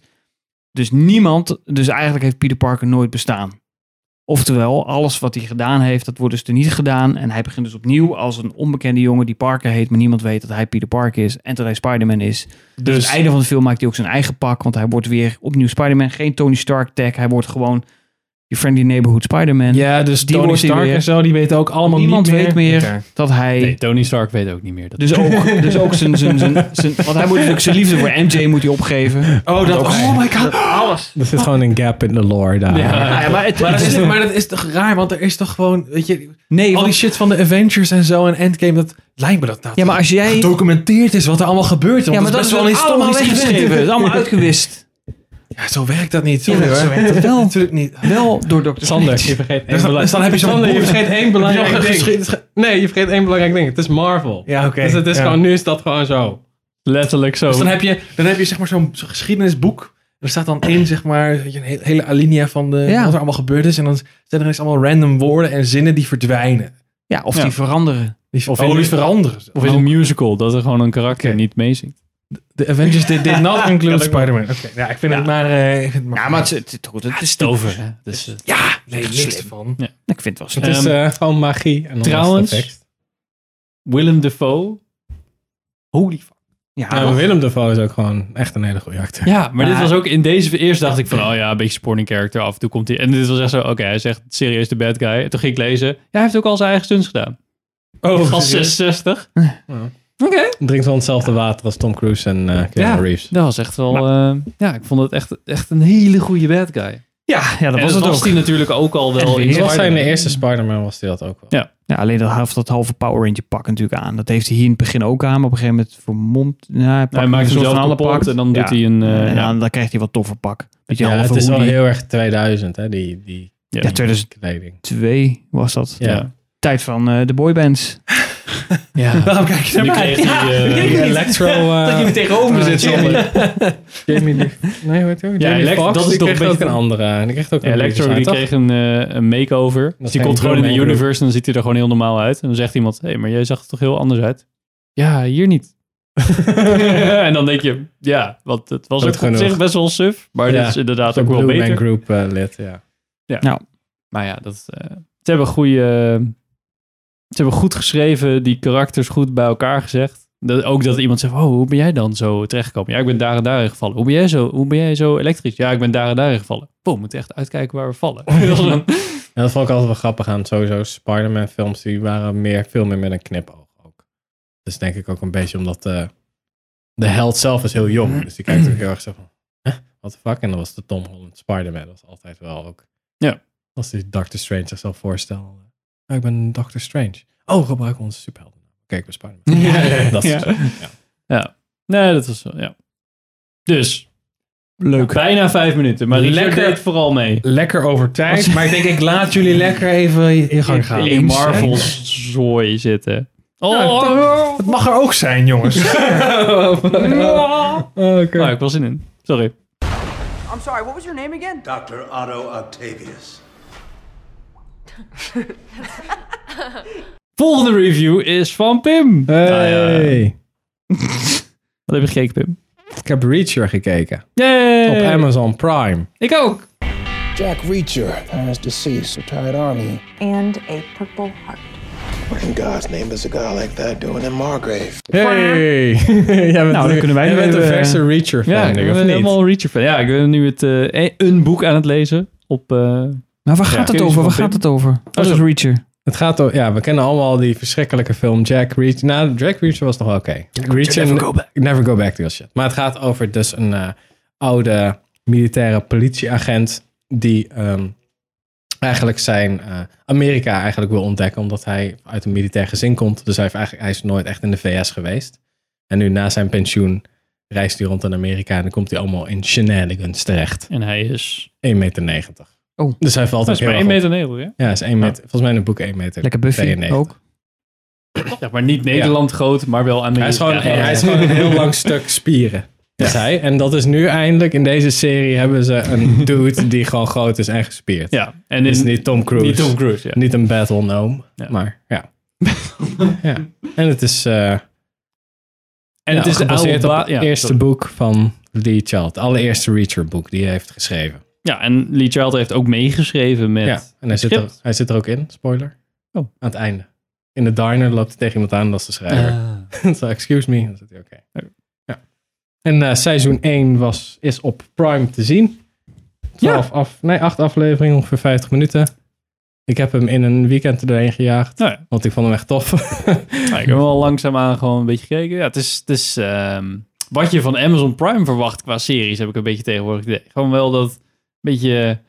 Dus eigenlijk heeft Peter Parker nooit bestaan. Oftewel, alles wat hij gedaan heeft, dat wordt dus er niet gedaan. En hij begint dus opnieuw als een onbekende jongen die Parker heet, maar niemand weet dat hij Peter Parker is en dat hij Spider-Man is. Dus aan het einde van de film maakt hij ook zijn eigen pak, want hij wordt weer opnieuw Spider-Man. Geen Tony Stark tag, hij wordt gewoon je friendly neighborhood Spider-Man. Ja, dus die Tony Stark en zo, die weten ook allemaal niemand weet meer dat hij... Nee, Tony Stark weet ook niet meer. Dat dus ook zijn... Want hij moet natuurlijk zijn liefde voor MJ moet hij opgeven. Oh my god. Alles. Er zit gewoon een gap in de lore daar. Ja, maar dat is toch raar, want er is toch gewoon, weet je... Nee, al die shit van de Avengers en zo en Endgame, dat lijkt me dat ja, maar als jij gedocumenteerd is wat er allemaal gebeurt. Ja, maar dat is wel allemaal weggeschreven. Het is allemaal uitgewist. Ja, zo werkt dat niet. Sorry, hoor. Zo werkt het wel. Natuurlijk niet. Wel door Dr. Sander, je vergeet je vergeet één belangrijk ding. Nee, je vergeet één belangrijk ding. Het is Marvel. Ja, oké. Dus het is gewoon, nu is dat gewoon zo. Letterlijk zo. Dus dan heb je zeg maar zo'n geschiedenisboek. Er staat dan in, zeg maar, een hele alinea van wat er allemaal gebeurd is. En dan zijn er eens allemaal random woorden en zinnen die verdwijnen. Ja, of die veranderen. Die veranderen. Of in een musical, dat er gewoon een karakter niet meezingen. De Avengers did not include Spider-Man. Oké, ja, ik vind het maar... ja, maar het is over. Dus, nee, niks ervan. Ja. Ik vind het wel slim. Het is gewoon magie. En trouwens, Willem Dafoe. Holy fuck. Ja, Willem Dafoe is ook gewoon echt een hele goede acteur. Ja, maar dit was ook in deze... Eerst dacht ik van, een beetje supporting character. Af en toe komt hij... En dit was echt zo, hij zegt serieus de bad guy. En toen ging ik lezen. Ja, hij heeft ook al zijn eigen stunts gedaan. Als 66. Oké. Drinkt wel hetzelfde water als Tom Cruise en Keanu Reeves. Dat was echt wel... ik vond het echt een hele goede bad guy. Ja, dat was het ook. Hij natuurlijk ook al wel. In zijn de eerste Spider-Man was hij dat ook wel. Ja, alleen dat halve Power Ranger pak natuurlijk aan. Dat heeft hij hier in het begin ook aan, maar op een gegeven moment vermomd. Hij maakt hem zelf kapot en dan doet hij een... dan krijgt hij wat toffer pak. Het is wel heel erg 2000, hè? Die 2002 was dat. Ja. Tijd van de boybands. Ja. Waarom kijk je naar mij? Die Electro... dat je me tegenover me zit. Jamie Lee... Nee, hoe heet hij ook? Jamie Foxx, dat is toch ook een andere. Die kreeg ook een Electro, die kreeg een makeover. Dus die komt gewoon in de universe en dan ziet hij er gewoon heel normaal uit. En dan zegt iemand, maar jij zag er toch heel anders uit? Ja, hier niet. En dan denk je, want het was ook op zich best wel suf. Maar dit is inderdaad ook wel beter. Blue Man Group lid, ja. Nou. Maar ja, ze hebben goede... Ze hebben goed geschreven, die karakters goed bij elkaar gezegd. Ook dat iemand zegt, hoe ben jij dan zo terechtgekomen? Ja, ik ben daar en daarin gevallen. Hoe ben jij zo elektrisch? Ja, ik ben daar en daarin gevallen. We moeten echt uitkijken waar we vallen. Dat vond ik altijd wel grappig aan. Sowieso Spider-Man films, die waren veel meer met een knipoog ook. Dus denk ik ook een beetje omdat de held zelf is heel jong. Dus die kijkt ook heel erg zo van, what the fuck? En dan was de Tom Holland Spider-Man. Dat was altijd wel ook. Ja. Als die Doctor Strange zichzelf voorstelt. Ik ben Doctor Strange. Gebruik onze superhelden. Kijk, we Spider-Man. Dat is ja. Nee, dat was zo, Dus, leuk. Bijna 5 minuten, maar Richard deed vooral mee. Lekker over tijd, maar ik denk, ik laat jullie lekker even in gang gaan. In Marvel's zooi zitten. Het mag er ook zijn, jongens. Okay. Ik was in. Sorry. I'm sorry, what was your name again? Dr. Otto Octavius. Volgende review is van Pim. Hey. Wat heb je gekeken, Pim? Ik heb Reacher gekeken. Yay! Op Amazon Prime. Ik ook. Jack Reacher, as deceased, retired army. And a Purple Heart. What in God's name is a guy like that doing in Margrave? Hey! Nou, dan kunnen wij jij nu bent een even, verse Reacher fan, ja, ik ben of niet? helemaal Reacher fan. Ja, ik ben nu een boek aan het lezen. Maar waar gaat het over? Waar gaat het over? Wat is Reacher? Het gaat over, ja, we kennen allemaal die verschrikkelijke film Jack Reacher. Nou, Jack Reacher was nog wel oké. Reacher, never go back to your shit. Maar het gaat over dus een oude militaire politieagent die eigenlijk zijn Amerika eigenlijk wil ontdekken, omdat hij uit een militair gezin komt. Dus hij is nooit echt in de VS geweest. En nu na zijn pensioen reist hij rond in Amerika en dan komt hij allemaal in shenanigans terecht. En hij is 1,90 meter. Oh, dus hij valt dat ook is maar heel 1,90 erg meter, op. ja? Ja, is 1 meter. Volgens mij in het boek 1 meter. Lekker Buffy 92. ook. Ja, maar niet Nederland groot, maar wel Amerika. Hij is gewoon een heel lang stuk spieren. Is hij. En dat is nu eindelijk, in deze serie hebben ze een dude die gewoon groot is en gespierd. Ja. En dus niet Tom Cruise. Niet Tom Cruise, ja. Niet een battle gnome. Ja. Maar ja. Ja. En het is het is gebaseerd op het ja, eerste boek van Lee Child. Het allereerste Reacher boek die hij heeft geschreven. Ja, en Lee Child heeft ook meegeschreven met en hij zit er ook in, spoiler. Oh. Aan het einde. In de diner loopt hij tegen iemand aan, dat is de schrijver. So, excuse me. Dan zit hij oké. Ja. En seizoen 1 is op Prime te zien. 8 afleveringen, ongeveer 50 minuten. Ik heb hem in een weekend er doorheen gejaagd. Ja. Want ik vond hem echt tof. Ik heb wel langzaamaan gewoon een beetje gekeken. Ja, het is wat je van Amazon Prime verwacht qua series, heb ik een beetje tegenwoordig idee. Gewoon wel dat beetje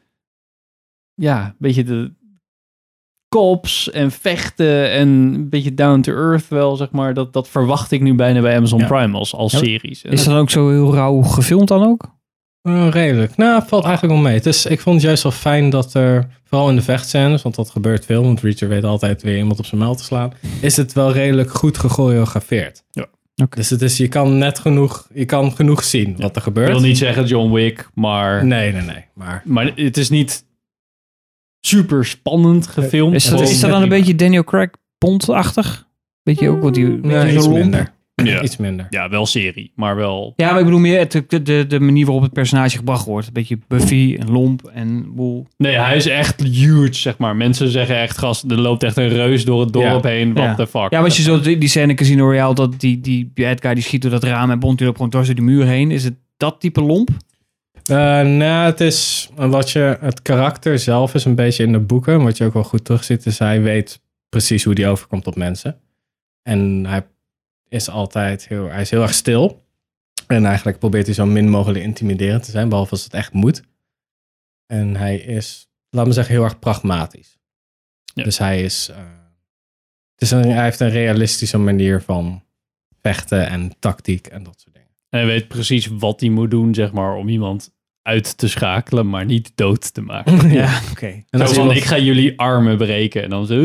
de cops en vechten en een beetje down to earth wel, zeg maar. Dat verwacht ik nu bijna bij Amazon Prime als series. Is dat ook zo heel rauw gefilmd dan ook? Redelijk. Nou, het valt eigenlijk wel mee. Dus ik vond het juist wel fijn dat er, vooral in de vechtscènes, want dat gebeurt veel, want Reacher weet altijd weer iemand op zijn muil te slaan, is het wel redelijk goed gechoreografeerd. Ja. Okay. Dus je kan genoeg zien wat er gebeurt. Ik wil niet zeggen John Wick, maar... Nee. Maar het is niet super spannend gefilmd. Is dat dan een beetje Daniel Craig Bond-achtig? Beetje ook wat die... iets minder. Ja. Iets minder. Ja, wel serie, maar wel... Ja, maar ik bedoel meer de manier waarop het personage gebracht wordt. Een beetje Buffy en lomp en boel. Nee, hij is echt huge, zeg maar. Mensen zeggen echt, gast, er loopt echt een reus door het dorp heen. What the fuck. Ja, maar als je zo die scène Casino Royale, dat die bad guy die schiet door dat raam en Bond die loopt gewoon dwars door die muur heen. Is het dat type lomp? Het is het karakter zelf is een beetje in de boeken. Wat je ook wel goed terugziet, is hij weet precies hoe die overkomt op mensen. En hij is hij is heel erg stil. En eigenlijk probeert hij zo min mogelijk intimiderend te zijn, behalve als het echt moet. En hij is, laat me zeggen, heel erg pragmatisch. Ja. Dus hij heeft een realistische manier van vechten en tactiek en dat soort dingen. En hij weet precies wat hij moet doen, zeg maar, om iemand uit te schakelen, maar niet dood te maken. Ja, oké. En dan van, ik ga jullie armen breken. En dan zo...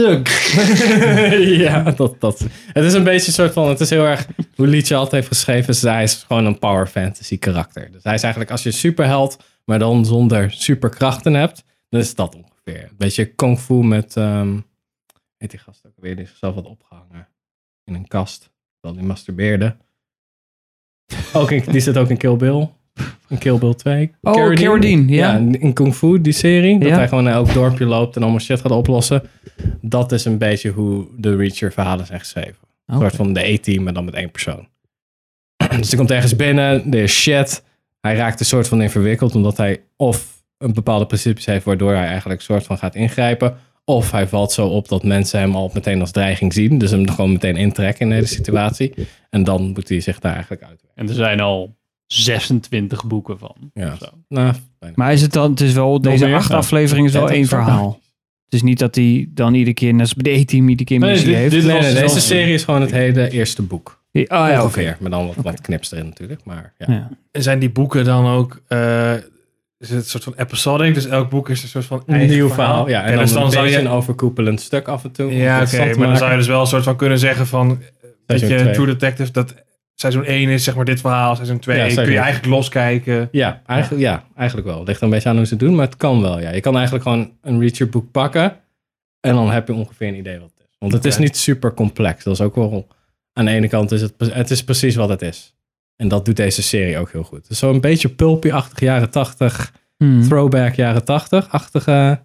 Ja, dat. Het is een beetje een soort van... Het is heel erg hoe Lee Child heeft geschreven. Dus hij is gewoon een power fantasy karakter. Dus hij is eigenlijk als je superheld, maar dan zonder superkrachten hebt, dan is dat ongeveer. Een beetje kung fu met... heet die gast ook weer? Die is zichzelf wat opgehangen in een kast. Terwijl die masturbeerde. Die zit ook in Kill Bill. In Kill Bill 2. Oh, Carradine, ja. In Kung Fu, die serie. Dat hij gewoon naar elk dorpje loopt en allemaal shit gaat oplossen. Dat is een beetje hoe de Reacher verhalen zijn geschreven. Een soort van de A-team, maar dan met 1 persoon. Dus hij komt ergens binnen, er is shit. Hij raakt een soort van in verwikkeld, omdat hij of een bepaalde principes heeft, waardoor hij eigenlijk een soort van gaat ingrijpen. Of hij valt zo op dat mensen hem al meteen als dreiging zien. Dus hem gewoon meteen intrekken in de hele situatie. En dan moet hij zich daar eigenlijk uitwerken. En er zijn al 26 boeken van. Ja. Nou, maar is het dan, het is wel, deze 8 afleveringen is wel 1 verhaal. Het is niet dat hij dan iedere keer, net als bij de A-team, iedere keer missie heeft. Deze serie is gewoon het hele eerste boek. Ja, ongeveer. Maar dan wat knips erin natuurlijk. Maar ja. Zijn die boeken dan ook... is het een soort van episodic? Dus elk boek is een soort van eigen nieuw verhaal. Ja, en dus dan zou je een overkoepelend stuk af en toe. Ja, oké. Maar dan zou je dus wel een soort van kunnen zeggen van... True Detective, dat seizoen 1 is zeg maar dit verhaal. Seizoen 2 kun je eigenlijk loskijken. Ja, eigenlijk wel. Het ligt er een beetje aan hoe ze het doen, maar het kan wel. Ja. Je kan eigenlijk gewoon een Reacher boek pakken En dan heb je ongeveer een idee wat het is. Want het is niet super complex. Dat is ook wel... Aan de ene kant is het is precies wat het is. En dat doet deze serie ook heel goed. Het is zo'n beetje pulpy-achtig jaren 80... throwback jaren 80-achtige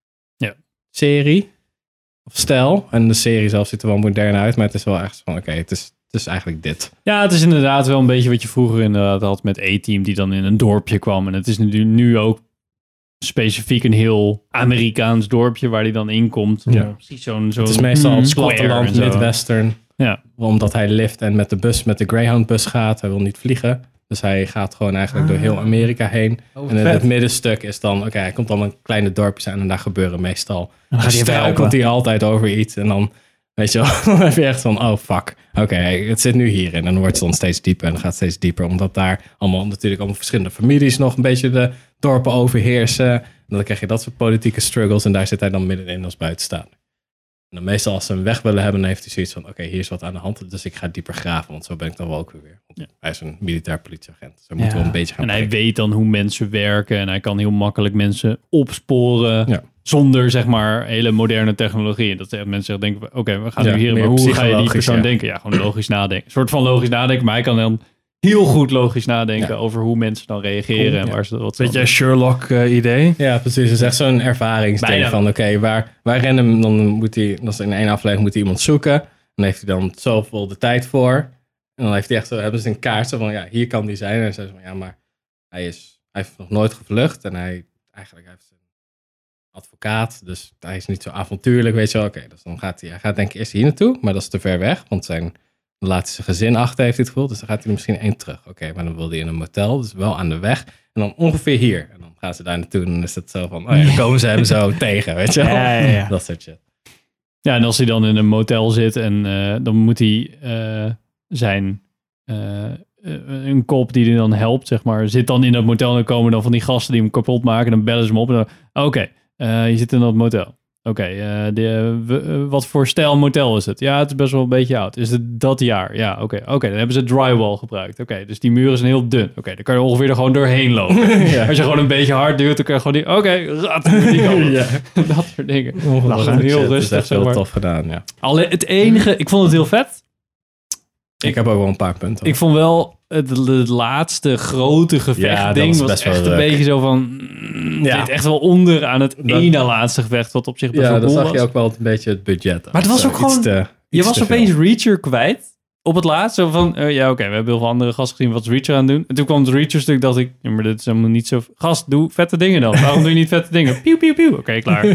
serie of stijl. En de serie zelf ziet er wel modern uit, maar het is wel echt van oké, het is eigenlijk dit. Ja, het is inderdaad wel een beetje wat je vroeger inderdaad had met A-Team die dan in een dorpje kwam. En het is nu ook specifiek een heel Amerikaans dorpje waar die dan in komt. Ja. Precies zo'n het is meestal het platteland, Midwestern. Ja. Omdat hij lift en met de Greyhound-bus gaat. Hij wil niet vliegen. Dus hij gaat gewoon eigenlijk door heel Amerika heen. En het middenstuk is dan... Oké, hij komt allemaal kleine dorpjes aan en daar gebeuren meestal... Dan komt hij altijd over iets. En dan, weet je wel, dan heb je echt van... Oh, fuck. Oké, het zit nu hierin. En dan wordt het dan steeds dieper en dan gaat het steeds dieper. Omdat daar natuurlijk allemaal verschillende families nog een beetje de dorpen overheersen. En dan krijg je dat soort politieke struggles. En daar zit hij dan middenin als buitenstaander. En dan meestal als ze hem weg willen hebben, dan heeft hij zoiets van... Oké, hier is wat aan de hand, dus ik ga dieper graven. Want zo ben ik dan wel ook weer. Want hij is een militair politieagent. Dus hij moet wel een beetje gaan hij weet dan hoe mensen werken. En hij kan heel makkelijk mensen opsporen. Zonder, zeg maar, hele moderne technologie. Dat mensen denken, oké, we gaan nu hier. Maar hoe ga je die persoon denken? Ja, gewoon logisch nadenken. Een soort van logisch nadenken. Maar hij kan dan heel goed logisch nadenken over hoe mensen dan reageren. En waar ze wat beetje een Sherlock idee. Ja, precies. Het is echt zo'n ervaringsding van oké, waar rennen dan moet hij, dat is in één aflevering moet hij iemand zoeken. Dan heeft hij dan zoveel de tijd voor. En dan heeft hij echt zo, hebben ze een kaart zo van ja, hier kan die zijn. En dan zeggen ze van ja, maar hij heeft nog nooit gevlucht. En hij heeft een advocaat. Dus hij is niet zo avontuurlijk, weet je wel. Oké, dus dan gaat hij denk ik eerst hier naartoe. Maar dat is te ver weg, want dan laat hij zijn gezin achter, heeft hij het gevoel. Dus dan gaat hij er misschien 1 terug. Oké, maar dan wil hij in een motel, dus wel aan de weg. En dan ongeveer hier. En dan gaan ze daar naartoe en dan is het zo van... Oh ja, dan komen ze hem zo tegen, weet je wel. Ja. Dat soort shit. Ja, en als hij dan in een motel zit en dan moet hij zijn... een kop die hij dan helpt, zeg maar, zit dan in dat motel en dan komen dan van die gasten die hem kapot maken en dan bellen ze hem op en dan... Oké, je zit in dat motel. Oké, wat voor stijl motel is het? Ja, het is best wel een beetje oud. Is het dat jaar? Ja, oké, dan hebben ze drywall gebruikt. Oké, dus die muren zijn heel dun. Oké, dan kan je ongeveer er gewoon doorheen lopen. Als je gewoon een beetje hard duwt, dan kan je gewoon die... Oké, dat soort dingen. Lachen. Heel rustig. Dat is echt heel tof gedaan, ja. Het enige... Ik vond het heel vet. Ik heb ook wel een paar punten. Ik vond wel het laatste grote gevechtding was echt een beetje zo van... Dit echt wel onder aan het ene laatste gevecht wat op zich best wel cool was. Ja, dan zag je ook wel een beetje het budget. Maar het was ook gewoon... Je was opeens Reacher kwijt op het laatst. Zo van, we hebben heel veel andere gasten gezien. Wat is Reacher aan het doen? En toen kwam het Reacher-stuk, dacht ik... Ja, maar dit is helemaal niet zo... Gast, doe vette dingen dan. Waarom doe je niet vette dingen? Pieuw, pieuw, pieuw. Oké, klaar.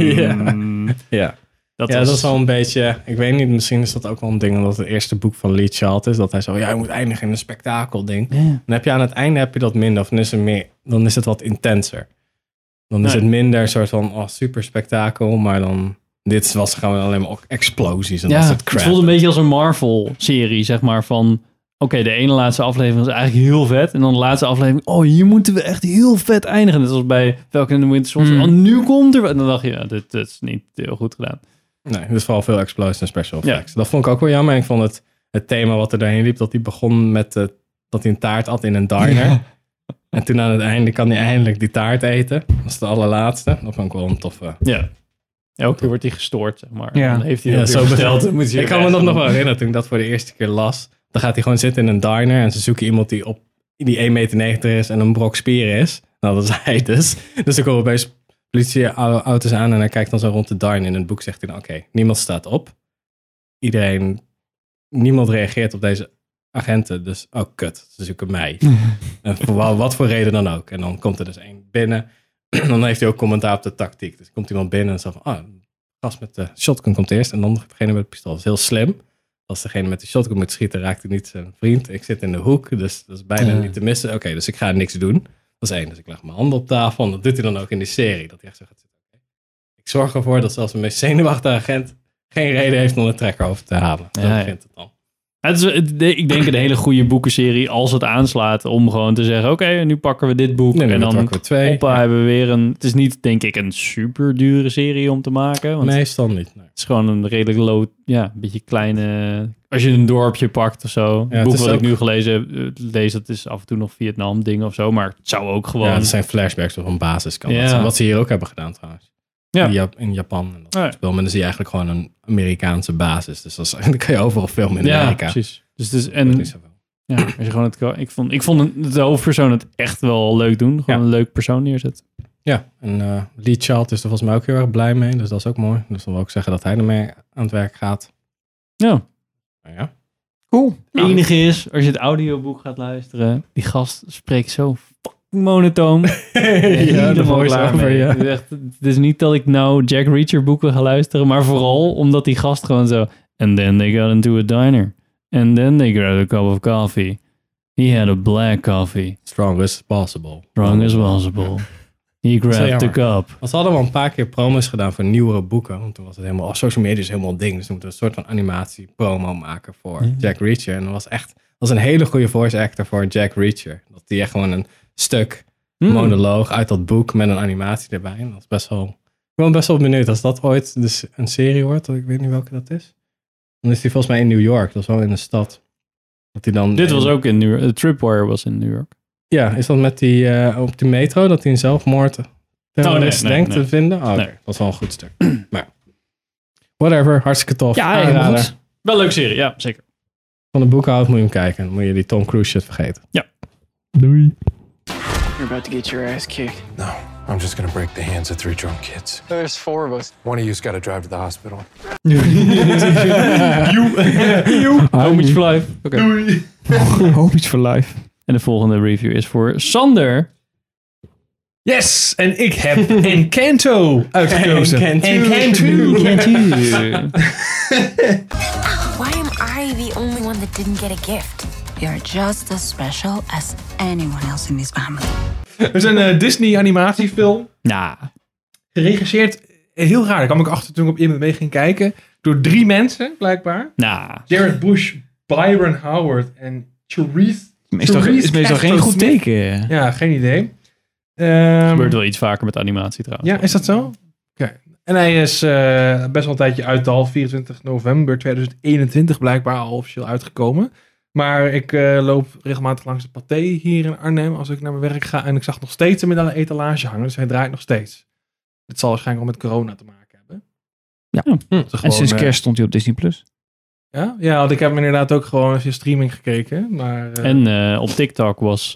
Ja. Dat is wel een beetje... Ik weet niet, misschien is dat ook wel een ding... omdat het eerste boek van Lee Child is... dat hij zo... Ja, je moet eindigen in een spektakelding. Yeah. Dan heb je aan het einde dat minder... of dan is het wat intenser. Dan is het minder een soort van... super spektakel, maar dan... Dit was gewoon alleen maar explosies en dat soort crap. Het voelde een beetje als een Marvel-serie, zeg maar, van... Oké, de ene laatste aflevering was eigenlijk heel vet. En dan de laatste aflevering... Oh, hier moeten we echt heel vet eindigen. Net als bij Falcon and the Winter Soldier. Oh, nu komt er... En dan dacht je, dit is niet heel goed gedaan. Nee, er is vooral veel explosions en special effects. Ja. Dat vond ik ook wel jammer. Ik vond het thema wat er doorheen liep... dat hij begon met dat hij een taart at in een diner. Ja. En toen aan het einde kan hij eindelijk die taart eten. Dat is de allerlaatste. Dat vond ik wel een toffe... Ja. Elke keer wordt hij gestoord, zeg maar. Ja. Dan heeft hij dat zo besteld. Ik kan me dat nog wel herinneren toen ik dat voor de eerste keer las. Dan gaat hij gewoon zitten in een diner en ze zoeken iemand die 1,90 meter is en een brok spieren is. Nou, dat is hij dus. Dus er komen opeens politieauto's aan en hij kijkt dan zo rond de diner. In het boek zegt hij dan, oké, niemand staat op. Niemand reageert op deze agenten, dus kut, ze zoeken mij. En voor wat voor reden dan ook. En dan komt er dus één binnen. Dan heeft hij ook commentaar op de tactiek. Dus komt iemand binnen en zegt van... gast met de shotgun komt eerst en dan degene met het pistool. Dat is heel slim. Als degene met de shotgun moet schieten, raakt hij niet zijn vriend. Ik zit in de hoek, dus dat is bijna niet te missen. Oké, dus ik ga niks doen. Dat is één. Dus ik leg mijn handen op tafel. En dat doet hij dan ook in die serie. Dat hij echt zo gaat zitten. Okay. Ik zorg ervoor dat zelfs een meest zenuwachtige agent... geen reden heeft om de trekker over te halen. Zo begint het dan. Ik denk een hele goede boekenserie als het aanslaat om gewoon te zeggen... Oké, nu pakken we dit boek en dan hebben we weer een... Het is niet, denk ik, een super dure serie om te maken. Want meestal niet. Nee. Het is gewoon een redelijk low, een beetje kleine... Als je een dorpje pakt of zo. Ja, het boek wat ik nu lees, dat is af en toe nog Vietnam ding of zo. Maar het zou ook gewoon... Ja, het zijn flashbacks of een basiskant. Ja. Wat ze hier ook hebben gedaan trouwens. in Japan. En dat speel, maar dan zie je eigenlijk gewoon een Amerikaanse basis. Dus dan kan je overal filmen in Amerika. Precies. Dus als je gewoon ik vond de hoofdpersoon het echt wel leuk doen. Gewoon een leuk persoon neerzetten. Ja, en Lee Child is er volgens mij ook heel erg blij mee. Dus dat is ook mooi. Dus dan wil ik zeggen dat hij ermee aan het werk gaat. Ja. Ja. Cool. Het enige is, als je het audioboek gaat luisteren, die gast spreekt zo fucking monotoon. De voice-over, ja. Het is niet dat ik nou Jack Reacher boeken ga luisteren, maar vooral omdat die gast gewoon zo... And then they got into a diner. And then they grabbed a cup of coffee. He had a black coffee. Strong as possible. He grabbed the cup. Want ze hadden wel een paar keer promos gedaan voor nieuwere boeken. Want toen was het helemaal... social media is helemaal een ding. Dus we moeten een soort van animatie promo maken voor Jack Reacher. En dat was een hele goede voice actor voor Jack Reacher. Dat die echt gewoon een stuk monoloog uit dat boek met een animatie erbij. En dat is best wel... Ik ben best wel benieuwd. Als dat ooit dus een serie wordt, ik weet niet welke dat is. Dan is die volgens mij in New York. Dat is wel in de stad. Dat die dan... Dit was ook in New York. De Tripwire was in New York. Ja, is dat met die op die metro dat hij een zelfmoord denkt te vinden? Oh, oké. Dat was wel een goed stuk. Maar whatever, hartstikke tof. Ja, helemaal goed. Wel een leuke serie, ja, zeker. Van de boekhoud moet je hem kijken. Dan moet je die Tom Cruise shit vergeten. Ja. Doei. You're about to get your ass kicked. No, I'm just gonna break the hands of 3 drunk kids. There's 4 of us. One of you's gotta drive to the hospital. Homage for life. Okay. Doei. Homage for life. En de volgende review is voor Sander. Yes, en ik heb Encanto uitgekozen. Encanto. Why am I the only one that didn't get a gift? You're just as special as anyone else in this family. Het is een Disney animatiefilm. Ja. Geregisseerd, heel raar. Daar kwam ik achter toen ik op IMDb ging kijken. Door 3 mensen, blijkbaar. Nou. Jared Bush, Byron Howard en Therese. Is meestal geen goed teken. Ja, geen idee. Het gebeurt wel iets vaker met animatie trouwens. Ja, is dat zo? Oké. En hij is best wel een tijdje uit al. 24 november 2021 blijkbaar al officieel uitgekomen. Maar ik loop regelmatig langs de Pathé hier in Arnhem als ik naar mijn werk ga. En ik zag nog steeds hem in de etalage hangen. Dus hij draait nog steeds. Dit zal waarschijnlijk wel met corona te maken hebben. Ja. En sinds kerst stond hij op Disney+. Ja, want ik heb hem inderdaad ook gewoon via streaming gekeken. Maar, en op TikTok was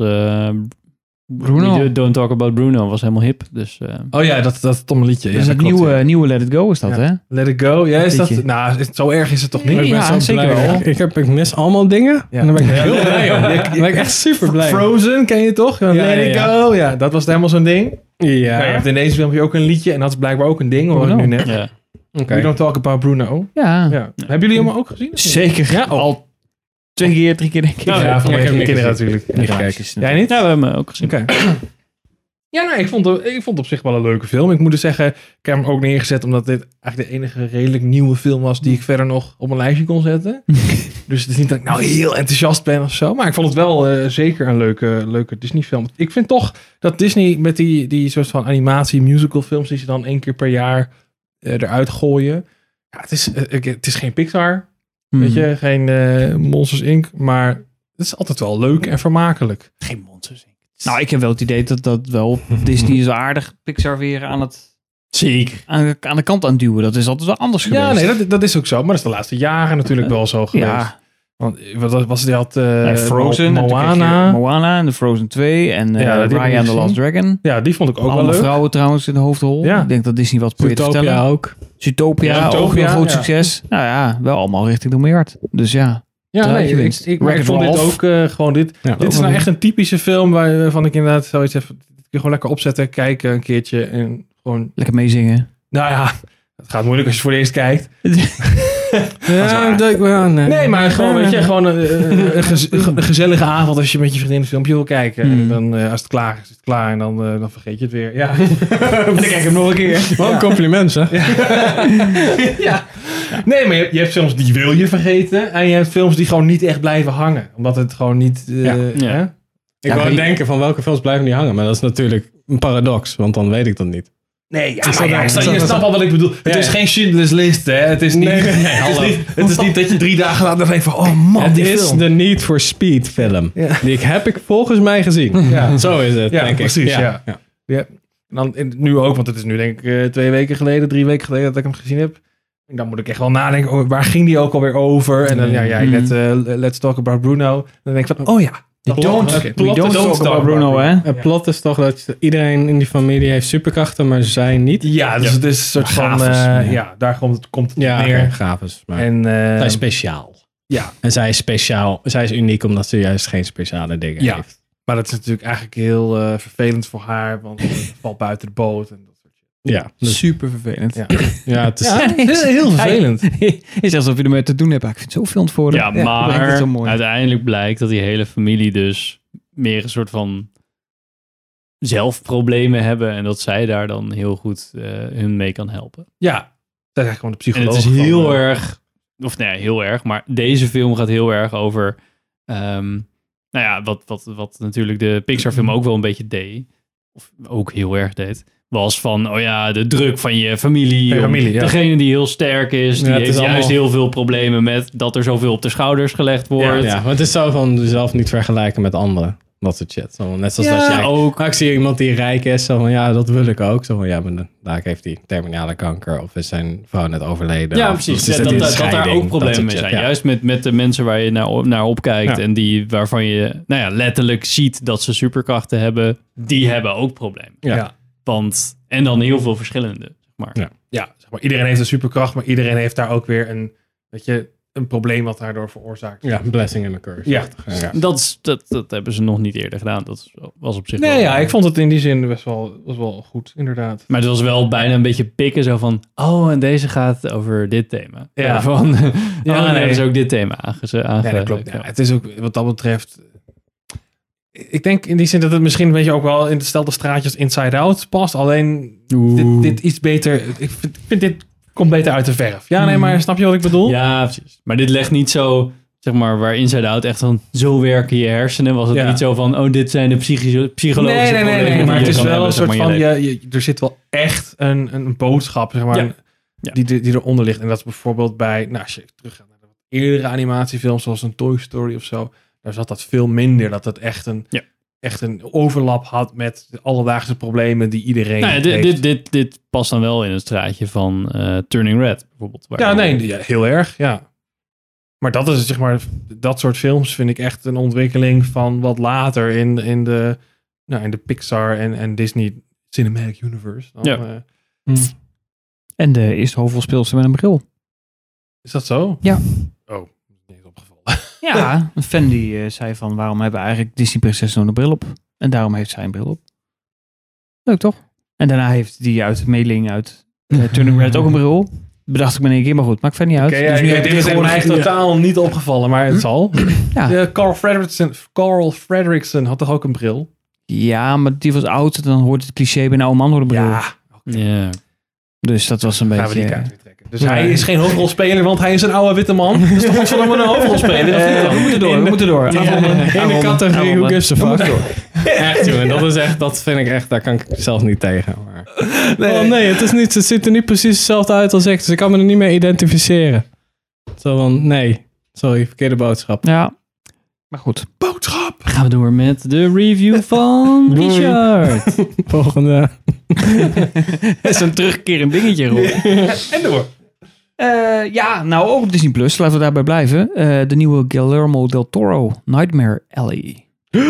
Bruno. Don't Talk About Bruno was helemaal hip. Dus, oh ja, dat stomme liedje. Dat is het nieuwe Let It Go is dat, hè? Let It Go. Ja, is dat? Nou, zo erg is het toch niet? Ja, zeker wel. Ik mis allemaal dingen. En daar ben ik heel blij om. Daar ben ik echt super blij. Frozen, ken je toch? Let It Go. Ja, dat was helemaal zo'n ding. Ja. Je hebt in deze filmpje ook een liedje. En dat is blijkbaar ook een ding. Hoor ik nu net. Ja. We Don't Talk About Bruno. Ja. Hebben jullie hem ook gezien? Zeker. Ja, al 2 keer, 3 keer denk ik. Ja, van mijn kinderen natuurlijk. Jij niet? Ja, we hebben hem ook gezien. Okay. Ja, nou, ik vond op zich wel een leuke film. Ik moet dus zeggen, ik heb hem ook neergezet omdat dit eigenlijk de enige redelijk nieuwe film was die ik verder nog op mijn lijstje kon zetten. Dus het is niet dat ik nou heel enthousiast ben of zo. Maar ik vond het wel zeker een leuke Disney film. Ik vind toch dat Disney met die soort van animatie musical films die ze dan 1 keer per jaar eruit gooien. Ja, het is geen Pixar. Weet je, geen Monsters Inc. Maar het is altijd wel leuk en vermakelijk. Geen Monsters Inc. Nou, ik heb wel het idee dat wel Disney is aardig Pixar weer aan het... Zeker. Aan de kant aan het duwen. Dat is altijd wel anders geweest. Ja, nee, dat is ook zo. Maar dat is de laatste jaren natuurlijk wel zo geweest. Ja. Want wat was die had Frozen, Moana en de Frozen 2 en Raya and the Last Dragon. Ja, die vond ik ook wel leuk. Allemaal vrouwen trouwens in de hoofdrol. Ja. Ik denk dat Disney wat probeert te vertellen. Ook. Zootopia ook een groot succes. Nou ja, wel allemaal richting de miljard. Dus ja. Ja, nee, ik vond dit ook gewoon dit. Ja, dit is nou echt een typische film waarvan ik inderdaad zoiets heb. Kun je gewoon lekker opzetten, kijken een keertje en gewoon lekker meezingen. Nou ja, het gaat moeilijk als je voor het eerst kijkt. Nee, maar gewoon, weet je, gewoon een gezellige avond als je met je vriendin een filmpje wil kijken. En dan als het klaar is het klaar en dan vergeet je het weer. Ja. En dan kijk ik hem nog een keer. Wat een compliment, hè? Ja. Nee, maar je hebt films die wil je vergeten en je hebt films die gewoon niet echt blijven hangen. Omdat het gewoon niet... Ik wou denken van welke films blijven niet hangen, maar dat is natuurlijk een paradox, want dan weet ik dat niet. Nee, je snapt al wat ik bedoel. Het is geen Schindler's List, hè. Het is niet, het is niet dat je 3 dagen later denkt van, oh man, het is de Need for Speed film. Ja. Die heb ik volgens mij gezien. Ja. Zo is het, denk ik. Precies, ja. En dan nu ook, want het is nu denk ik 3 weken geleden dat ik hem gezien heb. En dan moet ik echt wel nadenken, waar ging die ook alweer over? En dan, Let's Talk About Bruno. Dan denk ik van, oh ja. We don't talk about Bruno, hè? Het plot is toch dat iedereen in die familie heeft superkrachten, maar zij niet. Ja, dus het is een soort van... daar komt het neer. Graves. Maar En, zij is speciaal. Ja. En zij is speciaal. Zij is uniek omdat ze juist geen speciale dingen heeft. Maar dat is natuurlijk eigenlijk heel vervelend voor haar, want ze valt buiten de boot en dat soort shit. Ja. Dus super vervelend. Ja, het is heel vervelend. Het is alsof je ermee te doen hebt. Ik vind het zo veel voor hem. Ja, maar uiteindelijk blijkt dat die hele familie dus meer een soort van zelfproblemen hebben en dat zij daar dan heel goed hun mee kan helpen. Ja, dat is eigenlijk gewoon de psycholoog. En het is heel erg, of nee, heel erg, maar deze film gaat heel erg over, wat natuurlijk de Pixar film ook wel een beetje deed, of ook heel erg deed, was van, de druk van je familie. Degene die heel sterk is, die heeft juist heel veel problemen met dat er zoveel op de schouders gelegd wordt. Ja, maar het is zo van jezelf niet vergelijken met anderen. Dat soort shit. Zo, net zoals dat jij ook. Ik zie iemand die rijk is, zo van, dat wil ik ook. Zo van, maar daar heeft hij terminale kanker of is zijn vrouw net overleden. Ja, precies. Dat daar ook problemen mee zijn. Ja. Juist met de mensen waar je naar opkijkt en waarvan je letterlijk ziet dat ze superkrachten hebben, die hebben ook problemen. Ja. Want, en dan heel veel verschillende, zeg maar. Ja, zeg maar, iedereen heeft een superkracht, maar iedereen heeft daar ook weer een probleem wat daardoor veroorzaakt. Ja, een blessing en een curse. Ja. Dat hebben ze nog niet eerder gedaan. Dat was op zich ik vond het in die zin was wel goed, inderdaad. Maar het was wel bijna een beetje pikken, zo van, en deze gaat over dit thema. Ja. Dan hebben ze ook dit thema aange. Dat klopt. Ja, het is ook, wat dat betreft, ik denk in die zin dat het misschien een beetje ook wel in hetzelfde straatje als Inside Out past. Alleen dit iets beter. Ik vind dit komt beter uit de verf. Ja, nee, maar snap je wat ik bedoel? Ja, precies. Maar dit legt niet zo, zeg maar, waar Inside Out echt van, zo werken je hersenen. Was het niet zo van, dit zijn de psychologische problemen. Nee, maar het is wel een soort van, er zit wel echt een boodschap, zeg maar, die eronder ligt. En dat is bijvoorbeeld bij, als je terug gaat naar de eerdere animatiefilms, zoals een Toy Story of zo, daar zat dat veel minder. Dat het echt een overlap had met de alledaagse problemen die iedereen heeft. Dit past dan wel in het straatje van Turning Red, bijvoorbeeld. Heel erg, ja. Maar dat is, zeg maar, dat soort films vind ik echt een ontwikkeling van wat later in de Pixar en Disney Cinematic Universe. En de eerste hoofdrolspeelster met een bril. Is dat zo? Ja. Oh, niet opgevallen. Ja, een fan die zei van, waarom hebben eigenlijk Disney prinsessen een bril op? En daarom heeft zij een bril op. Leuk toch? En daarna heeft die uit Mailing uit Turning Red ook een bril. Bedacht ik me in één keer, maar goed, maakt verder niet uit. Dus nu dit is mij echt totaal niet opgevallen, maar het zal. Ja. Carl Fredricksen had toch ook een bril? Ja, maar die was oud. Dan hoort het cliché bij een oude man door de bril. Ja. Dus dat was een beetje... Gaan we die kaart weer trekken. Dus hij is geen hoofdrolspeler, want hij is een oude witte man. Dus toch moet van hem een hoofdrolspeler. We moeten door. In de categorie Who Gives a Fuck. Echt, jongen. Dat vind ik echt, daar kan ik zelf niet tegen. Maar... Nee, het is niet, ze ziet er niet precies hetzelfde uit als ik. Dus ik kan me er niet mee identificeren. Zo van, nee. Sorry, verkeerde boodschap. Ja. Maar goed. Boodschap! Gaan we door met de review van Richard. Volgende. Dat is een terugkerend dingetje, Rob. En door. Nou ook op Disney Plus. Laten we daarbij blijven. De nieuwe Guillermo del Toro, Nightmare Alley.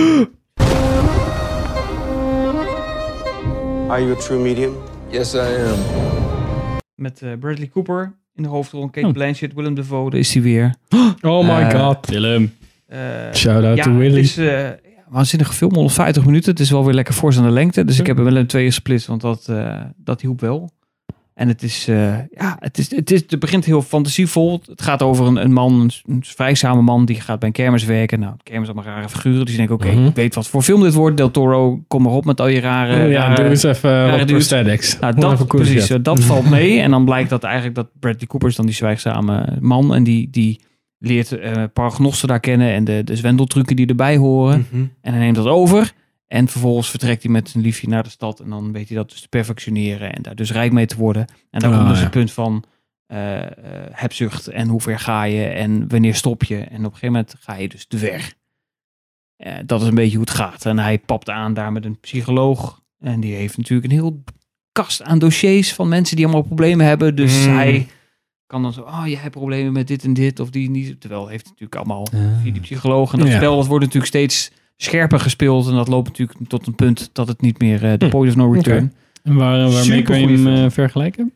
Are you a true medium? Yes, I am. Met Bradley Cooper in de hoofdrol. Kate Blanchett, Willem Dafoe, daar is hij weer. Oh my god. Willem. Shout-out to Willy. Het is waanzinnige film, 150 minuten. Het is wel weer lekker fors aan de lengte. Dus ik heb hem wel in 2 gesplitst, want dat hielp wel. En het begint heel fantasievol. Het gaat over een man, een vrijzame man, die gaat bij een kermis werken. Nou, de kermis allemaal rare figuren. Dus ik denk, oké, ik weet wat voor film dit wordt. Del Toro, kom maar op met al je rare... doe eens even prosthetics. Nou, dat valt mee. En dan blijkt dat eigenlijk dat Bradley Cooper is dan die zwijgzame man. En die leert paragnosten daar kennen en de zwendeltrucken die erbij horen. Mm-hmm. En hij neemt dat over. En vervolgens vertrekt hij met zijn liefje naar de stad. En dan weet hij dat dus te perfectioneren. En daar dus rijk mee te worden. En dan komt dus het punt van hebzucht. En hoe ver ga je? En wanneer stop je? En op een gegeven moment ga je dus te ver. Dat is een beetje hoe het gaat. En hij papt aan daar met een psycholoog. En die heeft natuurlijk een heel kast aan dossiers van mensen die allemaal problemen hebben. Dus hij kan dan zo, jij hebt problemen met dit en dit of die niet. Terwijl hij heeft natuurlijk allemaal via die psycholoog. En dat spel dat wordt natuurlijk steeds scherper gespeeld. En dat loopt natuurlijk tot een punt dat het niet meer de point of no return. Okay. En waarmee kan je hem vergelijken?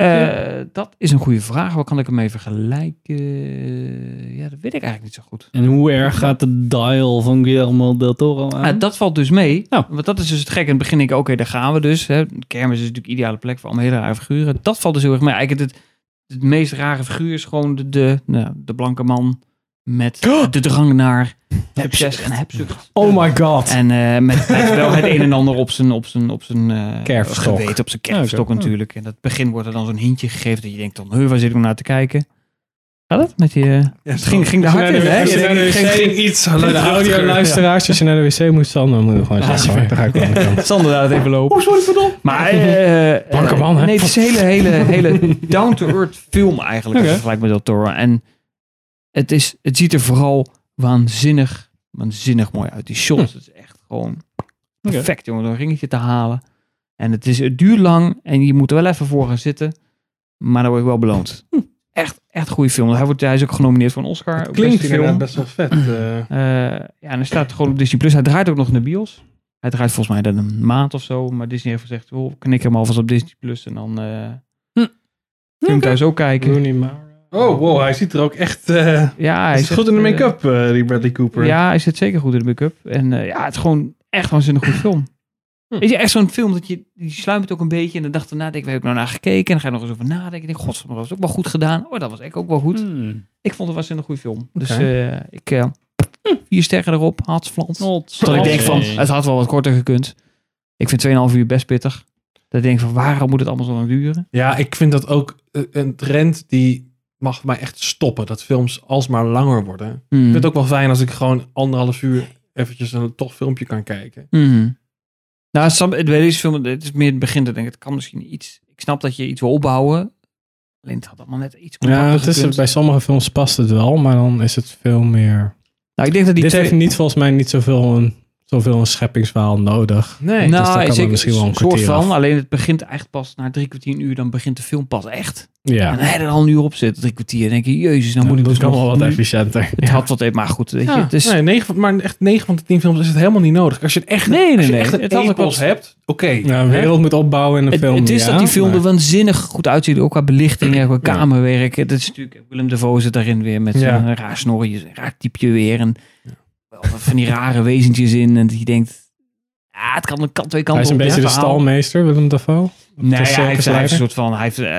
Dat is een goede vraag. Waar kan ik hem mee vergelijken? Ja, dat weet ik eigenlijk niet zo goed. En hoe erg gaat de dial van Guillermo del Toro aan? Dat valt dus mee. Want dat is dus het gek. In het begin denk ik, oké, daar gaan we dus. Hè. De kermis is natuurlijk een ideale plek voor allemaal hele rare figuren. Dat valt dus heel erg mee. Eigenlijk het meest rare figuur is gewoon de blanke man met de drang naar obsessie en hebzucht. Oh my god. En met wel het een en ander op zijn kerfstok. Geweten, op zijn kerfstok natuurlijk. En dat begin wordt er dan zo'n hintje gegeven dat je denkt dan, waar zit ik nou naar te kijken? Gaat het? Met die, ging de hard in, hè? Ging iets. De audio-luisteraars, als je naar de wc moet, Sander, moet je gewoon zeggen. Dan ga ik wel aan de kant. Sander laat het even lopen. Oh, sorry, pardon. Maar, blanke man, hè? Nee, het is een hele down-to-earth film eigenlijk, als je vergelijkt met Del Toro. En het ziet er vooral waanzinnig mooi uit. Die shots, het is echt gewoon perfect, jongen, om een ringetje te halen. En het duurt lang en je moet er wel even voor gaan zitten. Maar dan word je wel beloond. Echt goede film. Hij is ook genomineerd voor een Oscar. Het klinkt film best wel vet. En hij staat gewoon op Disney+. Hij draait ook nog in de bios. Hij draait volgens mij dan een maand of zo. Maar Disney heeft gezegd, knik hem alvast op Disney+. En dan kun je hem thuis ook kijken. Oh, wow, hij ziet er ook echt... hij zit goed in de make-up, die Bradley Cooper. Ja, hij zit zeker goed in de make-up. En het is gewoon echt een goede film. Weet je, echt zo'n film dat die sluimert ook een beetje. En dan dacht ik, waar heb ik nou naar gekeken? En dan ga je nog eens over nadenken. Ik denk, godverdomme, dat was ook wel goed gedaan. Oh, dat was echt ook wel goed. Ik vond het een goede film. Dus ik 4 sterren erop. Hartsflans. Dat ik denk van, het had wel wat korter gekund. Ik vind 2,5 uur best pittig. Dat ik denk van, waarom moet het allemaal zo lang duren? Ja, ik vind dat ook een trend die mag voor mij echt stoppen. Dat films alsmaar langer worden. Ik vind het ook wel fijn als ik gewoon 1,5 uur eventjes een tof filmpje kan kijken. Nou, bij deze film, het is meer het begin. Dat ik denk, het kan misschien iets. Ik snap dat je iets wil opbouwen. Alleen het had allemaal net iets compacter gekund. Bij sommige films past het wel, maar dan is het veel meer... Nou, ik denk dat dit heeft volgens mij niet zoveel een scheppingsverhaal nodig. Nee, dus dat kan misschien wel een soort van. af. Alleen het begint echt pas na 3 kwartier uur. Dan begint de film pas echt. Ja. En hij er al een uur op zit, 3 kwartier. Dan denk je, jezus, dan moet ik dus allemaal wat efficiënter. Het had wat, maar goed. Weet je, het is... maar echt 9 van de 10 films is het helemaal niet nodig. Als je het echt, het had ook wel hebt, een wereld moet opbouwen in een film. Het is dat die film er waanzinnig goed uitziet. Ook qua belichting, qua kamerwerk. Het is natuurlijk, Willem Dafoe zit daarin weer met zo'n raar snorretje, een raar typje weer. En van die rare wezentjes in. En dat je denkt, het kan twee kanten op. Hij is een beetje de stalmeester, Willem Dafoe. Nee, hij heeft een soort van,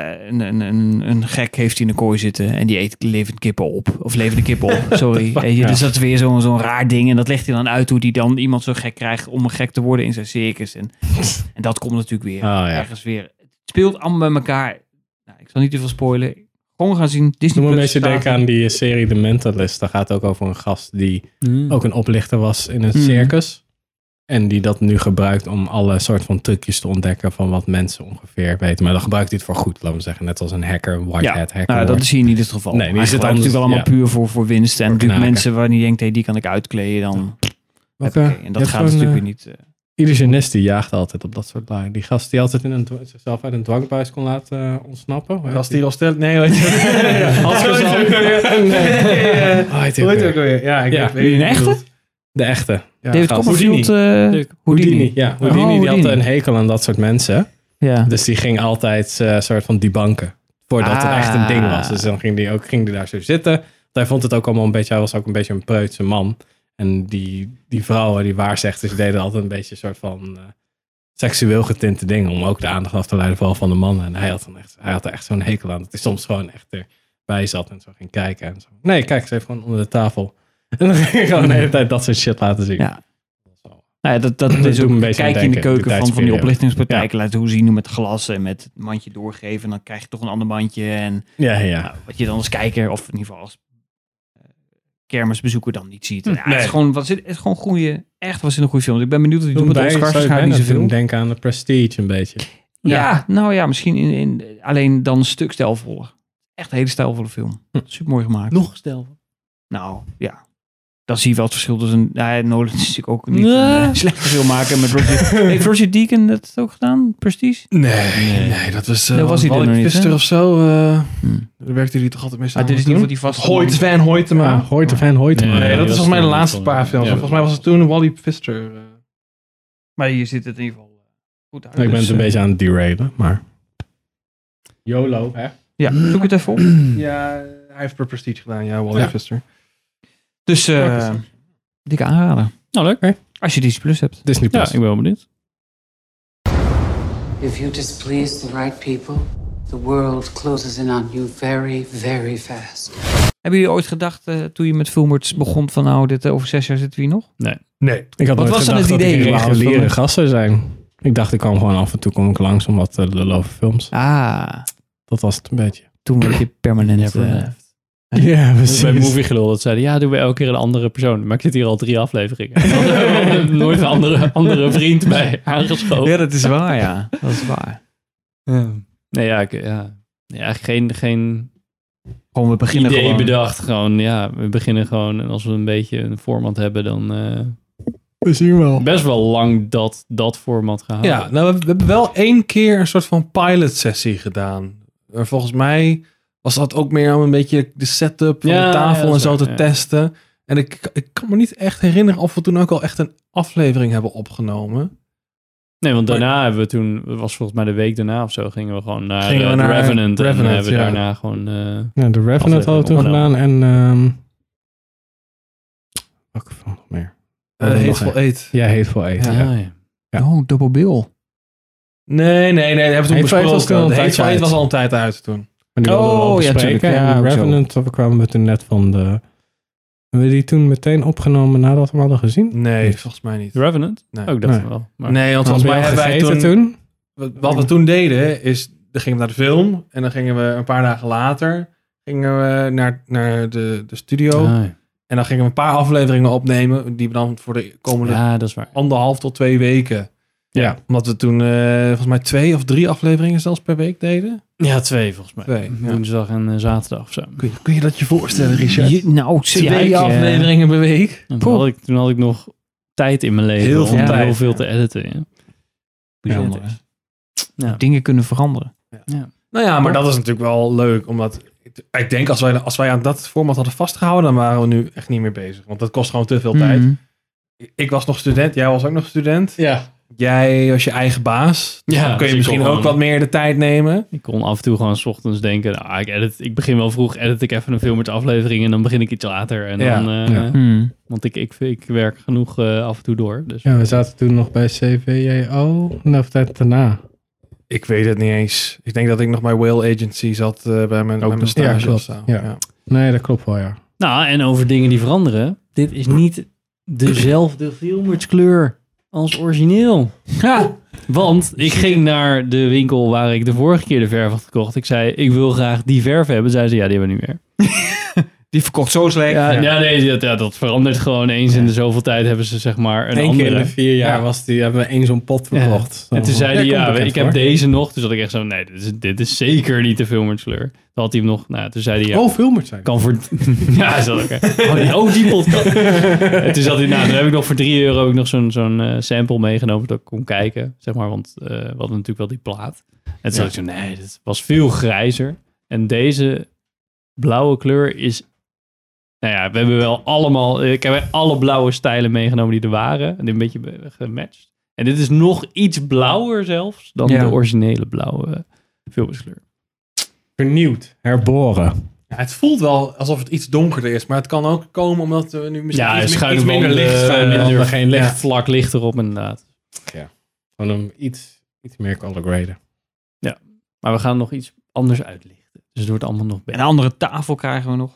een gek heeft hij in een kooi zitten en die eet levende kippen op. Sorry. Dus dat is weer zo'n raar ding en dat legt hij dan uit hoe hij dan iemand zo gek krijgt om een gek te worden in zijn circus. En dat komt natuurlijk weer ergens weer. Het speelt allemaal bij elkaar. Nou, ik zal niet te veel spoilen. Gewoon gaan zien. Disney Doe me een beetje denken aan die serie The Mentalist. Daar gaat ook over een gast die ook een oplichter was in een circus. En die dat nu gebruikt om alle soort van trucjes te ontdekken van wat mensen ongeveer weten. Maar dan gebruikt hij het voor goed, laten we zeggen. Net als een hacker, een white hat hacker. Nou, dat is hier niet het geval. Nee, die is het natuurlijk allemaal puur voor winst. En natuurlijk mensen waar je denkt, die kan ik uitkleden. Dan en dat gaat natuurlijk weer niet... illusionist die jaagt altijd op dat soort lui. Die gast die altijd zichzelf uit een dwangbuis kon laten ontsnappen. Gast die al stelt... Nee, weet je. Ja, ik weet een echte? De echte. Ja, David Copperfield. Houdini. Ja, Houdini die had een hekel aan dat soort mensen. Ja. Dus die ging altijd soort van debunken. Voordat het echt een ding was. Dus dan ging die daar zo zitten. Hij vond het ook allemaal een beetje... Hij was ook een beetje een preutse man. En die vrouwen, die waarzegsters, deden altijd een beetje een soort van seksueel getinte dingen. Om ook de aandacht af te leiden, vooral van de mannen. En hij had er echt zo'n hekel aan. Dat hij soms gewoon echt erbij zat en zo ging kijken. En zo. Nee, kijk, ze heeft gewoon onder de tafel. En dan ging ik gewoon de hele tijd dat soort shit laten zien. Ja. Nou ja, dat is ook een beetje kijk in de keuken van die oplichtingspraktijken. Laten hoe zien met glas en met het mandje doorgeven. En dan krijg je toch een ander mandje. En nou, wat je dan als kijker, of in ieder geval als kermisbezoeker dan niet ziet. Ja, het is gewoon goede, echt was in een goede film. Ik ben benieuwd wat hij doet met de Oscars. Waarschijnlijk niet zoveel. Denk aan de Prestige een beetje. Ja, nou ja, misschien alleen dan een stuk stijlvoller. Echt een hele stijlvolle film. Super mooi gemaakt. Nog stijlvol. Nou, ja. Dan zie je wel het verschil tussen... Nolan is natuurlijk ook niet een slechte filmmaker met Roger... Heeft Roger Deakins dat ook gedaan? Prestige? Nee, dat was... was hij er nog niet, Pfister hè? of zo. Daar werkte hij toch altijd mee samen. Dit is niet voor die vaste... Van Hoytema. Van Hoytema. Nee, dat is volgens mij de laatste paar films. Volgens mij was het toen Wally Pfister. Maar hier zit het in ieder geval goed uit. Ik ben het een beetje aan het derailen, maar... YOLO, hè? Ja, zoek het even op. Ja, hij heeft per Prestige gedaan. Ja, Wally Pfister. Dus dikke aanrader. Nou, leuk. Als je Disney Plus hebt. Disney Plus. Ja, ik ben wel benieuwd. If you displease the right people, the world closes in on you very, very fast. Hebben jullie ooit gedacht, toen je met Filmwords begon, van nou, over 6 jaar zitten we hier nog? Nee. Ik had Wat nooit was dan gedacht het dat idee? ik een reguliere gast zou zijn. Ik dacht, ik kwam gewoon af en toe kom ik langs om wat te lullen over films. Dat was het een beetje. Toen werd je permanent... Ja, precies. Bij Movie Gelul, dat zeiden, ja, doen we elke keer een andere persoon. Maar ik zit hier al 3 afleveringen. Nooit een andere vriend bij aangeschoven. Ja, dat is waar, ja. Dat is waar. Nee, ja, geen Gewoon, we beginnen idee gewoon. bedacht. Gewoon, ja, we beginnen gewoon. En als we een beetje een format hebben, dan... we zien wel. Best wel lang dat format gehouden. Ja, nou, we hebben wel 1 keer een soort van pilot sessie gedaan. Maar volgens mij was dat ook meer om een beetje de setup van de tafel en zo te testen. En ik kan me niet echt herinneren of we toen ook al echt een aflevering hebben opgenomen. Nee, want daarna hebben we toen, was volgens mij de week daarna of zo, gingen we gewoon naar The Revenant. En hebben we ja. daarna gewoon... de Revenant hadden we toen gedaan en... welke film nog meer? Hateful Eight. Ja, Hateful Eight. Ja. Oh, Double Bill. Nee, dat hebben we toen besproken. Hateful Eight was al een tijd uit toen. Maar die wilden we wel bespreken. Ja, Revenant kwamen we toen net van de... Hebben we die toen meteen opgenomen nadat we hem hadden gezien? Nee, volgens mij niet. Revenant? Nee. Ook dat wel. Maar... Nee, want volgens mij hebben wij toen... Wat we toen deden, is... Dan gingen we naar de film. En dan gingen we een paar dagen later... Gingen we naar de studio. En dan gingen we een paar afleveringen opnemen. Die we dan voor de komende 1,5 tot 2 weken... Ja, omdat we toen volgens mij 2 of 3 afleveringen zelfs per week deden. Ja, 2 volgens mij. 2. Woensdag en zaterdag of zo. Kun je dat je voorstellen, Richard? Nou, 2 afleveringen per week. Toen had ik nog tijd in mijn leven. Heel veel tijd. Heel veel te editen. Ja. Bijzonder. Ja. Dingen kunnen veranderen. Ja. Nou ja, maar dat is natuurlijk wel leuk. Omdat ik denk als wij aan dat format hadden vastgehouden, dan waren we nu echt niet meer bezig. Want dat kost gewoon te veel tijd. Ik was nog student. Jij was ook nog student. Ja. Jij was je eigen baas. Dus dan kun je misschien ook wat meer de tijd nemen. Ik kon af en toe gewoon 's ochtends denken, nou, ik begin wel vroeg, edit ik even een film met aflevering en dan begin ik iets later. En dan, want ik werk genoeg af en toe door. Dus. Ja, we zaten toen nog bij CVJO. Of tijd daarna. Ik weet het niet eens. Ik denk dat ik nog bij Whale Agency zat bij mijn stage of zo. Ja. Nee, dat klopt wel, ja. Nou, en over dingen die veranderen. Dit is niet dezelfde filmerskleur als origineel. Ja, want ik ging naar de winkel waar ik de vorige keer de verf had gekocht. Ik zei, ik wil graag die verf hebben. Zeiden ze, ja, die hebben we niet meer. Die verkocht zo slecht. Ja, dat verandert gewoon eens in de zoveel tijd hebben ze zeg maar een Eén andere. keer in de 4 jaar hebben we 1 zo'n pot verkocht. En toen zei hij, ik heb deze nog. Dus had ik echt zo, nee, dit is zeker niet de filmerskleur. Toen had hij hem nog, toen zei hij... filmers zijn. Kan voor... ja, is dat oké. Die podcast. En toen zat hij, dan heb ik nog voor €3 ook nog zo'n sample meegenomen dat ik kon kijken, zeg maar. Want we hadden natuurlijk wel die plaat. En toen zei ik zo, nee, dit was veel grijzer. En deze blauwe kleur is... Nou ja, we hebben wel allemaal... Ik heb alle blauwe stijlen meegenomen die er waren. En die een beetje gematcht. En dit is nog iets blauwer zelfs dan de originele blauwe filmerskleur. Vernieuwd, herboren. Ja, het voelt wel alsof het iets donkerder is. Maar het kan ook komen omdat we nu misschien iets minder licht zijn. Geen licht. Vlak licht erop inderdaad. Ja, gewoon hem iets meer color graden. Ja, maar we gaan nog iets anders uitlichten. Dus het wordt allemaal nog beter. En een andere tafel krijgen we nog.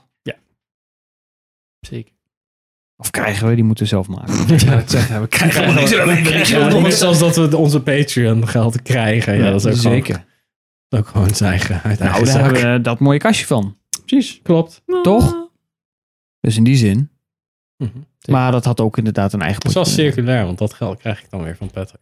Zeker. Of krijgen we, die moeten we zelf maken. We krijgen niks. Net zoals dat we onze Patreon geld krijgen. Ja, dat is ook zeker. Ook gewoon zijn eigen uit Nou, eigen daar zak. hebben we dat mooie kastje van. Precies, klopt. Toch? Dus in die zin. Mm-hmm. Maar dat had ook inderdaad een eigen Het is wel potje. circulair, want dat geld krijg ik dan weer van Patrick.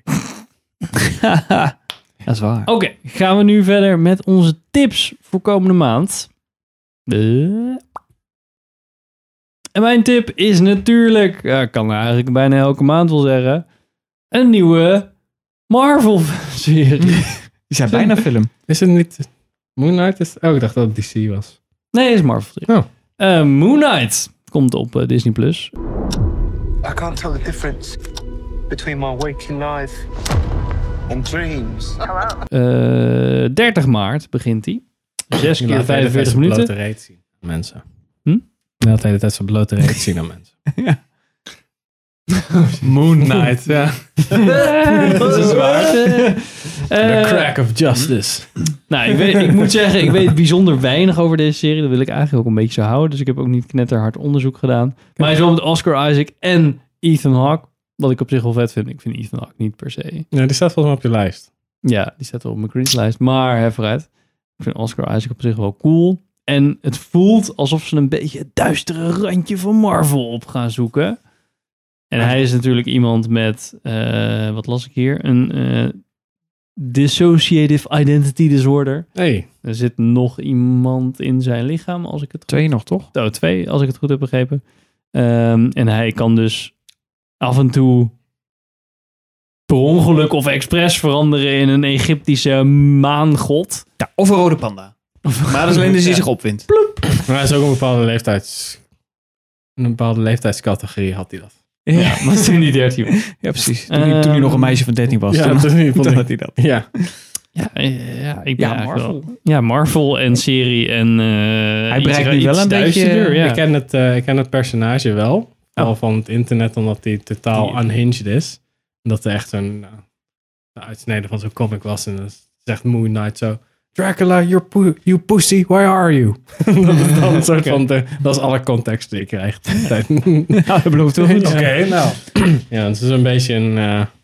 Dat is waar. Oké, gaan we nu verder met onze tips voor komende maand. En mijn tip is natuurlijk, ik kan eigenlijk bijna elke maand wel zeggen, een nieuwe Marvel-serie. Die zijn bijna film. Is het niet Moon Knight? Oh, ik dacht dat het DC was. Nee, het is Marvel. Moon Knight komt op Disney+. I can't tell the difference between my waking life and dreams. 30 maart begint hij. 6 keer 45 minuten. Blote reet zien, mensen. De hele tijd zo'n blote reet zien aan mensen. Ja. Moon Knight, ja. Dat is waar. The crack of justice. Nou, ik moet zeggen, ik weet bijzonder weinig over deze serie. Dat wil ik eigenlijk ook een beetje zo houden. Dus ik heb ook niet knetterhard onderzoek gedaan. Maar hij is wel met Oscar Isaac en Ethan Hawke. Wat ik op zich wel vet vind. Ik vind Ethan Hawke niet per se. Ja, die staat volgens mij op je lijst. Ja, die staat wel op mijn creditslijst. Maar vooruit. Ik vind Oscar Isaac op zich wel cool. En het voelt alsof ze een beetje het duistere randje van Marvel op gaan zoeken. En hij is natuurlijk iemand met, wat las ik hier? Een dissociative identity disorder. Hey. Er zit nog iemand in zijn lichaam, als ik het... 2 nog, toch? Oh, 2, als ik het goed heb begrepen. En hij kan dus af en toe per ongeluk of expres veranderen in een Egyptische maangod. Ja, of een rode panda. Maar dat is alleen als hij zich opwindt. Maar hij is ook een bepaalde leeftijdscategorie had hij dat. Ja, maar toen hij 13 was. Ja, precies. Toen hij nog een meisje van 13 was. Ja, toen had hij dat. Ja. Ik ben Marvel. wel, ja, Marvel en serie en hij bereikt nu wel een beetje. Ja. Ik ken het personage wel. Al van het internet, omdat hij totaal unhinged is. Dat er echt een uitsnede van zo'n comic was. En dan zegt Moon Knight zo: Dracula, you pussy, where are you? Dat is dan een soort van dat is alle context die je krijgt. Dat belooft wel goed. Oké, nou. Ja, het is een beetje een...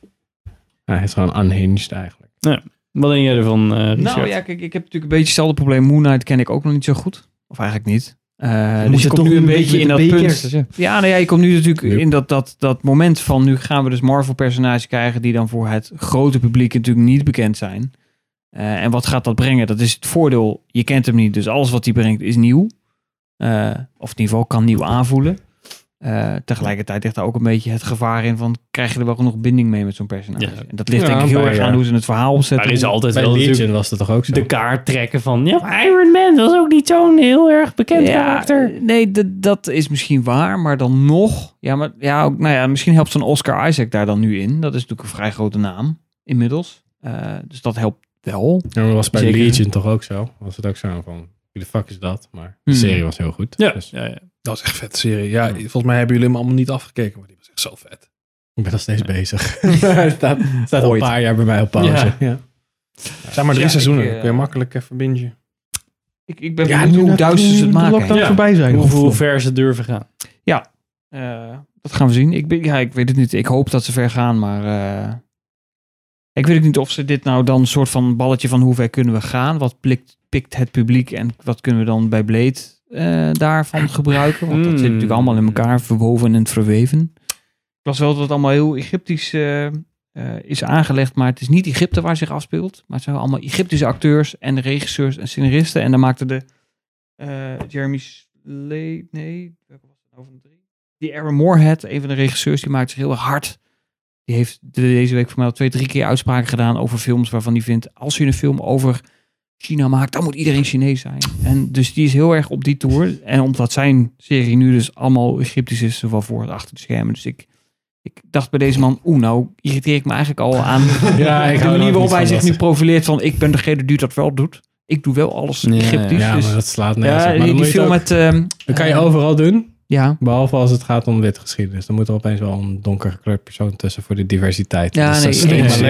hij is gewoon unhinged eigenlijk. Ja. Wat denk jij ervan, Richard? Nou ja, kijk, ik heb natuurlijk een beetje hetzelfde probleem. Moon Knight ken ik ook nog niet zo goed. Of eigenlijk niet. Dus je komt nu een beetje in dat punt. Ja, je komt nu natuurlijk in dat moment van... Nu gaan we dus Marvel-personages krijgen... die dan voor het grote publiek natuurlijk niet bekend zijn. En wat gaat dat brengen? Dat is het voordeel. Je kent hem niet, dus alles wat hij brengt is nieuw. Of in ieder geval kan nieuw aanvoelen. Tegelijkertijd ligt daar ook een beetje het gevaar in van... krijg je er wel genoeg binding mee met zo'n personage? Ja. En dat ligt denk ik heel erg aan hoe ze het verhaal opzetten. Maar is altijd bij wel Legion was dat toch ook zo? De kaart trekken van... Ja, maar Iron Man, dat is ook niet zo'n heel erg bekend karakter. Nee, dat is misschien waar, maar dan nog... misschien helpt zo'n Oscar Isaac daar dan nu in. Dat is natuurlijk een vrij grote naam inmiddels. Dus dat helpt wel. Ja, maar dat was bij Zeker. Legion toch ook zo? Was het ook zo van... Wie de fuck is dat? Maar de serie was heel goed. Ja. Dus. Ja. Dat was echt een vette serie. Ja, volgens mij hebben jullie hem allemaal niet afgekeken, maar die was echt zo vet. Ik ben nog steeds bezig. Hij staat al een paar jaar bij mij op pauze. Ja. Zijn maar 3 seizoenen. Dan kun je makkelijk even bingen. Ik ben benieuwd hoe duister ze het maken. Voorbij zijn. Hoe ver ze durven gaan. Ja, dat gaan we zien. Ik weet het niet. Ik hoop dat ze ver gaan, maar... Ik weet ook niet of ze dit nou dan een soort van balletje van hoe ver kunnen we gaan. Wat pikt het publiek en wat kunnen we dan bij Blade daarvan gebruiken? Want dat zit natuurlijk allemaal in elkaar verwoven en verweven. Ik las wel dat het allemaal heel Egyptisch is aangelegd, maar het is niet Egypte waar zich afspeelt. Maar het zijn allemaal Egyptische acteurs en regisseurs en scenaristen. En dan maakte de Jeremy Slade, welke was het nou van de 3? Die Aaron Moorhead, een van de regisseurs, die maakt zich heel erg hard. Die heeft deze week voor mij al 2-3 keer uitspraken gedaan over films waarvan hij vindt, als je een film over China maakt, dan moet iedereen Chinees zijn. En dus die is heel erg op die tour. En omdat zijn serie nu dus allemaal Egyptisch is, zowel voor en achter de schermen. Dus ik dacht bij deze man, nou irriteer ik me eigenlijk al aan de manier waarop hij zich nu profileert van, ik ben degene die dat wel doet. Ik doe wel alles Egyptisch. Ja, dus, maar dat slaat nergens op. Maar die film met... dat kan je overal doen. Ja. Behalve als het gaat om witte geschiedenis. Dan moet er opeens wel een donkere persoon tussen voor de diversiteit. Ja, dus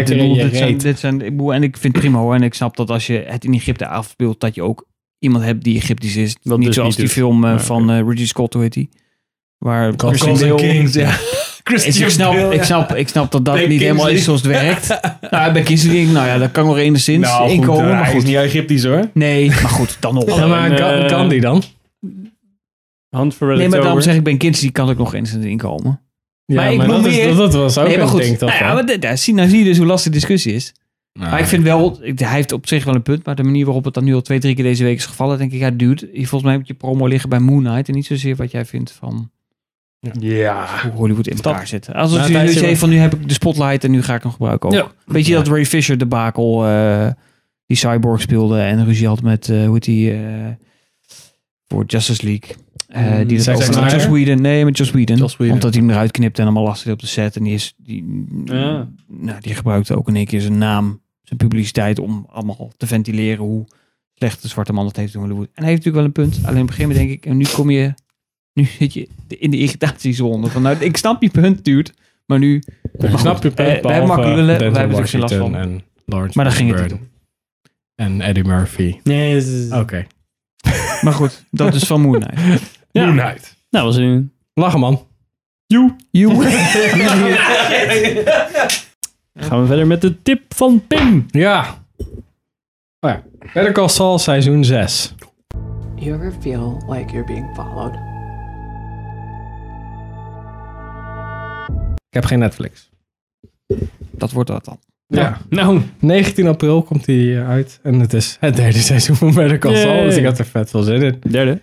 en ik vind het prima hoor. En ik snap dat als je het in Egypte afspeelt, dat je ook iemand hebt die Egyptisch is. Dat niet zoals die film van Ridley Scott, hoe heet die? Waar Christian Kings, ja. Ik snap dat niet helemaal is zoals het werkt. Bij Kingsley denk ik, dat kan nog enigszins inkomen. Maar hij is niet Egyptisch hoor. Nee, maar goed, dan nog. Maar kan die dan? Nee, maar daarom zeg ik, Ben Kingsley kan ook nog enigszins inkomen. Ja, maar dat was ook een ding toch? Zie je dus hoe lastig de discussie is. Maar ik vind wel, hij heeft op zich wel een punt, maar de manier waarop het dan nu al 2-3 keer deze week is gevallen, denk ik, dude, volgens mij heb je promo liggen bij Moon Knight en niet zozeer wat jij vindt van Ja. Hoe Hollywood in elkaar zit. Als het nu zegt van nu heb ik de spotlight en nu ga ik hem gebruiken ook. Ja. Weet je dat Ray Fisher debakel die Cyborg speelde en ruzie had met hoe heet die voor Justice League. Die dat ook met Joss Whedon. Nee, met Joss Whedon. Omdat hij hem eruit knipte en allemaal lastig op de set. En die gebruikte ook in één keer zijn naam, zijn publiciteit om allemaal te ventileren hoe slecht de zwarte man dat heeft in Hollywood. En hij heeft natuurlijk wel een punt. Alleen op een gegeven moment denk ik, en nu zit je in de irritatiezone. Van, nou, ik snap je punt, dude. Maar nu... Ik snap je punt, wij hebben makkelijk lullen. Wij hebben er geen last van. En Lawrence maar dan ging het niet. En Eddie Murphy. Nee, Oké. Maar goed, dat is van Moon Knight. Ja. Moon Knight. Nou, was een... Lachen, man. You. Gaan we verder met de tip van Pim. Ja. Oh ja. Better Call Saul seizoen 6. You ever feel like you're being followed? Ik heb geen Netflix. Dat wordt dat dan. Ja. Nou. 19 april komt hij uit. En het is het 3e seizoen van Better Call Saul. Dus ik had er vet veel zin in. 3e?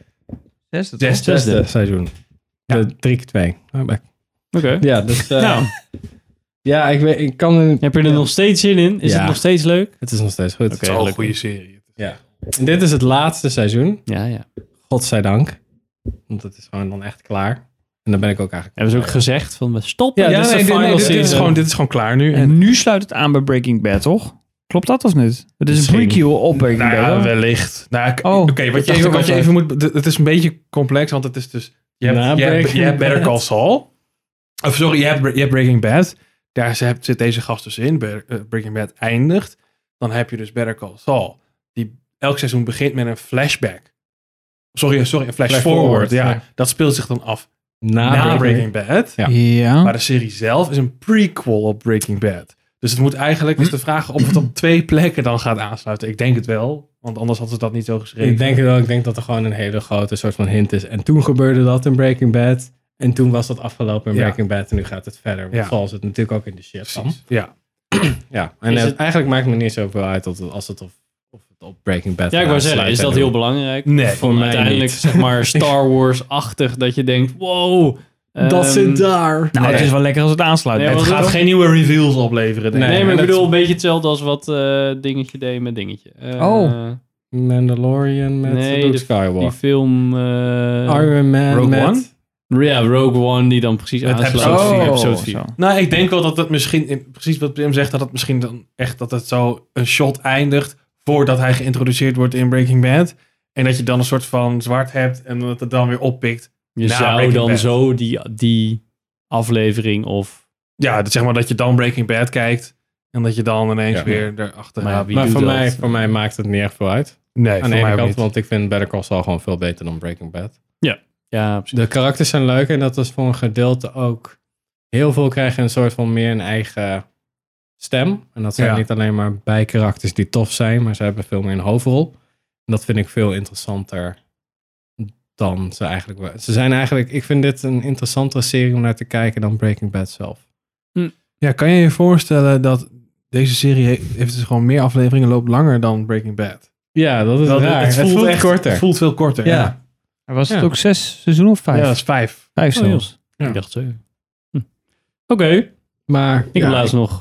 6e seizoen. Ja. 3x2. Oké. Ja, dus... nou. Ja, ik kan... Heb je er nog steeds zin in? Is het nog steeds leuk? Het is nog steeds goed. Het is al een goede serie. Ja. En dit is het laatste seizoen. Ja. Godzijdank. Want het is gewoon dan echt klaar. En dan ben ik ook eigenlijk... Hebben ze ook gezegd van stop. Ja, dit is gewoon klaar nu. En nu sluit het aan bij Breaking Bad, toch? Klopt dat of niet? Het is een prequel op Breaking Bad. Ja, wellicht. Oké, wat je even moet... Het is een beetje complex, want het is dus... Je hebt Better Call Saul. Of sorry, je hebt Breaking Bad. Daar zit deze gast dus in. Breaking Bad eindigt. Dan heb je dus Better Call Saul. Die elk seizoen begint met een flashback. Sorry, een flash forward. Ja, dat speelt zich dan af na Breaking Bad. Ja. Maar de serie zelf is een prequel op Breaking Bad. Dus het moet eigenlijk, is de vraag of het op 2 plekken dan gaat aansluiten. Ik denk het wel, want anders hadden ze dat niet zo geschreven. Ik denk het wel. Ik denk dat er gewoon een hele grote soort van hint is. En toen gebeurde dat in Breaking Bad. En toen was dat afgelopen in Breaking Bad. En nu gaat het verder. Want Saul zit natuurlijk ook in de shit van. Ja. Ja. En eigenlijk maakt het me niet zoveel uit als het op Breaking Bad. Ja, ik wou zeggen, is dat heel belangrijk? Nee, voor mij uiteindelijk niet. Zeg maar Star Wars-achtig dat je denkt, wow, dat zit daar. Nou, het is wel lekker als het aansluit. Nee, het gaat geen nieuwe reveals opleveren. Nee, maar ik bedoel een beetje hetzelfde als wat Dingetje deed met Dingetje. Mandalorian met Luke Skywalker. Die film Iron Man Rogue One? Ja, Rogue One die dan precies aansluit. Episode 4. Nou, ik denk wel dat het misschien, precies wat Pim zegt, dat het misschien dan echt dat het zo een shot eindigt voordat hij geïntroduceerd wordt in Breaking Bad. En dat je dan een soort van zwart hebt en dat het dan weer oppikt. Je zou dan zo die aflevering of... Ja, zeg maar dat je dan Breaking Bad kijkt en dat je dan ineens weer erachteraan... Maar voor mij maakt het niet echt veel uit. Nee, aan de ene kant, want ik vind Better Call Saul gewoon veel beter dan Breaking Bad. Ja, precies. De karakters zijn leuk en dat is voor een gedeelte ook... Heel veel krijgen een soort van meer een eigen stem. En dat zijn niet alleen maar bijkarakters die tof zijn, maar ze hebben veel meer een hoofdrol. En dat vind ik veel interessanter dan ze eigenlijk... Ze zijn eigenlijk... Ik vind dit een interessantere serie om naar te kijken dan Breaking Bad zelf. Ja, kan je je voorstellen dat deze serie heeft dus gewoon meer afleveringen, loopt langer dan Breaking Bad? Ja, dat is raar. Het voelt echt korter. Het voelt veel korter, ja. Was het ook 6 seizoenen of 5? Ja, dat is 5. 5 zelfs. Ja. Ik dacht 7. Oké. Maar ik heb laatst nog...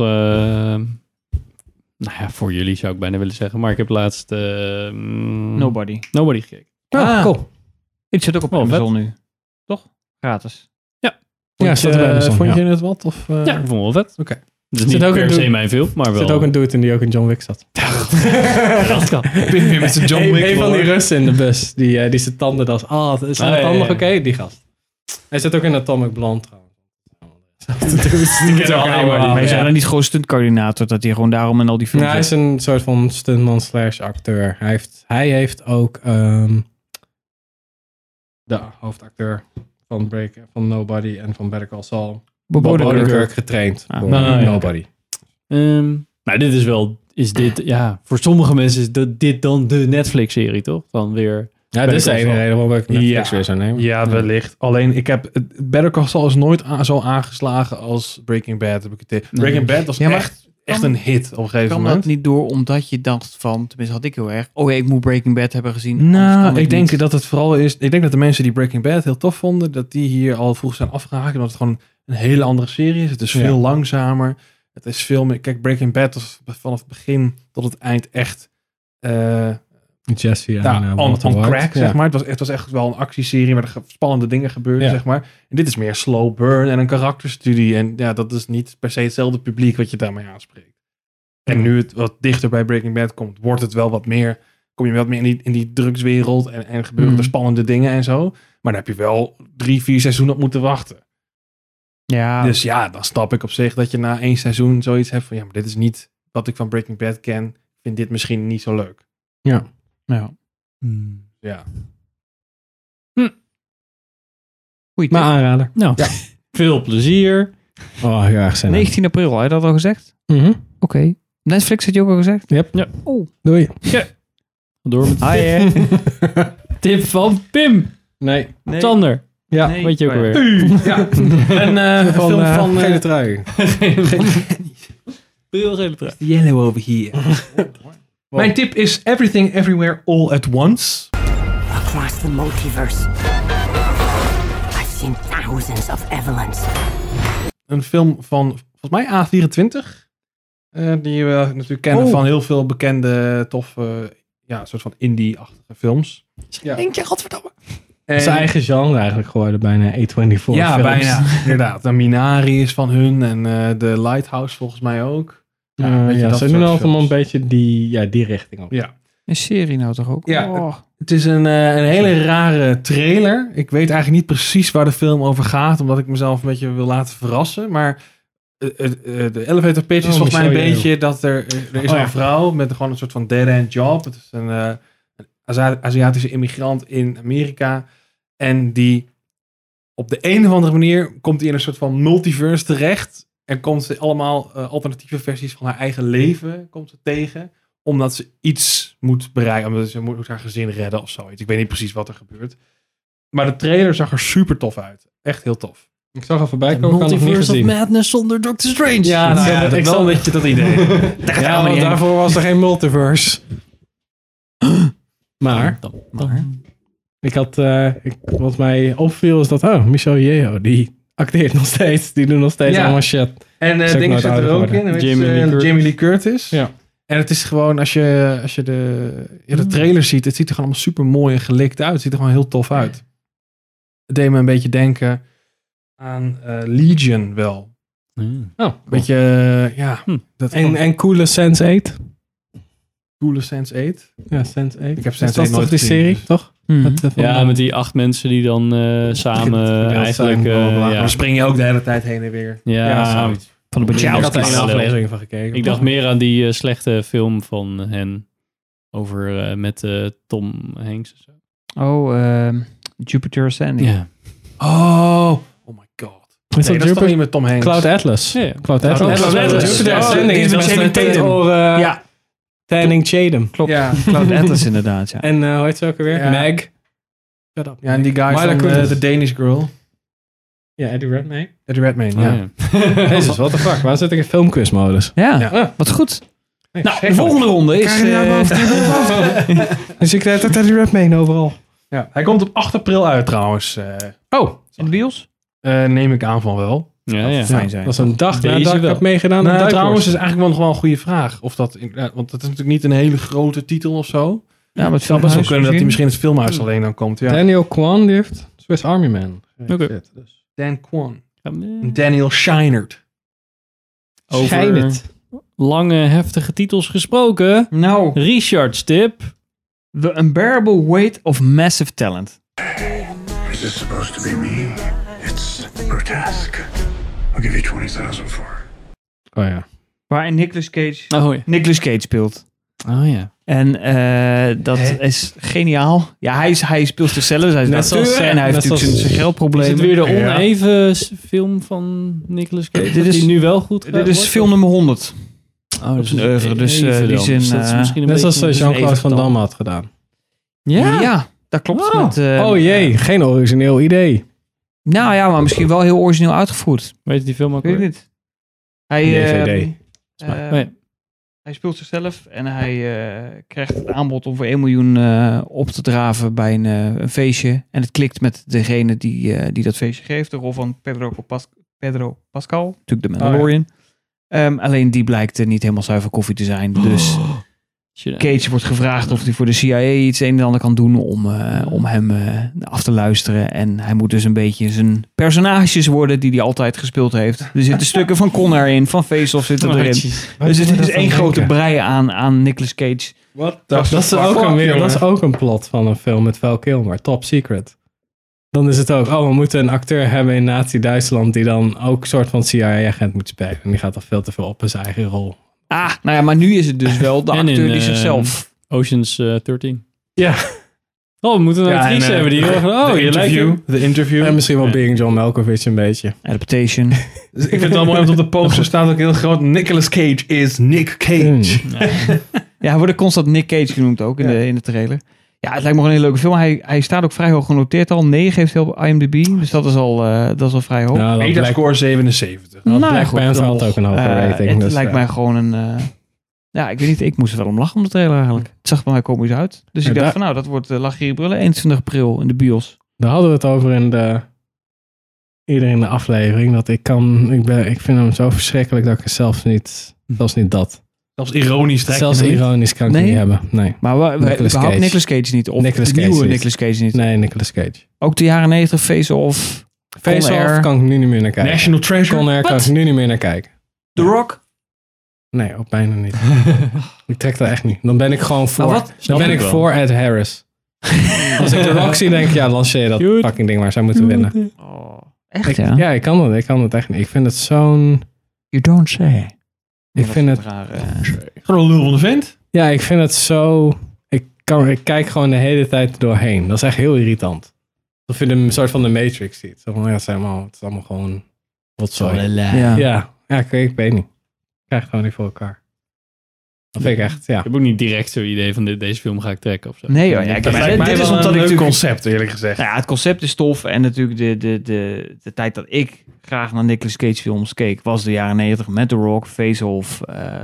nou ja, voor jullie zou ik bijna willen zeggen. Maar ik heb laatst... Nobody gekeken. Cool. Het zit ook op Amazon nu. Toch? Gratis. Ja. Vond je het wat? Of, Ja, ik vond het wel vet. Oké. Het is niet per se mijn film, maar wel... Er zit ook een dude in die ook in John Wick zat. Dat kan. Weer met zijn John Wick. Een van die Russen in de bus. Die zijn tanden als... zijn de tanden nog oké? Die gast. Hij zit ook in Atomic Blonde trouwens. Hij is eigenlijk niet gewoon stuntcoördinator, dat hij gewoon daarom in al die films... hij is een soort van stuntman / acteur. Hij heeft ook de hoofdacteur van Nobody en van Better Call Saul, Bob Odenkirk getraind voor Nobody. Nou, dit is wel... voor sommige mensen is dit dan de Netflix-serie, toch? Dan weer... Ja, dit is de ene reden waarom ik Netflix weer zou nemen. Ja, wellicht. Alleen, Better Call Saul is nooit zo aangeslagen als Breaking Bad, heb ik het idee. Breaking Bad was echt een hit op een gegeven Kan moment. dat niet door omdat je dacht van, tenminste had ik heel erg, ik moet Breaking Bad hebben gezien. Nou, ik denk dat het vooral is, ik denk dat de mensen die Breaking Bad heel tof vonden, dat die hier al vroeg zijn afgehaakt, omdat het gewoon een hele andere serie is. Het is veel langzamer. Het is veel meer, kijk, Breaking Bad was vanaf het begin tot het eind echt Jesse en on Walter crack, White. zeg maar. Het was echt wel een actieserie waar er spannende dingen gebeurden, zeg maar. En dit is meer slow burn en een karakterstudie. En ja, dat is niet per se hetzelfde publiek wat je daarmee aanspreekt. En nu het wat dichter bij Breaking Bad komt, wordt het wel wat meer, kom je wat meer in die drugswereld en gebeuren er spannende dingen en zo. Maar dan heb je wel 3-4 seizoenen op moeten wachten. Ja. Dus ja, dan snap ik op zich dat je na 1 seizoen zoiets hebt van, ja, maar dit is niet wat ik van Breaking Bad ken. Ik vind dit misschien niet zo leuk. Ja. Ja. Maar aanrader. Nou, veel plezier. Oh, heel erg zin. 19 april, had je dat al gezegd? Oké. Netflix had je ook al gezegd? Yep. Ja. Oh. Doei. Ja. Door met Tip van Pim. Nee. Tander. Ja. Nee. Weet je ook alweer. Ja. Een film van gele trui. Veel gele trui. Yellow over here. Mijn tip is Everything Everywhere All at Once. Across the multiverse, I've seen thousands of Evelyns. Een film van, volgens mij, A24. Die we natuurlijk kennen van heel veel bekende, toffe, soort van indie-achtige films. Ja. Denk je, godverdamme. Zijn eigen genre eigenlijk geworden, bijna A24 Ja, films. bijna. Inderdaad. De Minari is van hun en de Lighthouse volgens mij ook. Ze doen altijd een beetje die richting op. Ja. Een serie nou toch ook? Ja, het is een hele rare trailer. Ik weet eigenlijk niet precies waar de film over gaat, omdat ik mezelf een beetje wil laten verrassen. Maar de elevator pitch is volgens mij een beetje dat er is een vrouw met gewoon een soort van dead-end job. Het is een Aziatische immigrant in Amerika. En die op de een of andere manier komt die in een soort van multiverse terecht. En komt ze allemaal alternatieve versies van haar eigen leven komt ze tegen. Omdat ze iets moet bereiken. Omdat ze moet haar gezin redden of zoiets. Ik weet niet precies wat er gebeurt. Maar de trailer zag er super tof uit. Echt heel tof. Ik zag er voorbij komen. Multiverse of Madness zonder Doctor Strange. Ja, ik wel een beetje dat idee. Ja, want daarvoor was er geen multiverse. Maar ik had, wat mij opviel is dat, Michelle Yeoh, die acteert nog steeds. Die doet nog steeds allemaal shit. En dingen zit er ook in. Jamie Lee Curtis. Ja. En het is gewoon, als je de trailer ziet, het ziet er gewoon allemaal super mooi en gelikt uit. Het ziet er gewoon heel tof uit. Het deed me een beetje denken aan Legion wel. Cool. Beetje, En coole Sense8. Coole Sense8. Ja, Sense8. Ik heb Sense8 dat is nooit toch die gezien, serie, dus. toch? Met die 8 mensen die dan samen eigenlijk... Dan spring je ook de hele tijd heen en weer. Zoiets. Van de Wachowski's. Ik had er een aflevering van gekeken. Ik dacht meer aan die slechte film van hen. Over met Tom Hanks. Jupiter Ascending. Ja. Oh my god. Is dat is toch niet met Tom Hanks? Cloud Atlas. Ja. Cloud Atlas. Jupiter Ascending is met Tatum. Channing Tatum. Klopt. Ja. Cloud Atlas inderdaad, ja. En hoe heet ze ook alweer? Ja. Meg. Shut up. Ja, en die guy van The Danish Girl. Ja, Eddie Redmayne. Eddie Redmayne, ja. Jezus, what the fuck. Waar zit ik in filmquizmodus? Ja, wat goed. Nee, nou, de volgende ronde is... Dus ik krijg dat Eddie Redmayne overal. Ja, hij komt op 8 april uit trouwens. In de bios? Neem ik aan van wel. Ja. Fijn zijn. Dat was een dag nadat ik heb meegedaan. Nou, trouwens is eigenlijk nog wel een goede vraag. Of dat, want dat is natuurlijk niet een hele grote titel of zo. Ja, maar het zou best wel kunnen dat hij misschien in het filmhuis alleen dan komt. Ja. Daniel Kwan, die heeft Swiss Army Man. Oké. Dan Kwan. Daniel Scheinert. Over lange, heftige titels gesproken. Nou. Richard's tip. The Unbearable Weight of Massive Talent. Is this supposed to be me? It's grotesque. I'll give you 20,000 for. Oh ja. Waarin Nicolas Cage speelt. Oh ja. En dat is geniaal. Ja, hij speelt zichzelf. Hij is Net acteur en hij heeft natuurlijk zijn geldproblemen. Is het weer de oneven film van Nicolas Cage? Dit is nu wel goed gaat, dit is film nummer 100. Oh, dat is een oeuvre. Dus die zin... dat is misschien een net zoals beetje Jean-Claude Van Damme had gedaan. Ja, dat klopt. Met, oh jee, geen origineel idee. Nou ja, maar misschien wel heel origineel uitgevoerd. Weet je die film ook weet weer? niet. Hij, DVD. Hij speelt zichzelf en hij krijgt het aanbod om voor 1 miljoen op te draven bij een feestje. En het klikt met degene die dat feestje geeft. De rol van Pedro Pascal, natuurlijk de Mandalorian. Alleen die blijkt niet helemaal zuiver koffie te zijn. Dus Cage wordt gevraagd of hij voor de CIA iets een en ander kan doen om hem af te luisteren. En hij moet dus een beetje zijn personages worden die hij altijd gespeeld heeft. Er zitten stukken van Conner in, van Face-Off zitten erin. Dus het is één grote brei aan Nicolas Cage. Dat is ook een plot van een film met Val Kilmer, Top Secret. Dan is het ook, we moeten een acteur hebben in Nazi-Duitsland die dan ook een soort van CIA-agent moet spelen. En die gaat toch veel te veel op in zijn eigen rol. Nou ja, maar nu is het dus wel de acteur die zichzelf... Ocean's 13. Ja. We moeten een actrice hebben die... The Interview. En misschien wel Being John Malkovich een beetje. Adaptation. Ik vind het wel mooi, want op de poster staat ook heel groot... Nicolas Cage is Nick Cage. Ja, hij wordt constant Nick Cage genoemd ook in de trailer. Ja, het lijkt me gewoon een hele leuke film. Hij staat ook vrij hoog genoteerd al. 9 heeft hij op IMDb. Dus dat is al vrij hoog. Metascore 77. Black Panther had ook een hoge rating. Het lijkt mij gewoon een... ik weet niet. Ik moest er wel om lachen om de trailer eigenlijk. Het zag bij mij komisch uit. Dus ik dacht van dat wordt Lachier Brullen 21 april in de bios. Daar hadden we het over eerder in de aflevering. Dat ik vind hem zo verschrikkelijk dat ik zelfs niet dat. Zelfs ironisch ironisch kan ik niet hebben. Nee. Maar Nicolas Cage niet. Of Nicolas de Cage nieuwe niet. Nicolas Cage niet. Nee, Nicolas Cage. Ook de jaren 90 Face-Off. Face-Off kan ik nu niet meer naar kijken. National Treasure. Con Air kan ik nu niet meer naar kijken. The Rock? Nee, ook bijna niet. Ik trek dat echt niet. Dan ben ik gewoon voor. Dan ben ik voor Ed Harris. Als ik The Rock zie, denk ik, lanceer dat fucking ding waar zij moeten winnen. Oh, echt ja? Ja, ik kan het echt niet. Ik vind het zo'n... You don't say. Ik vind het... Gewoon een lul van de vent. Ja, ik vind het zo... Ik kijk gewoon de hele tijd doorheen. Dat is echt heel irritant. Of je een soort van de Matrix ziet. Zo van, het is allemaal gewoon... Rotzooi. Ja, ik weet niet. Ik krijg het gewoon niet voor elkaar. Dat vind ik echt, Ik heb ook niet direct zo'n idee van deze film ga ik trekken of zo. Nee, dit is omdat een ik leuk concept, eerlijk gezegd. Ja, het concept is tof en natuurlijk de tijd dat ik graag naar Nicolas Cage films keek, was de jaren 90 met The Rock, Face-Off,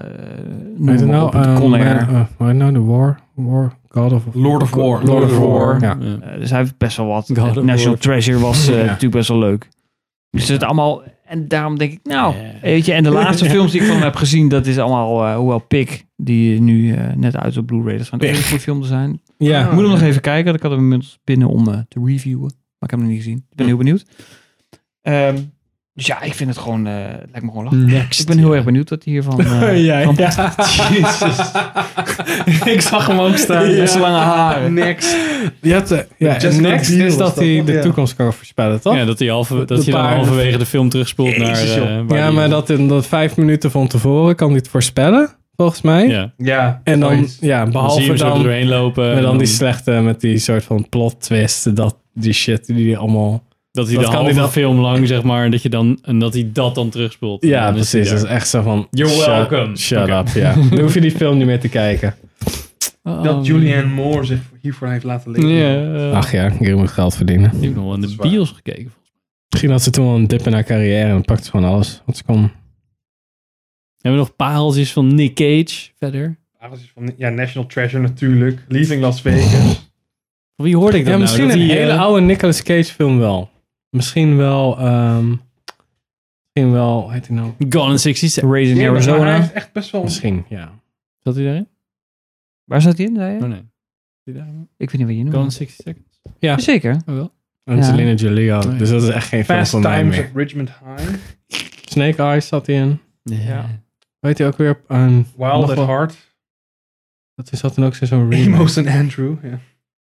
Con Air. God of Lord of War. Ja. Dus hij heeft best wel wat. National Treasure was natuurlijk best wel leuk. Dus het allemaal... En daarom denk ik, weet je, en de laatste films die ik van hem heb gezien, dat is allemaal, hoewel Pig, die nu net uit op Blu-ray, dat schijnt een hele goede film te zijn. Ja. Ik moet hem nog even kijken, ik had hem inmiddels binnen om te reviewen, maar ik heb hem nog niet gezien. Ik ben heel benieuwd. Dus ja, ik vind het gewoon, het lijkt me gewoon lachen. Ik ben heel erg benieuwd wat hij hiervan... Jezus. Ik zag hem ook staan. Met zijn lange haren. Next. Next is dat hij de toekomst kan voorspellen, toch? Ja, dat hij dan halverwege de film terugspoelt naar... maar dat 5 minuten van tevoren kan hij het voorspellen, volgens mij. Ja. En dan, behalve dan doorheen lopen. Maar dan die slechte, met die soort van plot twist, die shit die allemaal... Dat hij de halve film lang, zeg maar, dat hij dat dan terugspoelt. Ja, precies. Dat is echt zo van... You're welcome. Shut up, ja. Dan hoef je die film niet meer te kijken. Dat Julianne Moore zich hiervoor heeft laten leven. Ach ja, hier moet geld verdienen. Ik heb nog wel in de bios gekeken. Misschien had ze toen wel een dip in haar carrière en pakte ze gewoon alles wat ze kon. Hebben we nog pareltjes van Nick Cage verder? Pareltjes van National Treasure natuurlijk. Leaving Las Vegas. Wie hoorde ik dat nou? Misschien een hele oude Nicolas Cage film wel. Misschien wel, hoe heet hij nou? Gone in 60 Seconds. Raised in Arizona. Hij is echt best wel... Misschien, ja. Zat hij daarin? Waar zat hij in, zei je? Oh nee. Ik weet niet wat je noemt. Gone in 60 Seconds. Ja. Zeker. Oh wel. Angelina Jolie ook. Dus dat is echt geen film van mij Fast Times meer. at Richmond High. Snake Eyes zat hij in. Ja. Weet je ook weer... Wild at Heart. Dat is dan ook zo'n remake. Amos and Andrew, ja.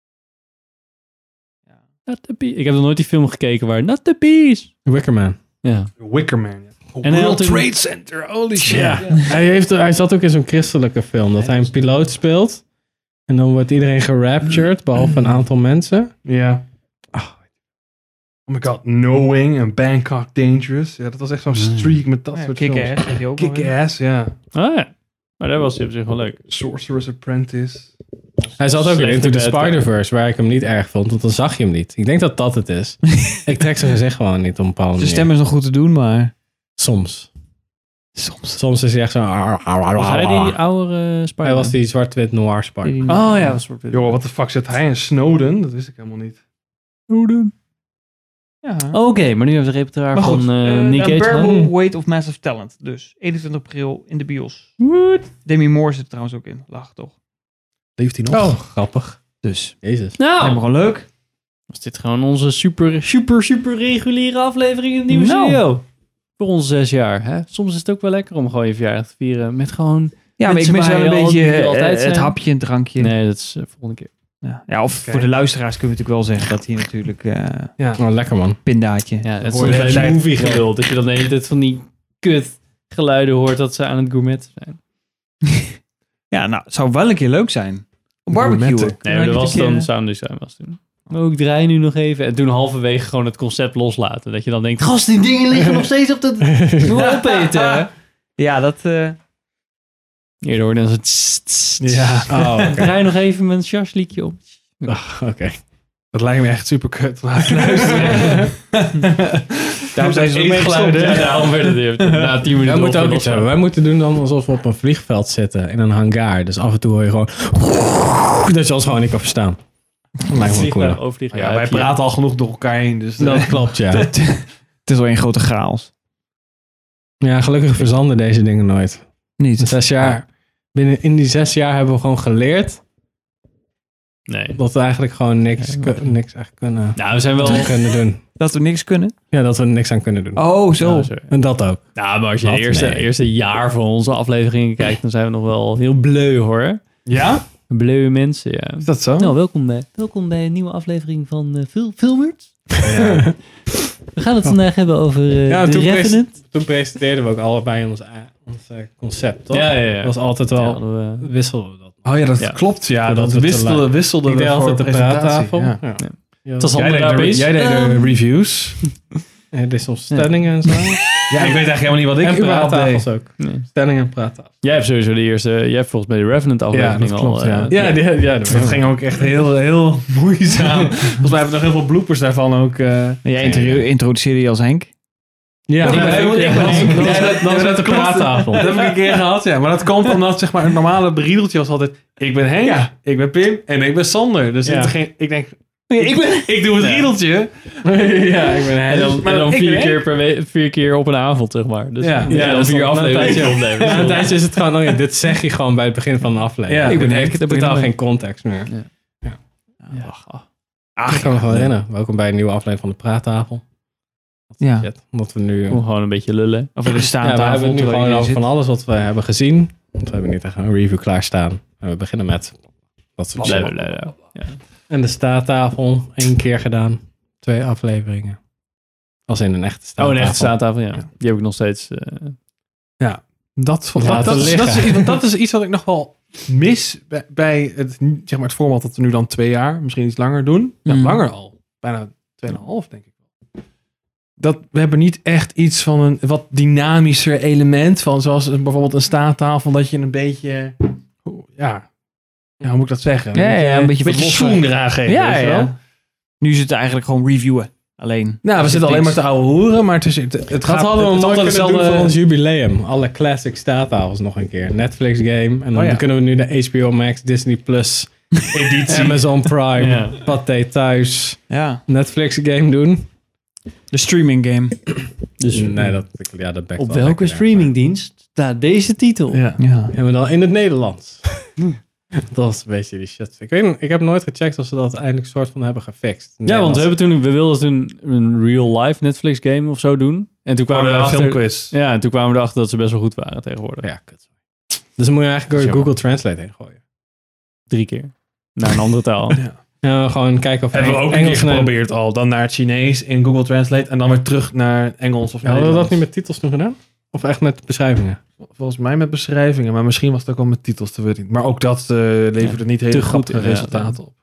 Ik heb nog nooit die film gekeken waar... Not the Bees. Wicker Man. Ja. Wicker Man, ja. En World Trade Center, holy shit. Ja. Hij zat ook in zo'n christelijke film. Dat hij een piloot speelt. En dan wordt iedereen geraptured, behalve een aantal mensen. Ja. Oh my god, Knowing en Bangkok Dangerous. Ja, dat was echt zo'n streak met dat soort films. Kick-Ass, ja. Ah ja. Maar dat was op zich wel leuk. Sorcerer's Apprentice. Hij zat ook in Into the Spider-Verse, waar ik hem niet erg vond, want dan zag je hem niet. Ik denk dat dat het is. Ik trek zijn gezicht gewoon niet op een bepaalde manier. Zijn stem is nog goed te doen, maar... Soms. Soms is hij echt zo... Was hij die oudere Spider-Man? Hij was die zwart-wit noir Spider-Man. Oh ja, was zwart-wit. Joh, wat de fuck zit hij in Snowden? Dat wist ik helemaal niet. Snowden. Ja. Oké, maar nu hebben we de repertoire van Nick Cage. Unbearable Weight of Massive Talent. Dus 21 april in de bios. Demi Moore zit er trouwens ook in. Lach toch? Leeft hij nog? Oh, grappig. Dus. Jezus. Nou, helemaal gewoon leuk. Was dit gewoon onze super reguliere aflevering in het nieuwe studio? Voor ons 6 jaar. Hè? Soms is het ook wel lekker om gewoon je verjaardag te vieren met gewoon... Ja, maar ik mis wel een beetje het hapje en drankje. Nee, dat is volgende keer. Ja, of voor de luisteraars kunnen we natuurlijk wel zeggen dat hier natuurlijk... Oh, lekker man. Pindaatje. Ja, het is een hele movie geduld. Dat je dan de hele tijd van die kut geluiden hoort dat ze aan het gourmetten zijn. Ja, nou, het zou wel een keer leuk zijn. Om barbecuen. Nee, maar dat was dan sound design was toen. Maar ik draai nu nog even. En toen halverwege gewoon het concept loslaten. Dat je dan denkt, gast, die dingen liggen nog steeds op dat... Moet opeten. Ja, dat... Eerder hoorde dan het... Ja. Oh, draai nog even mijn sjasliedje op. Oké. Dat lijkt me echt super kut. Laten luisteren. Daarom zijn ze mee geluiden. Ja, daarom werd het even. Na 10 minuten. Wij moeten ook iets hebben. Wij moeten doen dan alsof we op een vliegveld zitten. In een hangar. Dus af en toe hoor je gewoon... Dat je ons gewoon niet kan verstaan. Dat lijkt me wel cool. Ja, wij praten al genoeg door elkaar heen. Dus dat klopt, ja. Het is wel een grote chaos. Ja, gelukkig verzanden deze dingen nooit. Niet. 6 jaar. In die 6 jaar hebben we gewoon geleerd... Nee. Dat we eigenlijk gewoon niks echt kunnen, we zijn wel kunnen doen. Dat we niks kunnen? Ja, dat we er niks aan kunnen doen. Oh, zo. En dat ook. Nou, maar als je het eerste jaar van onze afleveringen kijkt, dan zijn we nog wel heel bleu, hoor. Ja? Bleu mensen, ja. Is dat zo? Nou, welkom bij een nieuwe aflevering van Filmert. Ja. We gaan het vandaag hebben over The Revenant. Toen presenteerden we ook allebei ons concept, toch? Ja. Dat was altijd wel... wisselden we dat. Oh ja, dat klopt. Ja, dat wisselden ik we deed altijd de praattafel. Ja. Het was jij deed de reviews. Ja, dit soms stellingen en zo. Ja, ik weet eigenlijk helemaal niet wat ik überhaupt deed. Praattafels ook. Nee. Stellingen en praattafels. Jij hebt sowieso jij hebt volgens mij de Revenant aflevering dat klopt, al. Dat ging ook echt heel moeizaam. Volgens mij hebben we nog heel veel bloopers daarvan ook. Jij introduceerde je als Henk? Ja, dat was met de praattafel. Dat heb ik een keer gehad, ja. Maar dat komt omdat, zeg maar, het normale beriedeltje was altijd... Ik ben Henk, ik ben Pim en ik ben Sander. Dus ik denk... Ik doe het riedeltje. Ja, ik ben Henk. En dan 4 keer op een avond, zeg maar. Dus dan 4 afleveringen opnemen. Na een tijdje is het gewoon... dit zeg je gewoon bij het begin van de aflevering. Ja, ik ben Henk. Ik heb totaal geen context meer. Ik kan me gewoon herinneren. Welkom bij een nieuwe aflevering van de Praattafel. Ja. Omdat we nu... gewoon een beetje lullen. Over de staattafel. we hebben het nu gewoon over van alles wat we hebben gezien. Want we hebben niet echt een review klaarstaan. En we beginnen met... Dat soort ja. En de staattafel. 1 keer gedaan. 2 afleveringen. Als in een echte staattafel. Oh, een echte staattafel, ja. Die heb ik nog steeds... Ja, dat is iets wat ik nog wel mis bij het, zeg maar, het format dat we nu dan 2 jaar, misschien iets langer doen. Ja, langer al. Bijna 2,5 denk ik. We hebben niet echt iets van een wat dynamischer element van, zoals bijvoorbeeld een staattafel, dat je een beetje, hoe moet ik dat zeggen? Een beetje zoen eraan geven. Ja. Nu is het eigenlijk gewoon reviewen. Alleen. Nou, we zitten alleen maar te ouwe hoeren, maar het gaat hadden we altijd hetzelfde voor ons jubileum. Alle classic staattafels nog een keer. Netflix game. En dan kunnen we nu de HBO Max, Disney Plus editie, Amazon Prime, Pathé thuis, Netflix game doen. De streaming game. Dus nee, dat bekt op welke streamingdienst staat deze titel? Ja, maar dan in het Nederlands. Dat was een beetje die shit. Ik heb nooit gecheckt of ze dat eindelijk soort van hebben gefixt. Ja, want we wilden toen een real life Netflix game of zo doen. En toen kwamen we erachter, filmquiz. Ja, en toen kwamen we erachter dat ze best wel goed waren tegenwoordig. Ja, kut. Dus dan moet je eigenlijk door Google Translate heen gooien. 3 keer. Naar een andere taal. Ja, gewoon kijken of hebben we ook Engels geprobeerd al. Dan naar het Chinees in Google Translate en dan weer terug naar Engels of Hadden we dat niet met titels toen gedaan? Of echt met beschrijvingen? Volgens mij met beschrijvingen, maar misschien was het ook wel met titels te weten. Maar ook dat leverde niet hele goede resultaten op.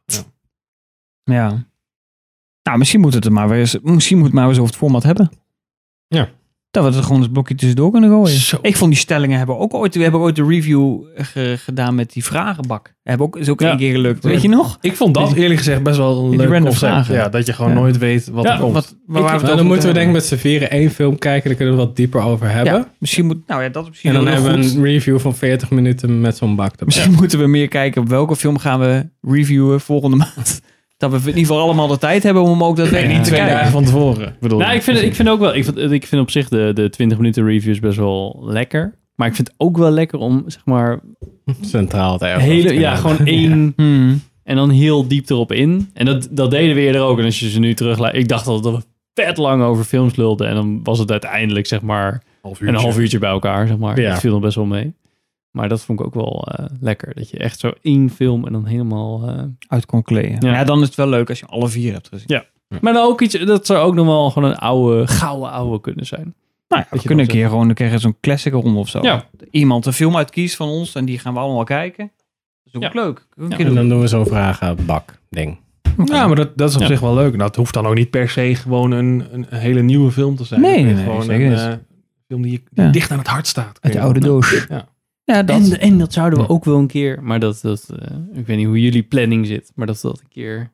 Ja. Nou, misschien moet het maar weer eens over het format hebben. Ja. Dat we er gewoon een blokje tussendoor kunnen gooien. Zo. Ik vond die stellingen hebben we hebben ooit de review gedaan met die vragenbak. Is ook 1 keer gelukt. Weet je nog? Ik vond dat eerlijk gezegd best wel een leuk concept. Ja, dat je gewoon nooit weet wat er komt. Dan moeten we denk ik met z'n vieren 1 film kijken. Daar kunnen we wat dieper over hebben. Ja, misschien moet, dat misschien en dan hebben we een review van 40 minuten met zo'n bak erbij. Misschien moeten we meer kijken op welke film gaan we reviewen volgende maand. Dat we in ieder geval allemaal de tijd hebben om hem ook daadwerkelijk niet 2 dagen van tevoren. Ik vind ook wel. Ik vind op zich de 20 minuten reviews best wel lekker. Maar ik vind het ook wel lekker om, zeg maar... Centraal te gewoon 1... En dan heel diep erop in. En dat deden we eerder ook. En als je ze nu teruglaat... Ik dacht dat we vet lang over films lulden. En dan was het uiteindelijk, zeg maar... een half uurtje bij elkaar, zeg maar. Dat viel nog best wel mee. Maar dat vond ik ook wel lekker. Dat je echt zo 1 film en dan helemaal... uit kon kleden. Ja, dan is het wel leuk als je alle 4 hebt gezien. Ja. Maar dan ook iets... Dat zou ook nog wel gewoon een gouden oude kunnen zijn. Nou ja, we kunnen een keer gewoon zo'n classic ronde of zo. Ja. Iemand een film uitkiest van ons en die gaan we allemaal kijken. Dat is ook leuk. En dan doen we zo'n vragenbak ding. Ja, maar dat is op zich wel leuk. Dat hoeft dan ook niet per se gewoon een hele nieuwe film te zijn. Nee, gewoon een film die dicht aan het hart staat. Uit de oude doos. Ja, en dat zouden we ook wel een keer... Maar ik weet niet hoe jullie planning zit. Maar dat een keer...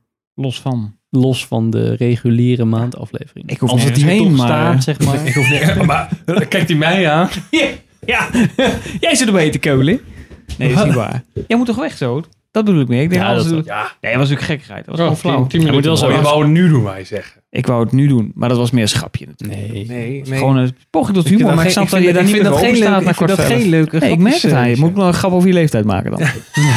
Los van de reguliere maandaflevering. Ik hoef als het hierheen staat, zeg maar. Ik hoef niet, maar kijkt hij mij aan? Ja. Jij zit erbij te kolen. Nee, dat is niet waar. Jij moet toch weg zo? Dat bedoel ik meer. Ik denk Nee, dat was natuurlijk gekkigheid. Dat was gewoon flauw. 10 minuten wel zo. Je wou het nu doen, wij zeggen. Ik wou het nu doen, maar dat was meer een schapje natuurlijk. Nee. Gewoon een poging tot humor, maar ik snap dat je daar niet meer over staat. Ik vind dat geen leuke grapjes. Ik merk het aan je. Moet ik nog een grap over je leeftijd maken dan?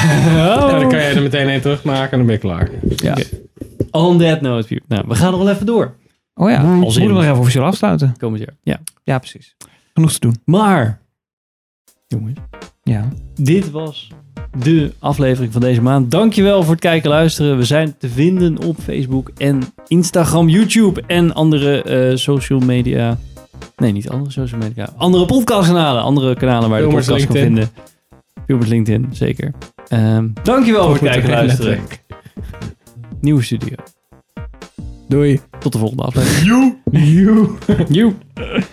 Dan kan je er meteen 1 terugmaken en dan ben je klaar. Ja. On that note, nou, we gaan nog wel even door. Oh ja, moeten we nog even officieel afsluiten. Komend jaar. Ja, precies. Genoeg te doen. Maar, jongens. Ja. Dit was de aflevering van deze maand. Dankjewel voor het kijken en luisteren. We zijn te vinden op Facebook en Instagram, YouTube en andere social media. Nee, niet andere social media. Andere podcastkanalen. Andere kanalen waar je de podcast kan vinden. Filmers LinkedIn, zeker. Dankjewel voor het kijken en luisteren. Nieuwe studio. Doei. Tot de volgende aflevering. You.